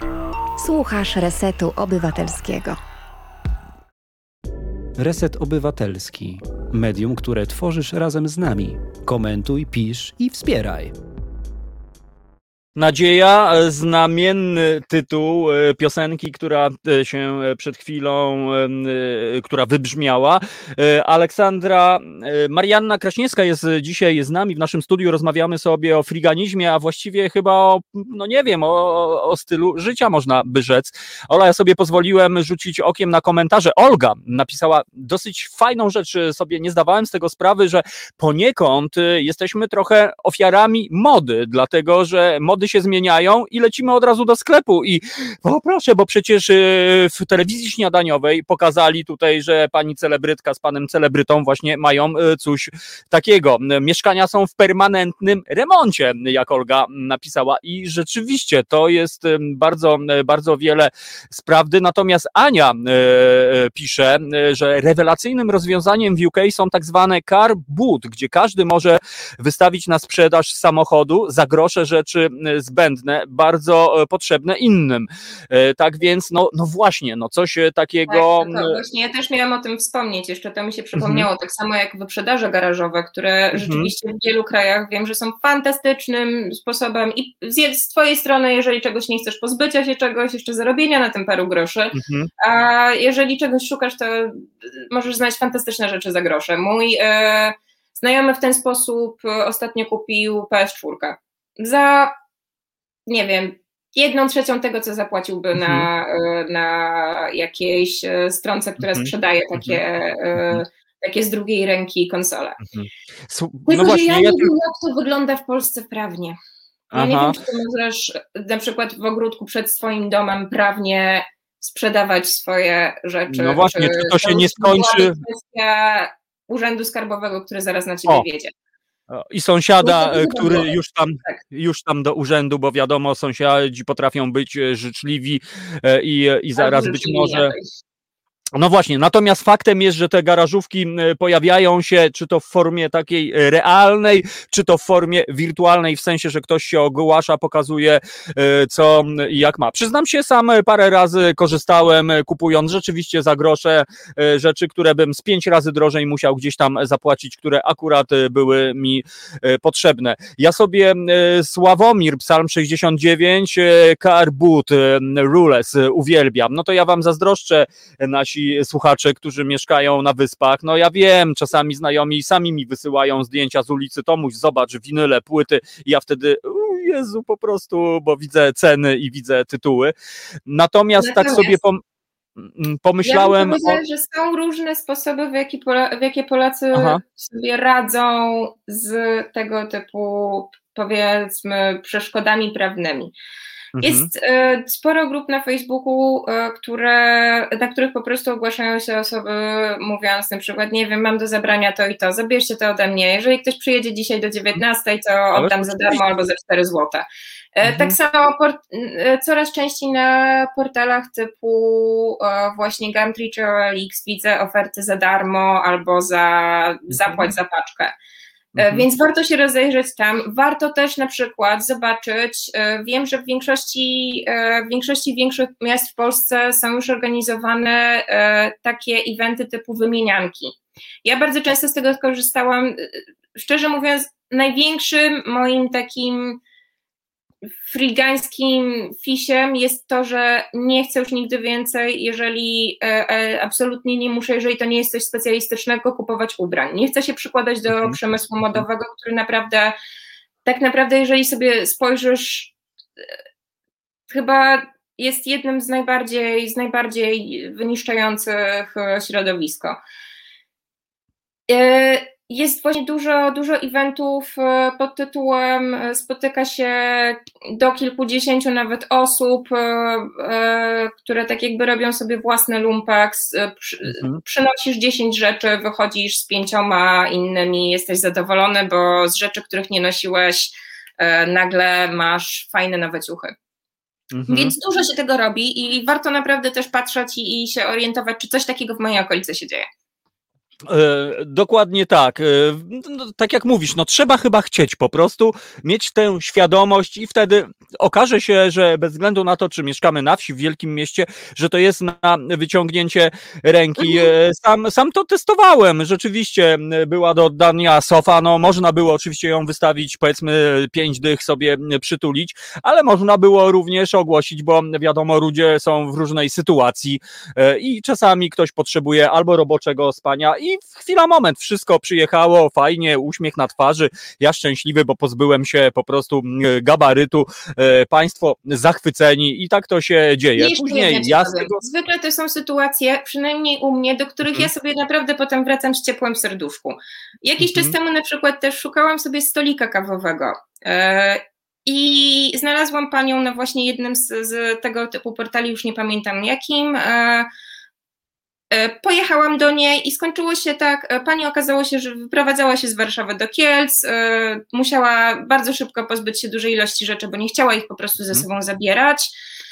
Słuchasz Resetu Obywatelskiego. Reset Obywatelski. Medium, które tworzysz razem z nami. Komentuj, pisz i wspieraj. Nadzieja, znamienny tytuł piosenki, która się przed chwilą, która wybrzmiała. Aleksandra Marianna Kraśniewska jest dzisiaj z nami w naszym studiu, rozmawiamy sobie o friganizmie, a właściwie chyba o, no nie wiem, o, o stylu życia można by rzec. Ola, ja sobie pozwoliłem rzucić okiem na komentarze. Olga napisała dosyć fajną rzecz, sobie nie zdawałem z tego sprawy, że poniekąd jesteśmy trochę ofiarami mody, dlatego że mody poglądy się zmieniają i lecimy od razu do sklepu i o proszę, bo przecież w telewizji śniadaniowej pokazali tutaj, że pani celebrytka z panem celebrytą właśnie mają coś takiego. Mieszkania są w permanentnym remoncie, jak Olga napisała i rzeczywiście to jest bardzo, bardzo wiele z prawdy. Natomiast Ania pisze, że rewelacyjnym rozwiązaniem w U K są tak zwane car boot, gdzie każdy może wystawić na sprzedaż samochodu za grosze rzeczy zbędne, bardzo potrzebne innym. Tak więc, no, no właśnie, no coś takiego... Tak, to właśnie ja też miałam o tym wspomnieć, jeszcze to mi się przypomniało, mhm. tak samo jak wyprzedaże garażowe, które mhm. rzeczywiście w wielu krajach wiem, że są fantastycznym sposobem i z twojej strony, jeżeli czegoś nie chcesz, pozbycia się czegoś, jeszcze zarobienia na tym paru groszy, mhm. a jeżeli czegoś szukasz, to możesz znaleźć fantastyczne rzeczy za grosze. Mój e, znajomy w ten sposób ostatnio kupił P S cztery za, nie wiem, jedną trzecią tego, co zapłaciłby mhm. na, na jakiejś stronce, która mhm. sprzedaje takie, mhm. e, takie z drugiej ręki konsole. Mhm. Słu- Tylko, no właśnie, że ja ja nie tu... wiem, jak to wygląda w Polsce prawnie. Ja Aha. nie wiem, czy ty możesz na przykład w ogródku przed swoim domem prawnie sprzedawać swoje rzeczy. No właśnie, czy, czy to się nie skończy... kwestia Urzędu Skarbowego, który zaraz na ciebie o. wiedzie. I sąsiada, no który już tam, tak. już tam do urzędu, bo wiadomo, sąsiadzi potrafią być życzliwi i, i zaraz być może... No właśnie, natomiast faktem jest, że te garażówki pojawiają się, czy to w formie takiej realnej, czy to w formie wirtualnej, w sensie, że ktoś się ogłasza, pokazuje co i jak ma. Przyznam się, sam parę razy korzystałem, kupując rzeczywiście za grosze rzeczy, które bym z pięć razy drożej musiał gdzieś tam zapłacić, które akurat były mi potrzebne. Ja sobie Sławomir, Psalm sześćdziesiąt dziewięć, Car Boot, Rules uwielbiam. No to ja wam zazdroszczę, nasi słuchacze, którzy mieszkają na wyspach. No ja wiem, czasami znajomi sami mi wysyłają zdjęcia z ulicy, Tomuś, zobacz, winyle, płyty i ja wtedy, u Jezu, po prostu, bo widzę ceny i widzę tytuły. Natomiast, Natomiast... tak sobie pom- pomyślałem... Ja bym powiedziała, o... że są różne sposoby, w jakie, Pola- w jakie Polacy Aha. sobie radzą z tego typu, powiedzmy, przeszkodami prawnymi. Jest mhm. sporo grup na Facebooku, które, na których po prostu ogłaszają się osoby, mówiąc na przykład, nie wiem, mam do zabrania to i to, zabierzcie to ode mnie, jeżeli ktoś przyjedzie dzisiaj do dziewiętnastej, to oddam za darmo albo za cztery złote. Mhm. Tak samo port- coraz częściej na portalach typu właśnie Gumtree czy O L X widzę oferty za darmo albo za zapłać za paczkę. Mhm. Więc warto się rozejrzeć tam, warto też na przykład zobaczyć, wiem, że w większości, w większości większych miast w Polsce są już organizowane takie eventy typu wymienianki. Ja bardzo często z tego korzystałam, szczerze mówiąc, największym moim takim frigańskim fisiem jest to, że nie chcę już nigdy więcej, jeżeli e, e, absolutnie nie muszę, jeżeli to nie jest coś specjalistycznego, kupować ubrań. Nie chcę się przykładać do mhm. przemysłu modowego, który naprawdę, tak naprawdę, jeżeli sobie spojrzysz, e, chyba jest jednym z najbardziej, z najbardziej wyniszczających środowisko. E, Jest właśnie dużo, dużo eventów pod tytułem spotyka się do kilkudziesięciu nawet osób, które tak jakby robią sobie własny lumpex, mhm. przynosisz dziesięć rzeczy, wychodzisz z pięcioma innymi, jesteś zadowolony, bo z rzeczy, których nie nosiłeś, nagle masz fajne nowe ciuchy. Mhm. Więc dużo się tego robi i warto naprawdę też patrzeć i, i się orientować, czy coś takiego w mojej okolicy się dzieje. Dokładnie tak. No, tak jak mówisz, no trzeba chyba chcieć po prostu mieć tę świadomość i wtedy okaże się, że bez względu na to, czy mieszkamy na wsi, w wielkim mieście, że to jest na wyciągnięcie ręki. Sam, sam to testowałem. Rzeczywiście była do oddania sofa, no można było oczywiście ją wystawić, powiedzmy pięć dych sobie przytulić, ale można było również ogłosić, bo wiadomo, ludzie są w różnej sytuacji i czasami ktoś potrzebuje albo roboczego spania i w chwila, moment, wszystko przyjechało, fajnie, uśmiech na twarzy, ja szczęśliwy, bo pozbyłem się po prostu gabarytu, e, państwo zachwyceni i tak to się dzieje. Jeszcze Później ja z tego... Zwykle to są sytuacje, przynajmniej u mnie, do których hmm. ja sobie naprawdę potem wracam z ciepłem w serduszku. Jakiś hmm. czas temu na przykład też szukałam sobie stolika kawowego. E, I znalazłam panią na właśnie jednym z, z tego typu portali, już nie pamiętam jakim. Pojechałam do niej i skończyło się tak, pani okazało się, że wyprowadzała się z Warszawy do Kielc, musiała bardzo szybko pozbyć się dużej ilości rzeczy, bo nie chciała ich po prostu ze sobą zabierać.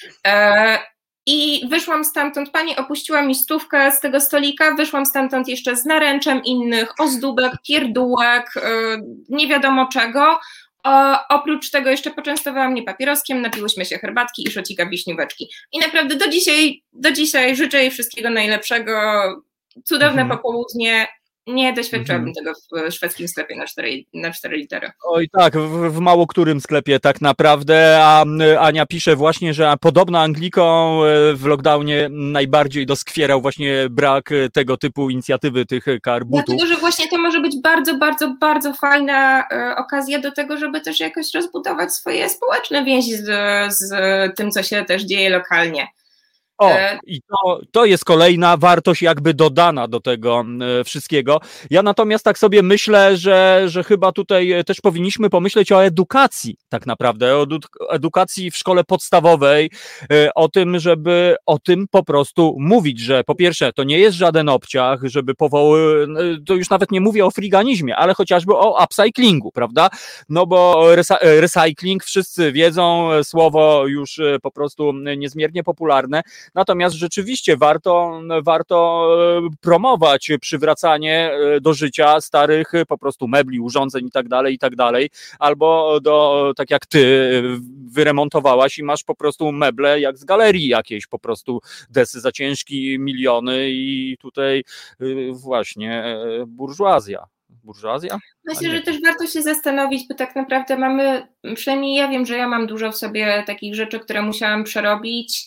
I wyszłam stamtąd, pani opuściła mi stówkę z tego stolika, wyszłam stamtąd jeszcze z naręczem innych ozdóbek, pierdółek, nie wiadomo czego. O, oprócz tego jeszcze poczęstowała mnie papieroskiem, napiłyśmy się herbatki i szocika wiśnióweczki. I naprawdę do dzisiaj, do dzisiaj życzę jej wszystkiego najlepszego, cudowne Mhm. popołudnie. Nie doświadczyłabym Mhm. tego w szwedzkim sklepie na cztery, na cztery litery. Oj tak, w, w mało którym sklepie tak naprawdę, a y, Ania pisze właśnie, że podobno Anglikom y, w lockdownie najbardziej doskwierał właśnie brak y, tego typu inicjatywy tych car bootów. Dlatego, że właśnie to może być bardzo, bardzo, bardzo fajna e, okazja do tego, żeby też jakoś rozbudować swoje społeczne więzi z, z tym, co się też dzieje lokalnie. O, E, i to, to jest kolejna wartość jakby dodana do tego e, wszystkiego. Ja natomiast tak sobie myślę, że, że chyba tutaj też powinniśmy pomyśleć o edukacji tak naprawdę, o edu- edukacji w szkole podstawowej, e, o tym, żeby o tym po prostu mówić, że po pierwsze to nie jest żaden obciach, żeby powoły, e, to już nawet nie mówię o friganizmie, ale chociażby o upcyclingu, prawda? No bo resa- recycling wszyscy wiedzą, e, słowo już e, po prostu niezmiernie popularne. Natomiast rzeczywiście warto, warto e, promować przywracanie e, do życia starych e, po prostu mebli, urządzeń i tak dalej, i tak dalej, albo do, tak jak ty e, wyremontowałaś i masz po prostu meble jak z galerii jakiejś, po prostu desy za ciężki, miliony i tutaj e, właśnie e, burżuazja. Burżuazja? Myślę, A nie. że też warto się zastanowić, bo tak naprawdę mamy, przynajmniej ja wiem, że ja mam dużo w sobie takich rzeczy, które musiałam przerobić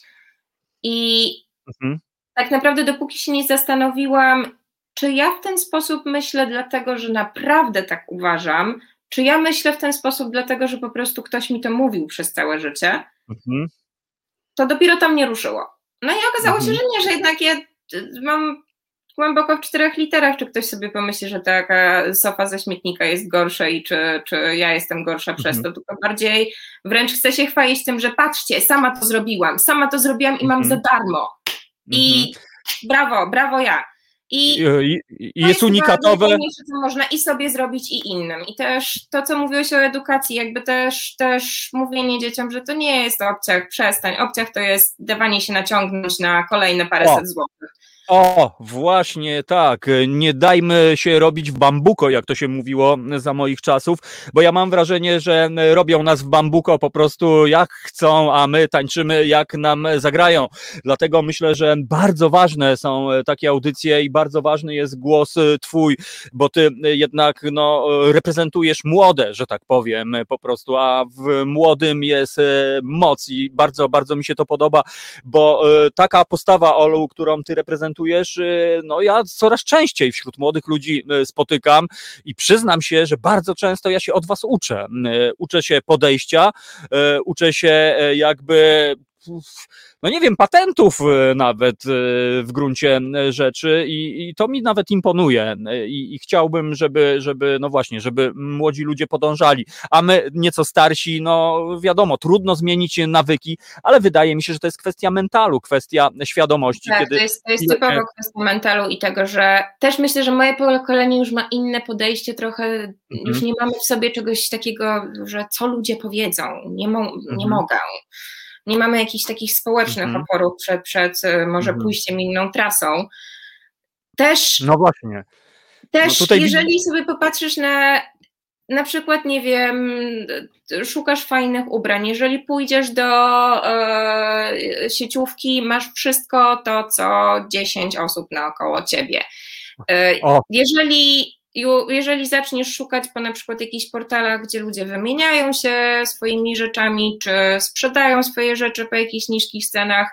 i Mhm. tak naprawdę dopóki się nie zastanowiłam, czy ja w ten sposób myślę dlatego, że naprawdę tak uważam, czy ja myślę w ten sposób dlatego, że po prostu ktoś mi to mówił przez całe życie, Mhm. to dopiero to mnie ruszyło. No i okazało się, Mhm. że nie, że jednak ja y, mam głęboko w czterech literach, czy ktoś sobie pomyśli, że taka sofa ze śmietnika jest gorsza i czy, czy ja jestem gorsza przez to, Mhm. tylko bardziej wręcz chcę się chwalić tym, że patrzcie, sama to zrobiłam, sama to zrobiłam i mam Mhm. za darmo. I Mhm. brawo, brawo ja. I I, i, i to jest chyba unikatowe. najfajniejsze, co można i sobie zrobić, i innym. I też to, co mówiłeś o edukacji, jakby też, też mówienie dzieciom, że to nie jest obciach, przestań. Obciach to jest dawanie się naciągnąć na kolejne O. paręset złotych. O, właśnie tak. Nie dajmy się robić w bambuko, jak to się mówiło za moich czasów, bo ja mam wrażenie, że robią nas w bambuko po prostu jak chcą, a my tańczymy jak nam zagrają. Dlatego myślę, że bardzo ważne są takie audycje i bardzo ważny jest głos twój, bo ty jednak no, reprezentujesz młode, że tak powiem, po prostu, a w młodym jest moc i bardzo, bardzo mi się to podoba, bo taka postawa, Olu, którą ty reprezentujesz, no ja coraz częściej wśród młodych ludzi spotykam i przyznam się, że bardzo często ja się od was uczę. Uczę się podejścia, uczę się jakby, no nie wiem, patentów nawet w gruncie rzeczy i, i to mi nawet imponuje i, i chciałbym, żeby, żeby, no właśnie, żeby młodzi ludzie podążali, a my nieco starsi, no wiadomo, trudno zmienić nawyki, ale wydaje mi się, że to jest kwestia mentalu, kwestia świadomości. Tak, kiedy to jest, to jest typowo kwestia mentalu i tego, że też myślę, że moje pokolenie już ma inne podejście trochę, mhm. już nie mamy w sobie czegoś takiego, że co ludzie powiedzą, nie, mo- nie mhm. mogą. Nie mamy jakichś takich społecznych mhm. oporów przed, przed może mhm. pójściem inną trasą. Też, no właśnie. Też no tutaj jeżeli widzę... sobie popatrzysz na na przykład, nie wiem, szukasz fajnych ubrań, jeżeli pójdziesz do e, sieciówki, masz wszystko to, co dziesięć osób naokoło ciebie. E, jeżeli Jeżeli zaczniesz szukać po na przykład jakichś portalach, gdzie ludzie wymieniają się swoimi rzeczami, czy sprzedają swoje rzeczy po jakichś niskich cenach,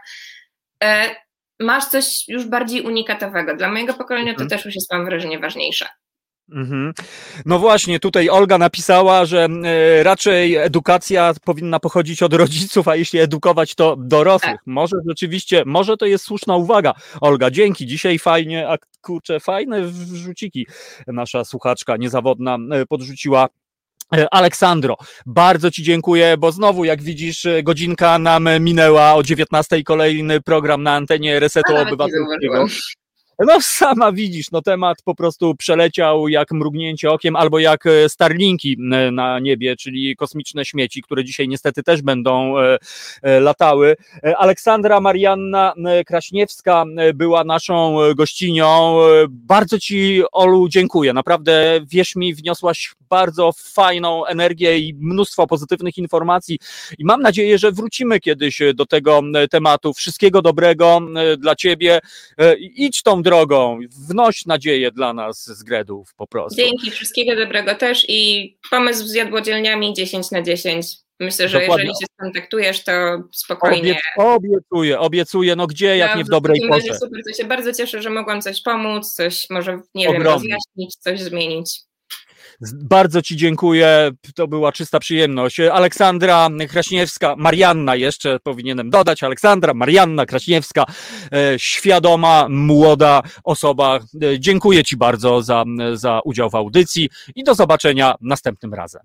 masz coś już bardziej unikatowego. Dla mojego pokolenia to też już jest, mam wrażenie, ważniejsze. Mhm. No właśnie, tutaj Olga napisała, że e, raczej edukacja powinna pochodzić od rodziców, a jeśli edukować, to dorosłych. Tak. Może rzeczywiście, może to jest słuszna uwaga. Olga, dzięki. Dzisiaj fajnie, a kurczę, fajne wrzuciki nasza słuchaczka niezawodna podrzuciła. Aleksandro, bardzo Ci dziękuję, bo znowu, jak widzisz, godzinka nam minęła, o dziewiętnastej kolejny program na antenie Resetu Obywatelskiego. No sama widzisz, no temat po prostu przeleciał jak mrugnięcie okiem, albo jak Starlinki na niebie, czyli kosmiczne śmieci, które dzisiaj niestety też będą latały. Aleksandra Marianna Kraśniewska była naszą gościnią. Bardzo Ci, Olu, dziękuję. Naprawdę, wierz mi, wniosłaś bardzo fajną energię i mnóstwo pozytywnych informacji i mam nadzieję, że wrócimy kiedyś do tego tematu. Wszystkiego dobrego dla Ciebie. Idź tą drogą, wnoś nadzieję dla nas z Gredów po prostu. Dzięki, wszystkiego dobrego też i pomysł z jadłodzielniami dziesięć na dziesięć. Myślę, że Dokładnie. jeżeli się skontaktujesz, to spokojnie. Obiec, obiecuję, obiecuję, no gdzie, jak ja nie w dobrej porze. Super, to się bardzo cieszę, że mogłam coś pomóc, coś może, nie Ogromnie. wiem, rozjaśnić, coś zmienić. Bardzo Ci dziękuję, to była czysta przyjemność. Aleksandra Kraśniewska, Marianna jeszcze powinienem dodać, Aleksandra Marianna Kraśniewska, e, świadoma, młoda osoba. E, dziękuję Ci bardzo za, za udział w audycji i do zobaczenia następnym razem.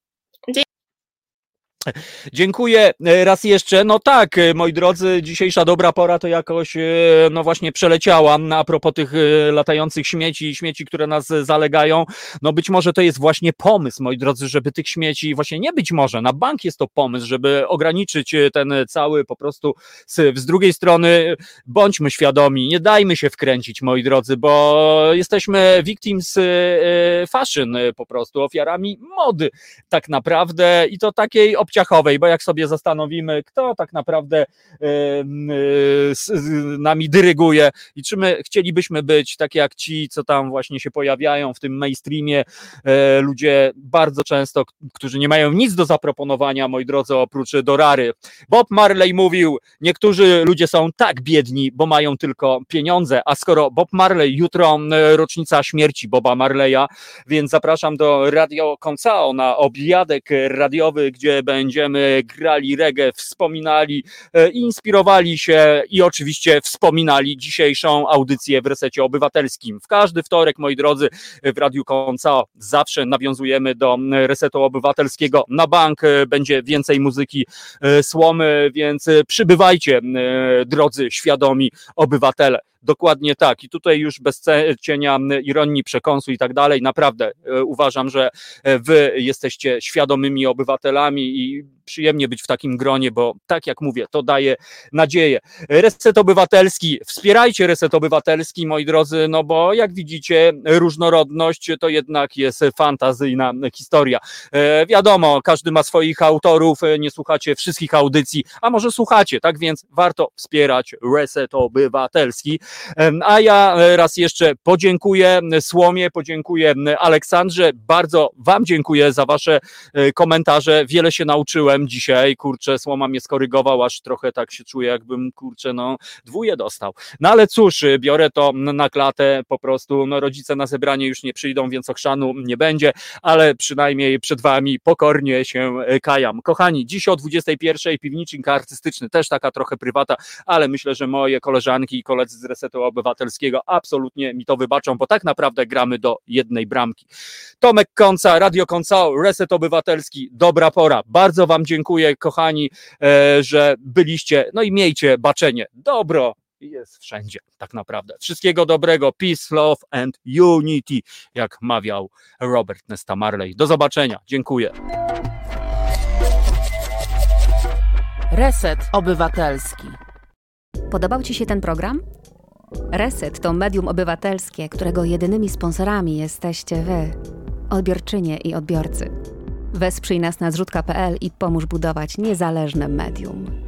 Dziękuję raz jeszcze. No tak, moi drodzy, dzisiejsza dobra pora to jakoś no właśnie przeleciała a propos tych latających śmieci, śmieci, które nas zalegają. No być może to jest właśnie pomysł, moi drodzy, żeby tych śmieci, właśnie nie być może, na bank jest to pomysł, żeby ograniczyć ten cały po prostu syf. Z drugiej strony bądźmy świadomi, nie dajmy się wkręcić, moi drodzy, bo jesteśmy victims fashion po prostu, ofiarami mody tak naprawdę i to takiej obciążonej ciachowej, bo jak sobie zastanowimy, kto tak naprawdę yy, yy, nami dyryguje i czy my chcielibyśmy być tak jak ci, co tam właśnie się pojawiają w tym mainstreamie, yy, ludzie bardzo często, którzy nie mają nic do zaproponowania, moi drodzy, oprócz dorary. Bob Marley mówił, niektórzy ludzie są tak biedni, bo mają tylko pieniądze, a skoro Bob Marley, jutro rocznica śmierci Boba Marleya, więc zapraszam do Radio Koncao na obiadek radiowy, gdzie będzie Będziemy grali reggae, wspominali, e, inspirowali się i oczywiście wspominali dzisiejszą audycję w Resecie Obywatelskim. W każdy wtorek, moi drodzy, w Radiu Koncao zawsze nawiązujemy do Resetu Obywatelskiego. Na bank będzie więcej muzyki, e, słomy, więc przybywajcie, e, drodzy, świadomi obywatele. Dokładnie tak. I tutaj już bez cienia ironii, przekąsu i tak dalej, naprawdę e, uważam, że wy jesteście świadomymi obywatelami i przyjemnie być w takim gronie, bo tak jak mówię, to daje nadzieję. Reset Obywatelski, wspierajcie Reset Obywatelski, moi drodzy, no bo jak widzicie, różnorodność to jednak jest fantazyjna historia. E, wiadomo, każdy ma swoich autorów, nie słuchacie wszystkich audycji, a może słuchacie, tak więc warto wspierać Reset Obywatelski. A ja raz jeszcze podziękuję Słomie, podziękuję Aleksandrze, bardzo wam dziękuję za wasze komentarze, wiele się nauczyłem dzisiaj, kurczę, Słoma mnie skorygował, aż trochę tak się czuję, jakbym, kurczę, no dwóje dostał. No ale cóż, biorę to na klatę, po prostu, no rodzice na zebranie już nie przyjdą, więc ochrzanu nie będzie, ale przynajmniej przed wami pokornie się kajam. Kochani, dziś o dwudziestej pierwszej piwnicznik artystyczny, też taka trochę prywata, ale myślę, że moje koleżanki i koledzy z Resetu Obywatelskiego absolutnie mi to wybaczą, bo tak naprawdę gramy do jednej bramki. Tomek Konca, Radio Koncao, Reset Obywatelski, dobra pora. Bardzo wam dziękuję, kochani, że byliście, no i miejcie baczenie. Dobro jest wszędzie, tak naprawdę. Wszystkiego dobrego, peace, love and unity, jak mawiał Robert Nesta Marley. Do zobaczenia, dziękuję. Reset Obywatelski. Podobał Ci się ten program? Reset to medium obywatelskie, którego jedynymi sponsorami jesteście Wy, odbiorczynie i odbiorcy. Wesprzyj nas na zrzutka kropka pe el i pomóż budować niezależne medium.